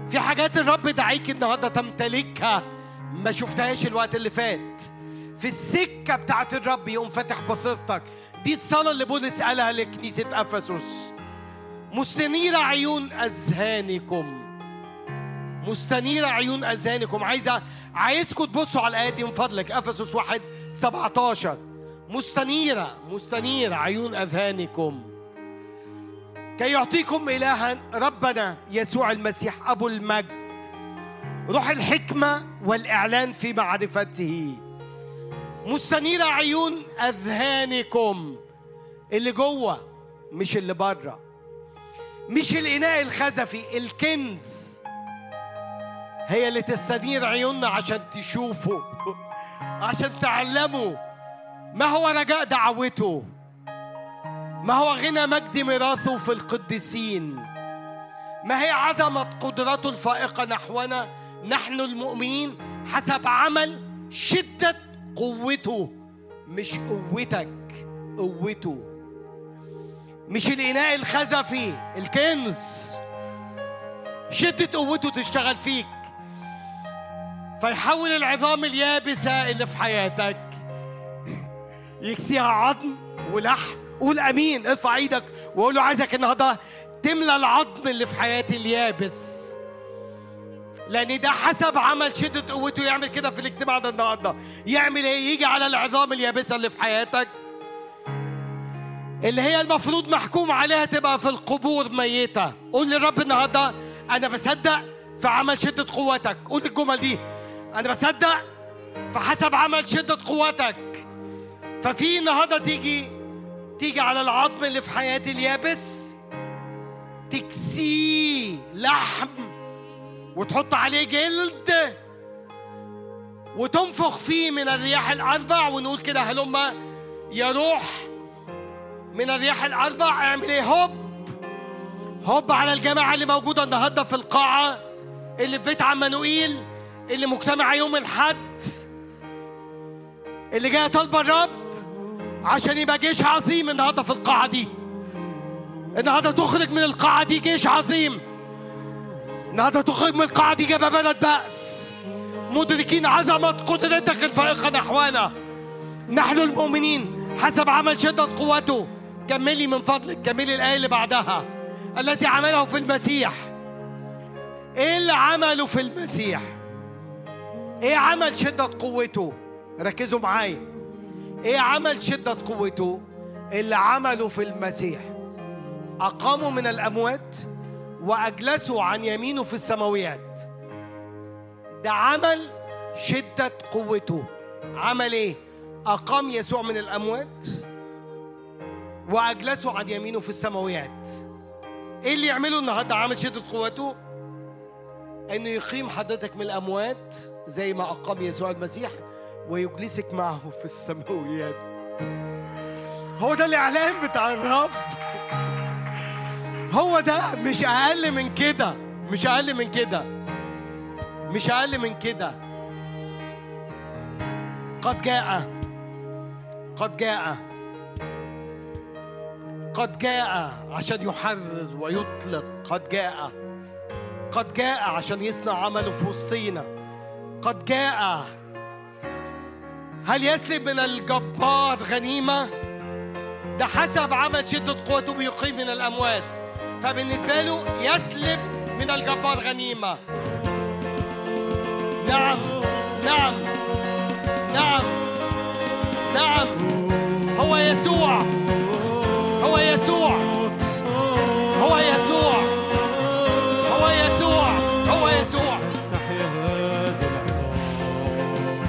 في حاجات الرب دعيك النهارده تمتلكها ما شفتهاش الوقت اللي فات. في السكة بتاعت الرب يقوم فاتح بصيرتك. دي الصلاة اللي بولس قالها لكنيسة أفسس. مستنيرة عيون أذهانكم، مستنيرة عيون أذهانكم. عايزكم تبصوا على الآية دي من فضلك. أفسس 1:17. مستنيرة عيون أذهانكم كي يعطيكم إلها ربنا يسوع المسيح أبو المجد روح الحكمة والإعلان في معرفته. مستنيرة عيون أذهانكم، اللي جوه مش اللي بره، مش الإناء الخزفي، الكنز هي اللي تستنير عيوننا عشان تشوفوا، عشان تعلموا ما هو رجاء دعوته، ما هو غنى مجد ميراثه في القديسين، ما هي عظمة قدرته الفائقة نحونا نحن المؤمنين حسب عمل شدة قوته. مش قوتك، قوته. مش الإناء الخزفي، الكنز شدة قوته تشتغل فيك فيحول العظام اليابسة اللي في حياتك يكسيها عظم ولحم. قول أمين، ارفع ايدك وقول له عايزك النهارده تملى العظم اللي في حياتي اليابس، لأن ده حسب عمل شدة قوته. يعمل كده في الاجتماع ده النهارده. يعمل ايه؟ يجي على العظام اليابسة اللي في حياتك اللي هي المفروض محكوم عليها تبقى في القبور ميتة. قول للرب النهارده أنا بصدق في عمل شدة قوتك. قول الجمل دي، أنا بصدق في حسب عمل شدة قوتك. ففي النهارده تيجي على العظم اللي في حياتي اليابس، تكسيه لحم وتحط عليه جلد وتنفخ فيه من الرياح الأربع، ونقول كده هلما يا روح من الرياح الأربع اعمل ايه؟ هوب على الجماعة اللي موجودة النهارده في القاعة، اللي في بيت عمانوئيل، اللي مجتمعة يوم الحد، اللي جاية طالبة الرب عشان يبقى جيش عظيم النهارده في القاعة دي. النهارده تخرج من القاعة دي جيش عظيم. النهارده تخرج من القاعة دي جبابرة بأس، مدركين عظمة قدرتك الفائقة نحونا نحن المؤمنين حسب عمل شدة قوته. كملي من فضلك، كملي الآية اللي بعدها. الذي عمله في المسيح. ايه اللي عمله في المسيح؟ ايه عمل شدة قوته؟ ركزوا معايا. ايه عمل شدة قوته؟ اللي عمله في المسيح أقاموا من الأموات وأجلسوا عن يمينه في السماويات. ده عمل شدة قوته. عمل ايه؟ أقام يسوع من الأموات وأجلسوا عن يمينه في السماويات. ايه اللي يعمله النهارده عمل شدة قوته؟ انه يقيم حضرتك من الأموات زي ما أقام يسوع المسيح ويجلسك معه في السماويات. هو ده الإعلان بتاع الرب. هو ده، مش أقل من كده، مش أقل من كده، مش أقل من كده. قد جاء، قد جاء، قد جاء عشان يحرر ويطلق. قد جاء، قد جاء عشان يصنع عمله في وسطينا. قد جاء. هل يسلب من الجبار غنيمة؟ ده حسب عمل شدة قوته بيقيم من الأموات. فبالنسبة له يسلب من الجبار غنيمة. نعم نعم نعم نعم. هو يسوع، هو يسوع، هو يسوع، هو يسوع، هو يسوع. نحيا هذا العظام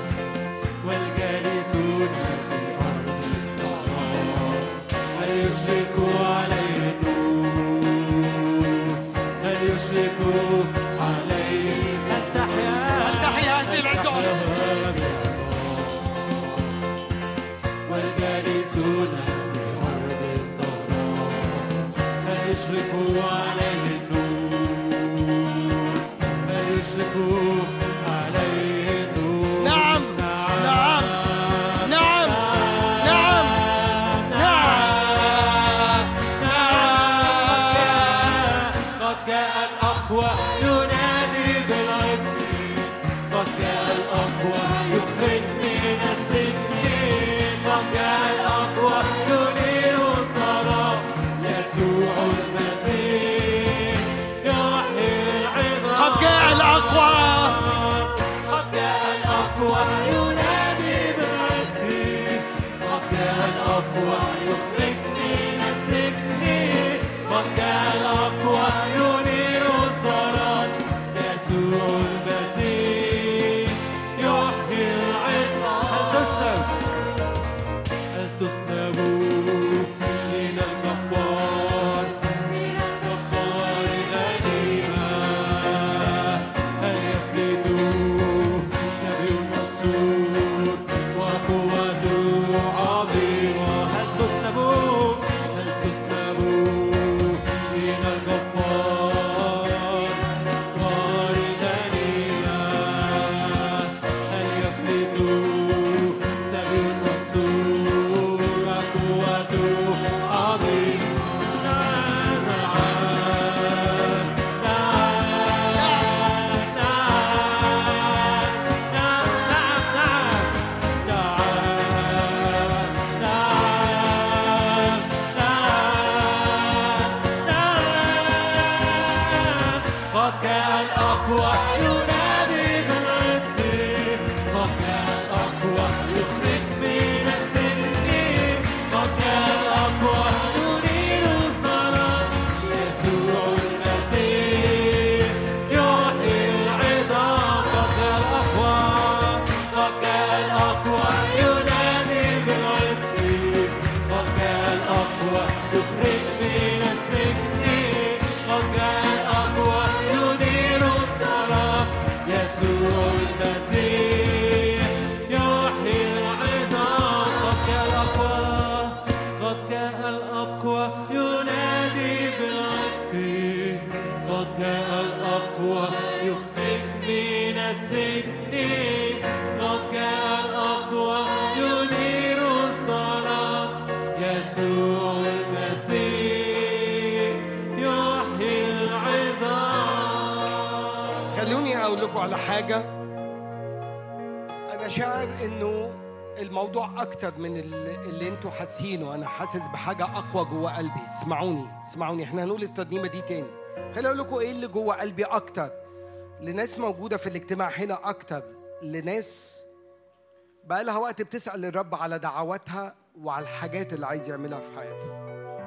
والجالسون في أرض الصحراء هل يشرق عليه النور، هل يشرق عليه. هل تحيا هذه العظام والجالسون في أرض الصحراء هل يشرق عليه النور، هل يشرق عليه النور. نعم نعم نعم نعم نعم. قد جاء الأقوى ينادي قد جاء الأقوى ينير الظلام يسوع المسيح يحيي العظام هل تسلب من الجبار جبار الغنيمة هل يفلت سبي المنصور وقوته عظيمة هل تسلب من الجبار جبار الغنيمة هل يفلت سبي المنصور وقوته عظيمة قد جاء الأقوى ينادي بالعز قد جاء الأقوى يخرج من السجن قد جاء الأقوى ينير الظلام يسوع المسيح يحيي العظام قد جاء الأقوى ينادي بالعز قد جاء الأقوى يخرج من السجن قد جاء الأقوى ينير الظلام يسوع المسيح يحيي العظام قد جاء الأقوى ينادي بالعتق قد جاء الأقوى يخرج من السجن قد جاء الأقوى ينير الظلام يسوع المسيح يحيي العظام. خلوني اقول لكم على حاجه. انا شاعر انه الموضوع اكتر من اللي انتوا حاسينه. انا حاسس بحاجه اقوى جوه قلبي. اسمعوني احنا هنقول الترنيمه دي تاني. خليني اقول لكم ايه اللي جوه قلبي اكتر، لناس موجوده في الاجتماع هنا اكتر، لناس بقى لها وقت بتسال الرب على دعواتها وعلى الحاجات اللي عايز يعملها في حياتها.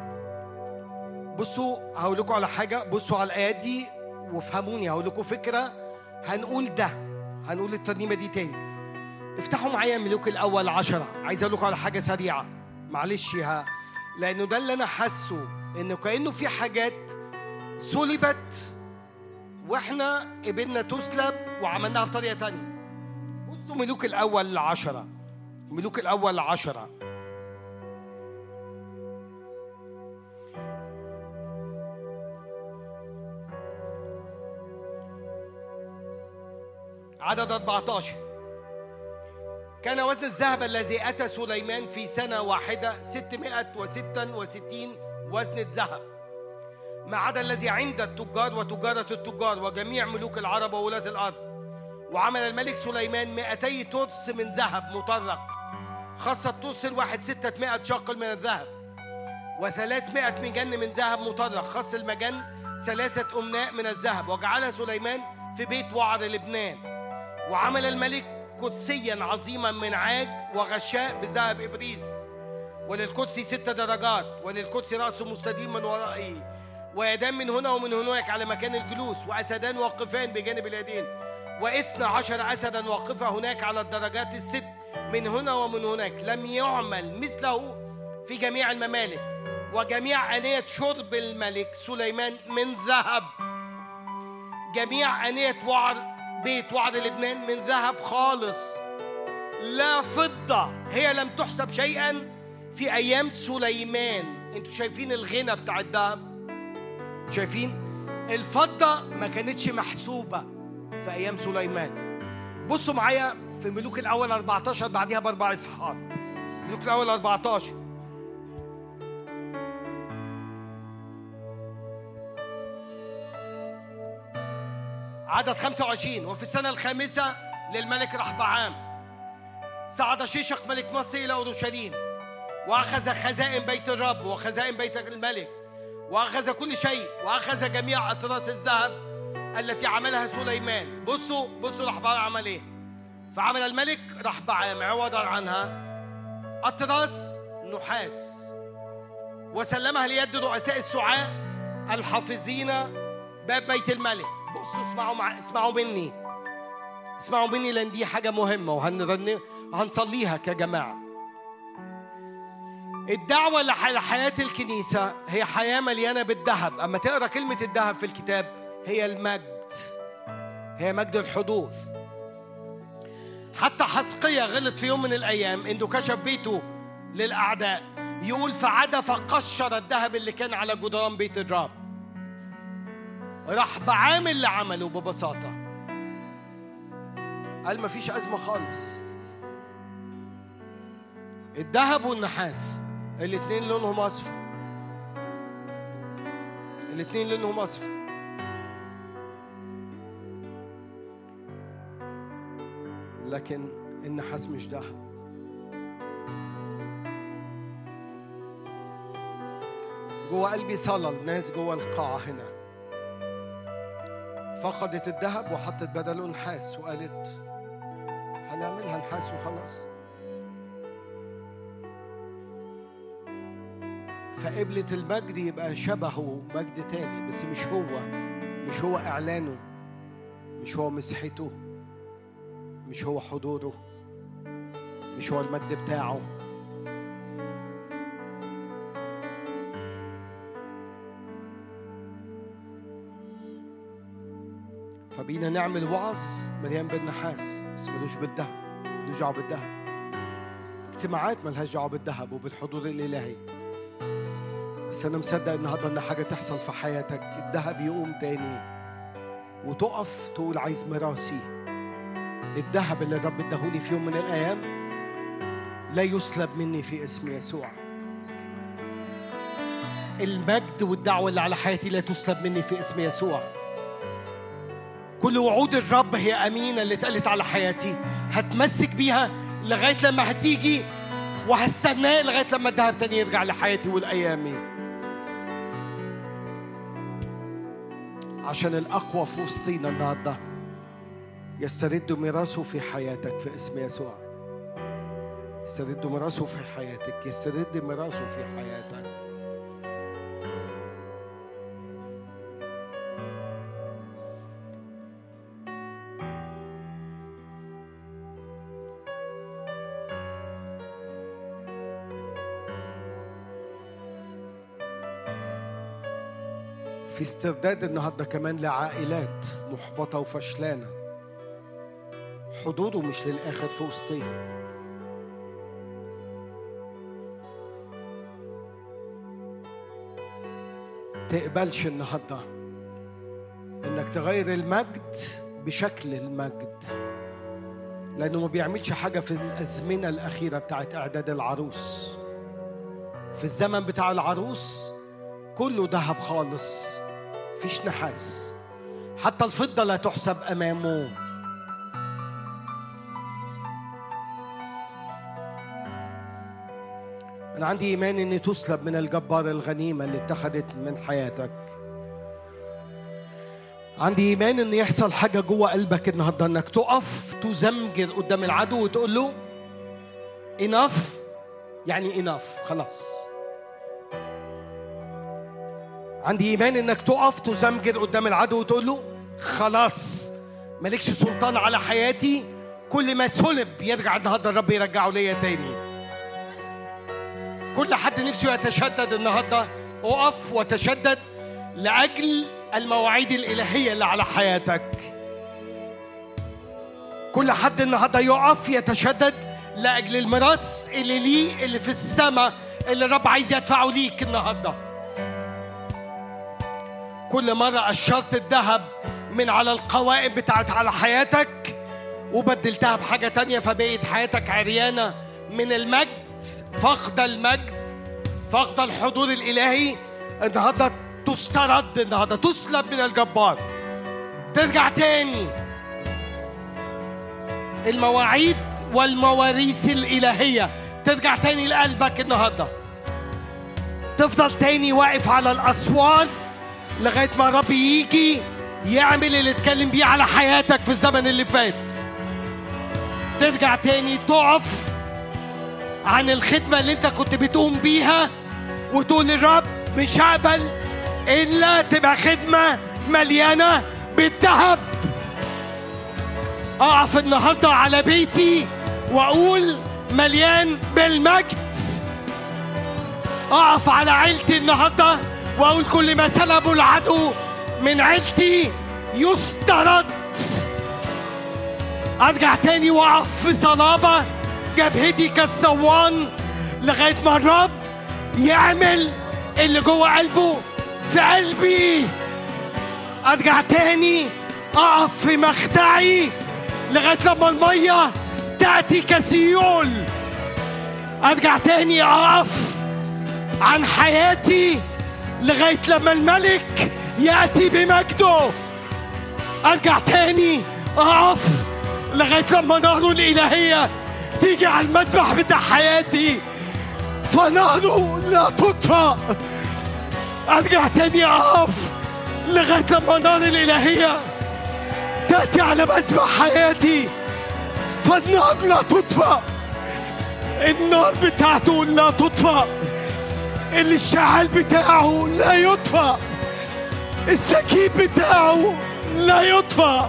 بصوا هقول لكم على حاجه، بصوا على الايات دي وافهموني. هقول لكم فكره، هنقول الترنيمه دي تاني. افتحوا معايا ملوك الاول 10. عايز اقول لكم على حاجه سريعه معلش، لانه ده اللي انا حاسه، انه كانه في حاجات صلبت واحنا قبلنا تسلب وعملناها بطريقه تانية. بصوا ملوك الاول 10. ملوك الاول 10 عدد 14. كان وزن الذهب الذي أتى سليمان في سنة واحدة 666 وزنة ذهب، ما عدا الذي عند التجار وتجارة التجار وجميع ملوك العرب وولاة الأرض. وعمل الملك سليمان 200 ترس من ذهب مطرق، خص الترس الواحد 600 شقل من الذهب، و300 مجن من ذهب مطرق، خص المجن 3 أمناء من الذهب، وجعلها سليمان في بيت وعر لبنان. وعمل الملك قدسيا عظيما من عاج وغشاء بذهب إبريز، وللقدس 6 درجات، وللقدس رأس مستديم من ورائه، ويدان من هنا ومن هناك على مكان الجلوس، وأسدان واقفان بجانب اليدين، و12 أسدا واقفة هناك على الدرجات الست من هنا ومن هناك. لم يعمل مثله في جميع الممالك. وجميع آنية شرب الملك سليمان من ذهب، جميع آنية بيت وعر لبنان من ذهب خالص لا فضة، هي لم تحسب شيئا في أيام سليمان. انتوا شايفين الغنى بتاع الذهب؟ شايفين الفضة ما كانتش محسوبة في أيام سليمان. بصوا معايا في ملوك الأول 14 بعدها ب4 إصحاحات. ملوك الأول 14 عدد 25. وفي السنة الخامسة للملك رحبعام صعد شيشق ملك مصر إلى أورشليم، وأخذ خزائن بيت الرب وخزائن بيت الملك، وأخذ كل شيء، وأخذ جميع أطراس الذهب التي عملها سليمان. بصوا رحبعام عمل إيه؟ فعمل الملك رحبعام عوضا عنها أطراس نحاس، وسلمها ليد رؤساء السعاة الحافظين باب بيت الملك. بصوا اسمعوا مني لأن دي حاجة مهمة وهنصليها كجماعة. الدعوة لحياة الكنيسة هي حياة مليانة بالذهب. أما تقرأ كلمة الذهب في الكتاب هي المجد، هي مجد الحضور. حتى حزقيا غلط في يوم من الأيام إنه كشف بيته للأعداء، يقول فعاد فقشر الذهب اللي كان على جدران بيت الرب. راح بعامل اللي عمله ببساطة، قال مفيش أزمة خالص. الذهب والنحاس الاتنين لونهم أصفر، الاتنين لونهم أصفر. لكن النحاس مش ذهب. جوه قلبي صلى الناس جوه القاعة هنا فقدت الذهب وحطت بدله نحاس وقالت هنعملها نحاس وخلاص. فقبلت المجد يبقى شبهه مجد تاني، بس مش هو إعلانه، مش هو مسحته، مش هو حضوره، مش هو المجد بتاعه. فبينا نعمل وعظ مليان بالنحاس بس ملوش بالذهب، ملوش دعوه بالذهب. اجتماعات ملهاش دعوه بالذهب وبالحضور الالهي. بس انا مصدق النهارده ان حاجه تحصل في حياتك، الذهب يقوم تاني وتقف تقول عايز ميراثي. الذهب اللي الرب اداهوني في يوم من الايام لا يسلب مني في اسم يسوع. المجد والدعوه اللي على حياتي لا تسلب مني في اسم يسوع. كل وعود الرب هي أمينة اللي اتقالت على حياتي، هتمسك بيها لغاية لما هتيجي، وهستناه لغاية لما الذهب تاني يرجع لحياتي والأيامي. عشان الأقوى في وسطينا النهارده يسترد ميراثه في حياتك في اسم يسوع. يسترد ميراثه في حياتك، يسترد ميراثه في حياتك. في استرداد النهارده كمان لعائلات محبطة وفشلانة، حضوره مش للآخر في وسطيها. تقبلش النهارده انك تغير المجد بشكل المجد، لأنه ما بيعملش حاجة في الأزمنة الأخيرة بتاعت إعداد العروس. في الزمن بتاع العروس كله ذهب خالص، فيش نحاس، حتى الفضة لا تحسب أمامه. أنا عندي إيمان إن تسلب من الجبار الغنيمة اللي اتخذت من حياتك. عندي إيمان إن يحصل حاجة جوه قلبك النهاردة، إنك تقف تزمجر قدام العدو وتقول له enough، يعني enough خلاص. عندي إيمان إنك تقف تزمجر قدام العدو وتقول له خلاص مالكش سلطان على حياتي، كل ما سلب يرجع النهاردة الرب يرجعه ليا تاني. كل حد نفسه يتشدد النهاردة اقف وتشدد لأجل المواعيد الإلهية اللي على حياتك. كل حد النهاردة يقف يتشدد لأجل الميراث اللي ليه اللي في السماء اللي الرب عايز يدفعه ليك النهاردة. كل مرة قشرت الذهب من على القوائم بتاعت على حياتك وبدلتها بحاجة تانية فبقيت حياتك عريانة من المجد، فقد المجد، فقد الحضور الإلهي. النهاردة تسترد، النهاردة تسلب من الجبار، ترجع تاني المواعيد والمواريث الإلهية ترجع تاني لقلبك النهاردة. تفضل تاني واقف على الأسوار لغاية ما الرب يجي يعمل اللي اتكلم بيه على حياتك في الزمن اللي فات. ترجع تاني تقف عن الخدمة اللي انت كنت بتقوم بيها وتقول للرب مش هقبل إلا تبقى خدمة مليانة بالذهب. أقف النهاردة على بيتي وأقول مليان بالمجد. أقف على عيلتي النهاردة وأقول كل ما سلبه العدو من عيلتي يسترد. أرجع تاني وأقف في صلابة جبهتي كالصوان لغاية ما الرب يعمل اللي جوه قلبه في قلبي. أرجع تاني أقف في مخدعي لغاية لما المية تأتي كسيول. أرجع تاني أقف عن حياتي لغاية لما الملك يأتي بمجده. أرجع تاني أقف لغاية لما نهره الإلهية تيجي على المسبح بتاع حياتي فنهره لا تطفأ. أرجع تاني أقف لغاية لما نار الإلهية تأتي على مسبح حياتي فالنار لا تطفأ. النار بتاعته لا تطفأ، الاشتعال بتاعه لا يطفأ، السكيب بتاعه لا يطفأ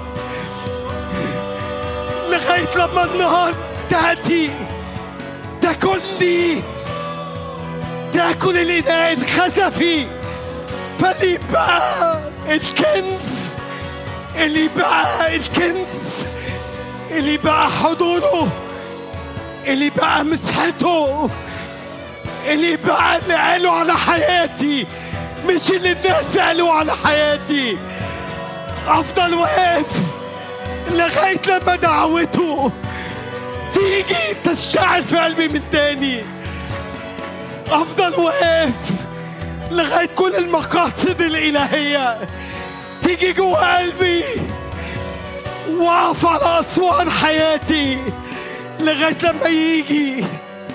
لغاية لما النار تأتي تاكلني، تاكل الإناء الخزفي. فاللي بقى الكنز، اللي بقى الكنز، اللي بقى حضوره، اللي بقى مسحته، اللي بقى اللي قالوا على حياتي مش اللي الناس قالوا على حياتي. أفضل واقف لغاية لما دعوته تيجي تشتعل في قلبي من تاني. أفضل واقف لغاية كل المقاصد الإلهية تيجي جوا قلبي، وأقف على أسوار حياتي لغاية لما يجي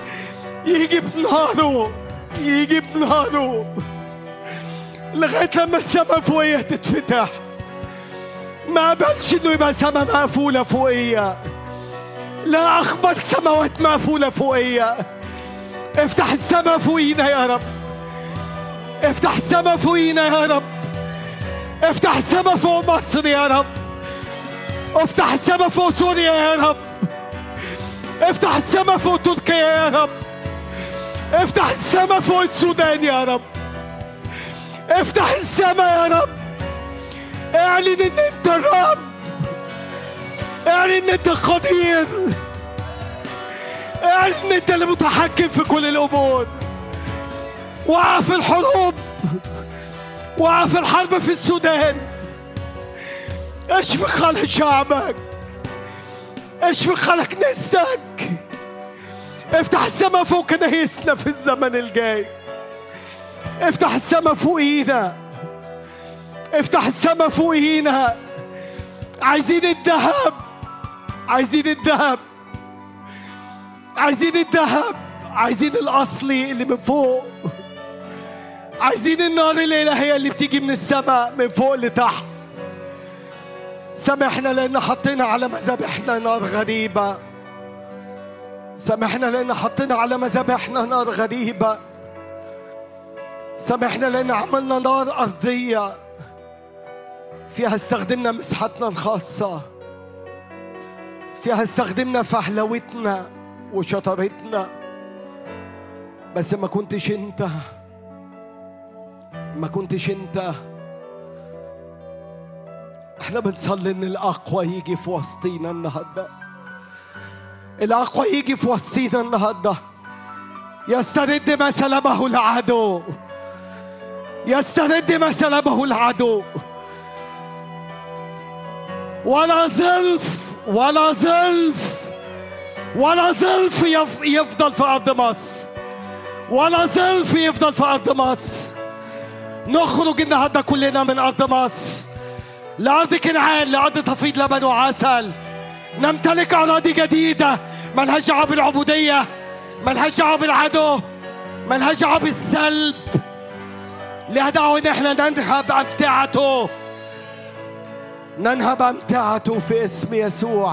بناره، يجي بناره لغاية لما السماء فوقيا تتفتح. ما أقبلش إنه يبقى سماء مقفولة فوقيا، لا أقبل سماوات مقفولة فوقيا. افتح السماء فوقينا يا رب، افتح السماء فوقينا يا رب، افتح السماء فوق مصر يا رب، افتح السماء فوق سوريا يا رب، افتح السماء فوق تركيا يا رب، افتح السماء فوق السودان يا رب، افتح السماء يا رب. اعلن ان انت الرب، اعلن ان انت قدير، اعلن ان انت اللي متحكم في كل الامور. وقف الحروب، وقف الحرب في السودان. اشفق على شعبك، اشفق على كنيستك. افتح السماء فوق كنايسنا في الزمن الجاي. افتح السماء فوقينا، افتح السماء فوقينا. عايزين الذهب، عايزين الذهب، عايزين الذهب، عايزين الأصلي اللي من فوق. عايزين النار الإلهية اللي بتيجي من السماء من فوق لتحت. سامحنا لأن حطينا على مذابحنا نار غريبة، سامحنا لأن حطينا على مذابحنا نار غريبة، سامحنا لأن عملنا نار أرضية فيها استخدمنا مسحتنا الخاصة، فيها استخدمنا فحلوتنا وشطارتنا، بس ما كنتش انت، ما كنتش انت. احنا بنصلي ان الاقوى يجي في وسطينا النهارده، الاقوى يجي في وسطينا النهارده، يسترد ما سلبه العدو، يسترد ما سلبه العدو. ولا زلف، ولا زلف، ولا زلف يفضل في أرض مصر، ولا زلف يفضل في أرض مصر. نخرج النهارده كلنا من أرض مصر لأرض كنعان، لأرض تفيض لبن وعسل. نمتلك أراضي جديدة ملهاش دعوة بالعبودية، ملهاش دعوة بالعدو، ملهاش دعوة بالسلب، لها دعوة إن احنا ننهب أمتعته، ننهب أمتعته في اسم يسوع.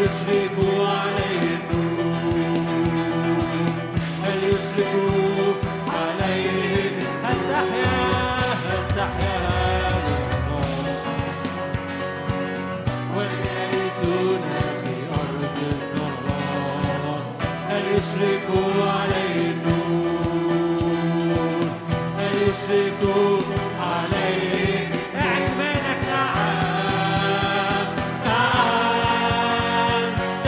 يشرق عليه النور هل يشرق عليه هل تحيا والجالسون في أرض الظلام هل يشرق عليه النور هل يشرق عليه أعمالك نعم نعم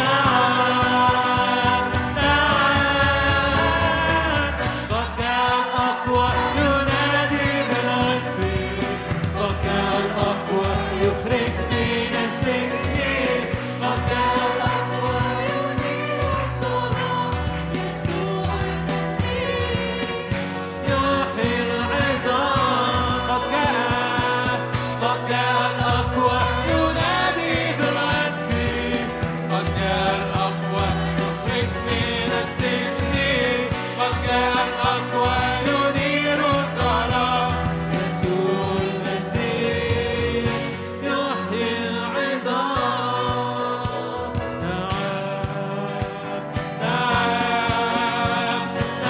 نعم نعم قد كان أقوى ينادي بالعطف قد كان أقوى يخرج من السجن قد كان أقوى ينير الظلام يسوع المسيح يحيي العظام قد كان أقوى ينادي بالعطف قد كان أقوى يخرج من السجن قد كان أقوى ينير الظلام يسوع المسيح يحيي العظام نعم نعم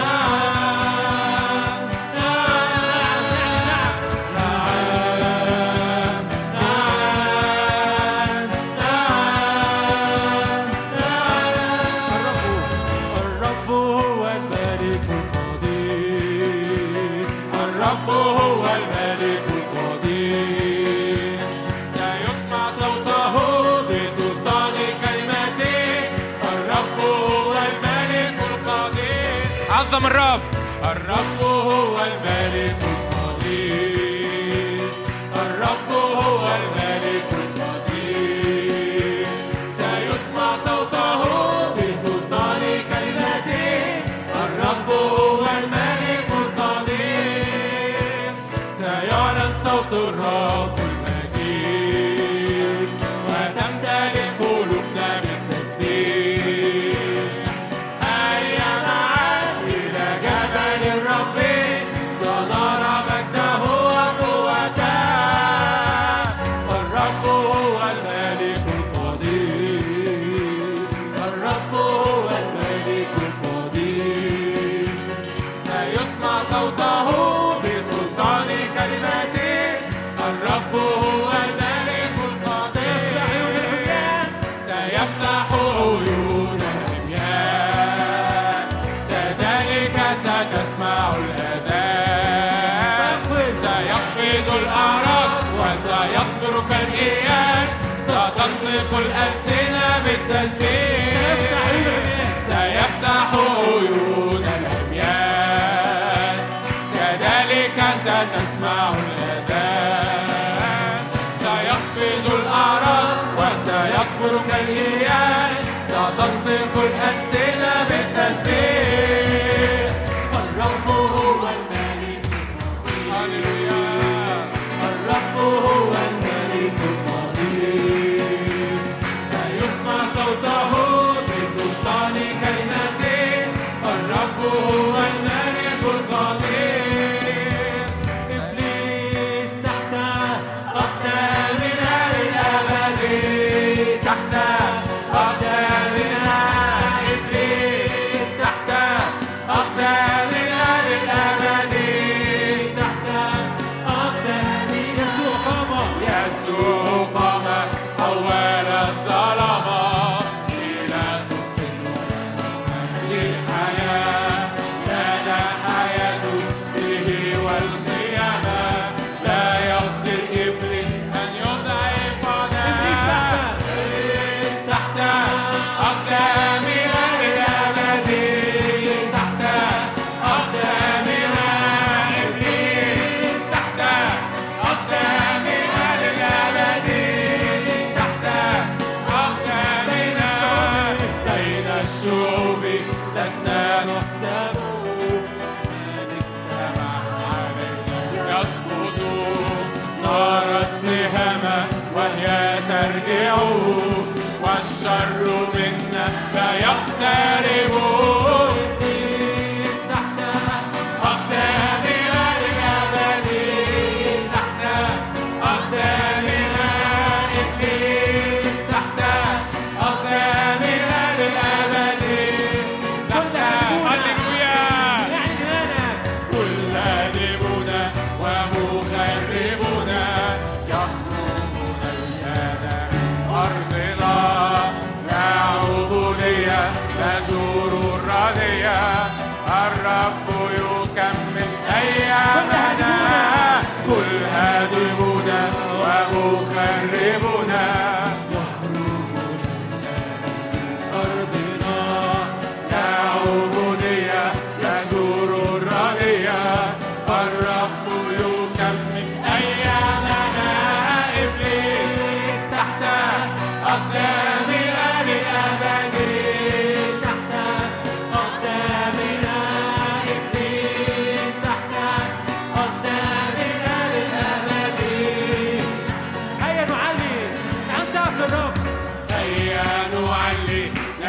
الرب هو الملك القدير الرب هو الملك القدير سيسمع صوته بسلطان كلمته الرب هو الملك القدير عظم الرب الرب هو الملك القدير الرب هو الملك القدير سيسمع صوته بسلطان كلمته الرب هو الملك القدير سيعلن صوت الرب المجيد وتمتلئ قلوبنا بالتسبيح هيا معا إلى جبل الرب سنرى مجده وقوته الرب هو الملك القدير الرب هو الملك القدير سيسمع صوته بسلطان كلمته الرب هو الملك القدير سيفتح عيون العميان كذلك ستسمع الآذان سيقفز الأعراض وسيقطرك الإيان ستنطق الألسنة بالتسبيح سيفتح عيون العميان كذلك ستسمع الآذان سيقفز الأعراض وسيقطرك الإيان ستنطق الألسنة بالتسبيح الرب هو الملك هللويا الرب هو الملك القدير سيسمع صوته بسلطان كلمته الرب هو الملك القدير إبليس تحت أقدامنا للأبد تحت أقدامنا إبليس تحت أقدامنا للأبد تحت أقدامنا يسوع قام حول الظلام إلى صدق للحياة زاد حياة به والقيامة لا يقدر إبليس أن يضعفنا إبليس تحت أقدامنا للأبد تحت أقدامنا إبليس تحت أقدامنا للأبد تحت أقدامنا بين الشعوب لسنا نحسب من اجتمع علينا يسقط نار السهام وهي ترجع والشر منا لا يقترب إبليس تحت أقدامنا للأبد تحت أقدامنا إبليس تحت أقدامنا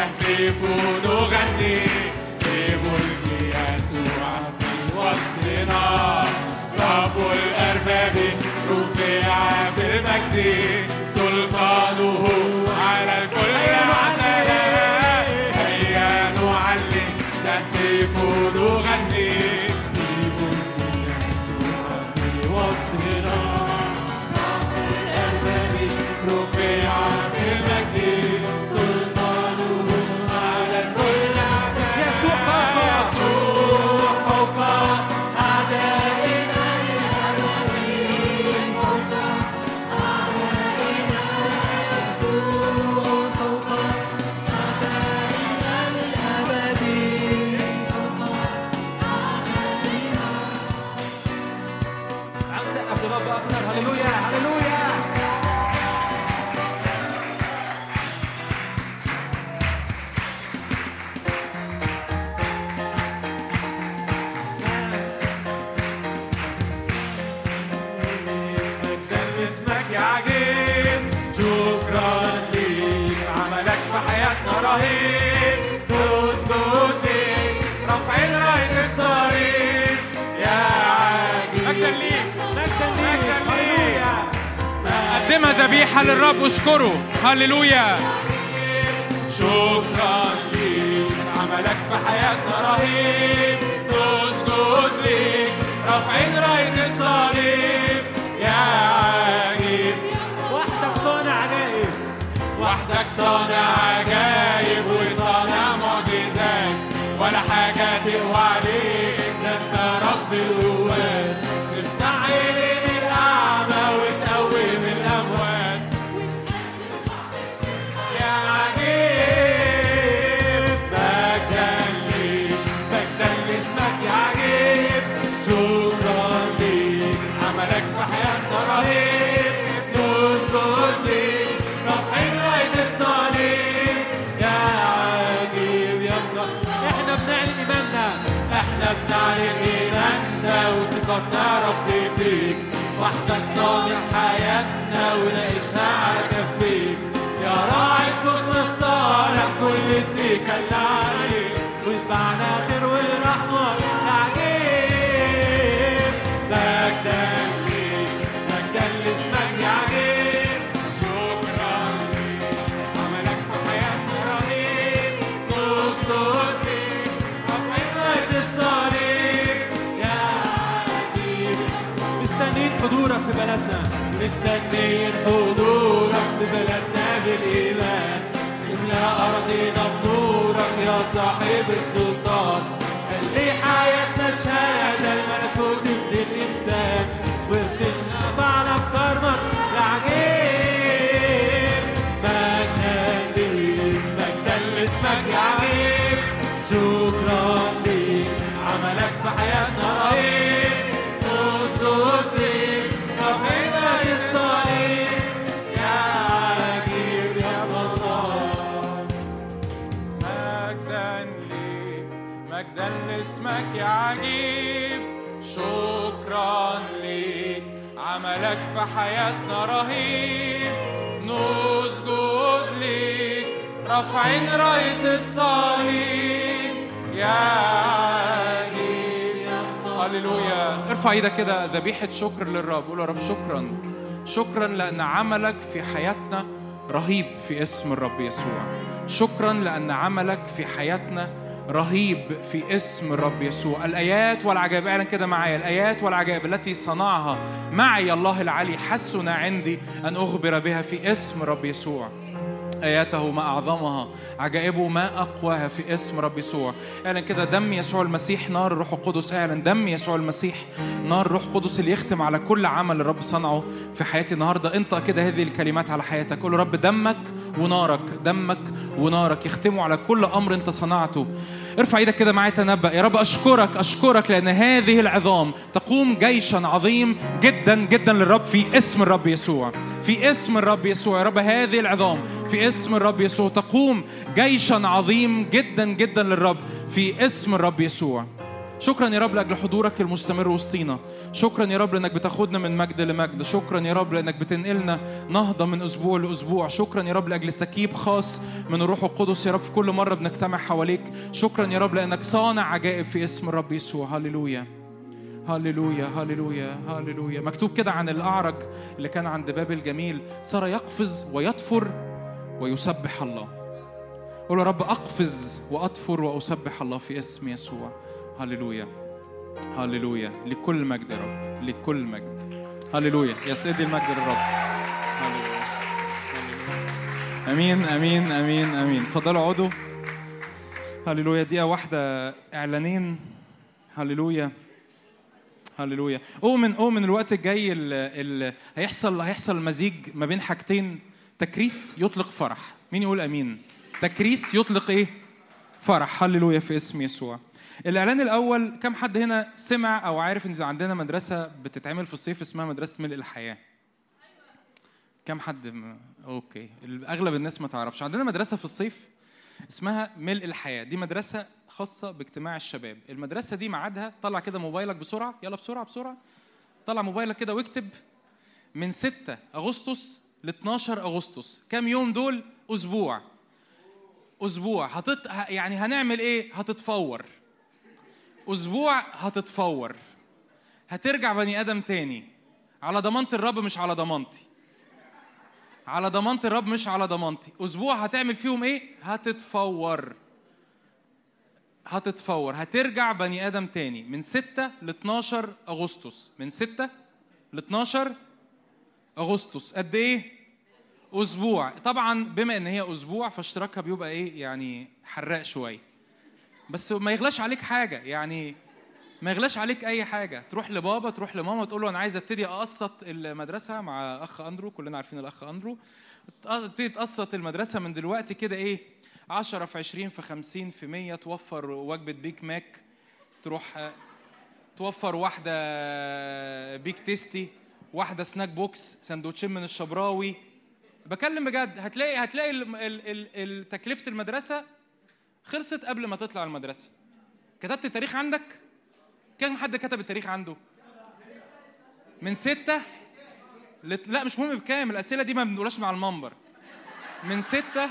نهتف ونغني بملك يسوع في وسطنا. رب الأرباب رفع في المجد سلطانه على الكل عدلا. هيا نعلي نهتف ونغني بملك يسوع في وسطنا. رب الأرباب رفع في المجد سلطانه على الكل عدلا. يسوع فوق أعدائنا للأبد. فوق أعدائنا. يسوع فوق أعدائنا للأبد. فوق أعدائنا. تعالوا نسقف للرب أكتر. هللويا هللويا. مجداً لاسمك يا عجيب. شكرا ليك عملك في حياتنا رهيب. نسجد ليك رافعين راية الصليب يا عجيب. مجداً ليك مجداً ليك. هللويا. قدمها ذبيحة للرب واشكره. هللويا. شكرا ليك عملك في حياتنا رهيب. نسجد ليك رافعين راية الصليب يا عجيب. وحدك صانع عجائب. وحدك صانع عجائب وصانع معجزات. ولا حاجة تقوى عليك ده انت رب القوات. تفتح عينين الأعمى وتقوم الأموات يا عجيب. مجداً ليك مجداً لاسمك يا عجيب. شكرا ليك عملك في حياتنا رهيب. نسجد ليك رافعين راية الصليب يا عجيب. يا الله احنا بنعلن إيماننا. احنا بنعلن ايماننا وثقتنا رب فيك. وحدك صانع حياتنا ونعيشها على كفيك يا راعي الحسن الصالح. كل اتكال عليك واتبعنا خير ورحمة يا عجيب. مجداً ليك مجداً لاسمك يا عجيب. شكرا ليك عملك في حياتنا رهيب. نسجد ليك رافعين راية الصليب يا عجيب. مستنيين حضورك في بلدنا. مستنيين حضورك في بلدنا بالإيمان. املأ أرضنا بنورك يا صاحب السلطان. خلي حياتنا شهادة الملكوت ابن الإنسان. وارسلنا معنا في كرمك يا عجيب. مجداً ليك مجداً لاسمك يا عجيب. شكرا ليك عملك في حياتنا رهيب. نسجد ليك رافعين راية الصليب يا عجيب يا الله. مجداً ليك مجداً لاسمك يا عجيب. شكرا ليك عملك في حياتنا رهيب. نسجد ليك رافعين راية الصليب يا عجيب يا الله. هللويا. ارفع ايدك كده ذبيحة شكر للرب. قول يا رب شكرا. شكرا لأن عملك في حياتنا رهيب في اسم الرب يسوع. شكرا لأن عملك في حياتنا رهيب في اسم الرب يسوع. الآيات والعجائب، اعلن كده معايا، الآيات والعجائب التي صنعها معي الله العلي حسن عندي أن أخبر بها في اسم الرب يسوع. آياته ما أعظمها، عجائبه ما أقواها في اسم رب يسوع. اعلن كده دم يسوع المسيح نار الروح القدس. اعلن دم يسوع المسيح نار الروح القدس اللي يختم على كل عمل الرب صنعه في حياتي النهارده. انطق كده هذه الكلمات على حياتك. قول رب دمك ونارك، دمك ونارك يختموا على كل أمر انت صنعته. ارفع ايدك كده معايا تنبأ. يا رب أشكرك لأن هذه العظام تقوم جيشا عظيم جدا جدا للرب في اسم الرب يسوع. في اسم الرب يسوع يا رب هذه العظام في اسم الرب يسوع تقوم جيشا عظيم جدا جدا للرب في اسم الرب يسوع. شكرا يا رب لأجل حضورك المستمر وسطينا. شكرا يا رب لأنك بتاخدنا من مجد لمجد. شكرا يا رب لأنك بتنقلنا نهضة من أسبوع لأسبوع. شكرا يا رب لأجل سكيب خاص من الروح القدس يا رب في كل مرة بنجتمع حواليك. شكرا يا رب لأنك صانع عجائب في اسم الرب يسوع. هللويا هللويا هللويا هللويا. مكتوب كده عن الأعرج اللي كان عند باب الجميل، صار يقفز ويطفر ويسبح الله. قول يا رب أقفز وأطفر وأسبح الله في اسم يسوع. هللويا هللويا. لكل مجد يا رب، لكل مجد. هللويا. يسعد المجد للرب. هللويا. امين امين امين امين. تفضلوا اقعدوا. هللويا. دقيقة واحدة اعلانين. هللويا هللويا. أؤمن الوقت الجاي هيحصل مزيج ما بين حاجتين. تكريس يطلق فرح. مين يقول امين؟ تكريس يطلق ايه؟ فرح. هللويا في اسم يسوع. الإعلان الأول، كم حد هنا سمع أو عارف إن عندنا مدرسة بتتعمل في الصيف اسمها مدرسة ملء الحياة؟ كم حد أوكي. أغلب الناس ما تعرفش عندنا مدرسة في الصيف اسمها ملء الحياة. دي مدرسة خاصة باجتماع الشباب. المدرسة دي ميعادها، طلع كده موبايلك بسرعة، يلا بسرعة بسرعة، طلع موبايلك كده واكتب من 6 أغسطس ل 12 أغسطس. كم يوم دول؟ أسبوع. يعني هنعمل إيه؟ هتتفور أسبوع، هتتفور، هترجع بني آدم تاني على ضمانة الرب مش على ضمانتي، على ضمانة الرب مش على ضمانتي. أسبوع هتعمل فيهم إيه؟ هتتفور. هترجع بني آدم تاني من 6 ل 12 أغسطس. من 6 ل 12 أغسطس. قد إيه؟ أسبوع. طبعا بما إن هي أسبوع فاشتراكها بيبقى إيه؟ يعني حراق شوية، بس ما يغلاش عليك حاجة. يعني ما يغلاش عليك أي حاجة. تروح لبابا، تروح لماما، تقول له أنا عايز أبتدي أقسط المدرسة مع أخ أندرو. كلنا عارفين الأخ أندرو. تبتدي تقسط المدرسة من دلوقتي كده إيه؟ 10 في 20 في 50 في 100. توفر وجبة بيك ماك، تروح توفر واحدة بيك تيستي، واحدة سناك بوكس، سندوتشين من الشبراوي. بكلم بجد. هتلاقي تكلفة المدرسة خلصت قبل ما تطلع المدرسة. كتبت التاريخ عندك؟ كم حد كتب التاريخ عنده؟ من 6 لا مش مهم بكام، الأسئلة دي ما بنقولهاش مع المنبر. من 6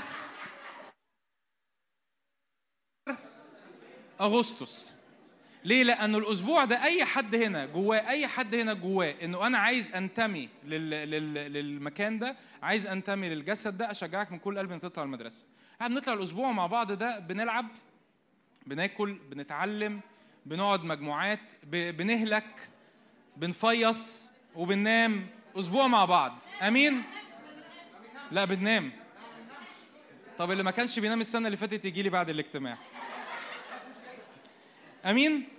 أغسطس. ليه؟ لأنه الأسبوع ده أي حد هنا جواه إنه أنا عايز أنتمي للمكان ده، عايز أنتمي للجسد ده، أشجعك من كل قلبي إنك تطلع المدرسة. بنطلع الأسبوع مع بعض ده، بنلعب، بناكل، بنتعلم، بنقعد مجموعات، بنهلك، بنفيص وبننام. أسبوع مع بعض. أمين؟ لا بننام. طب اللي ما كانش بينام السنة اللي فاتت يجي لي بعد الاجتماع. أمين؟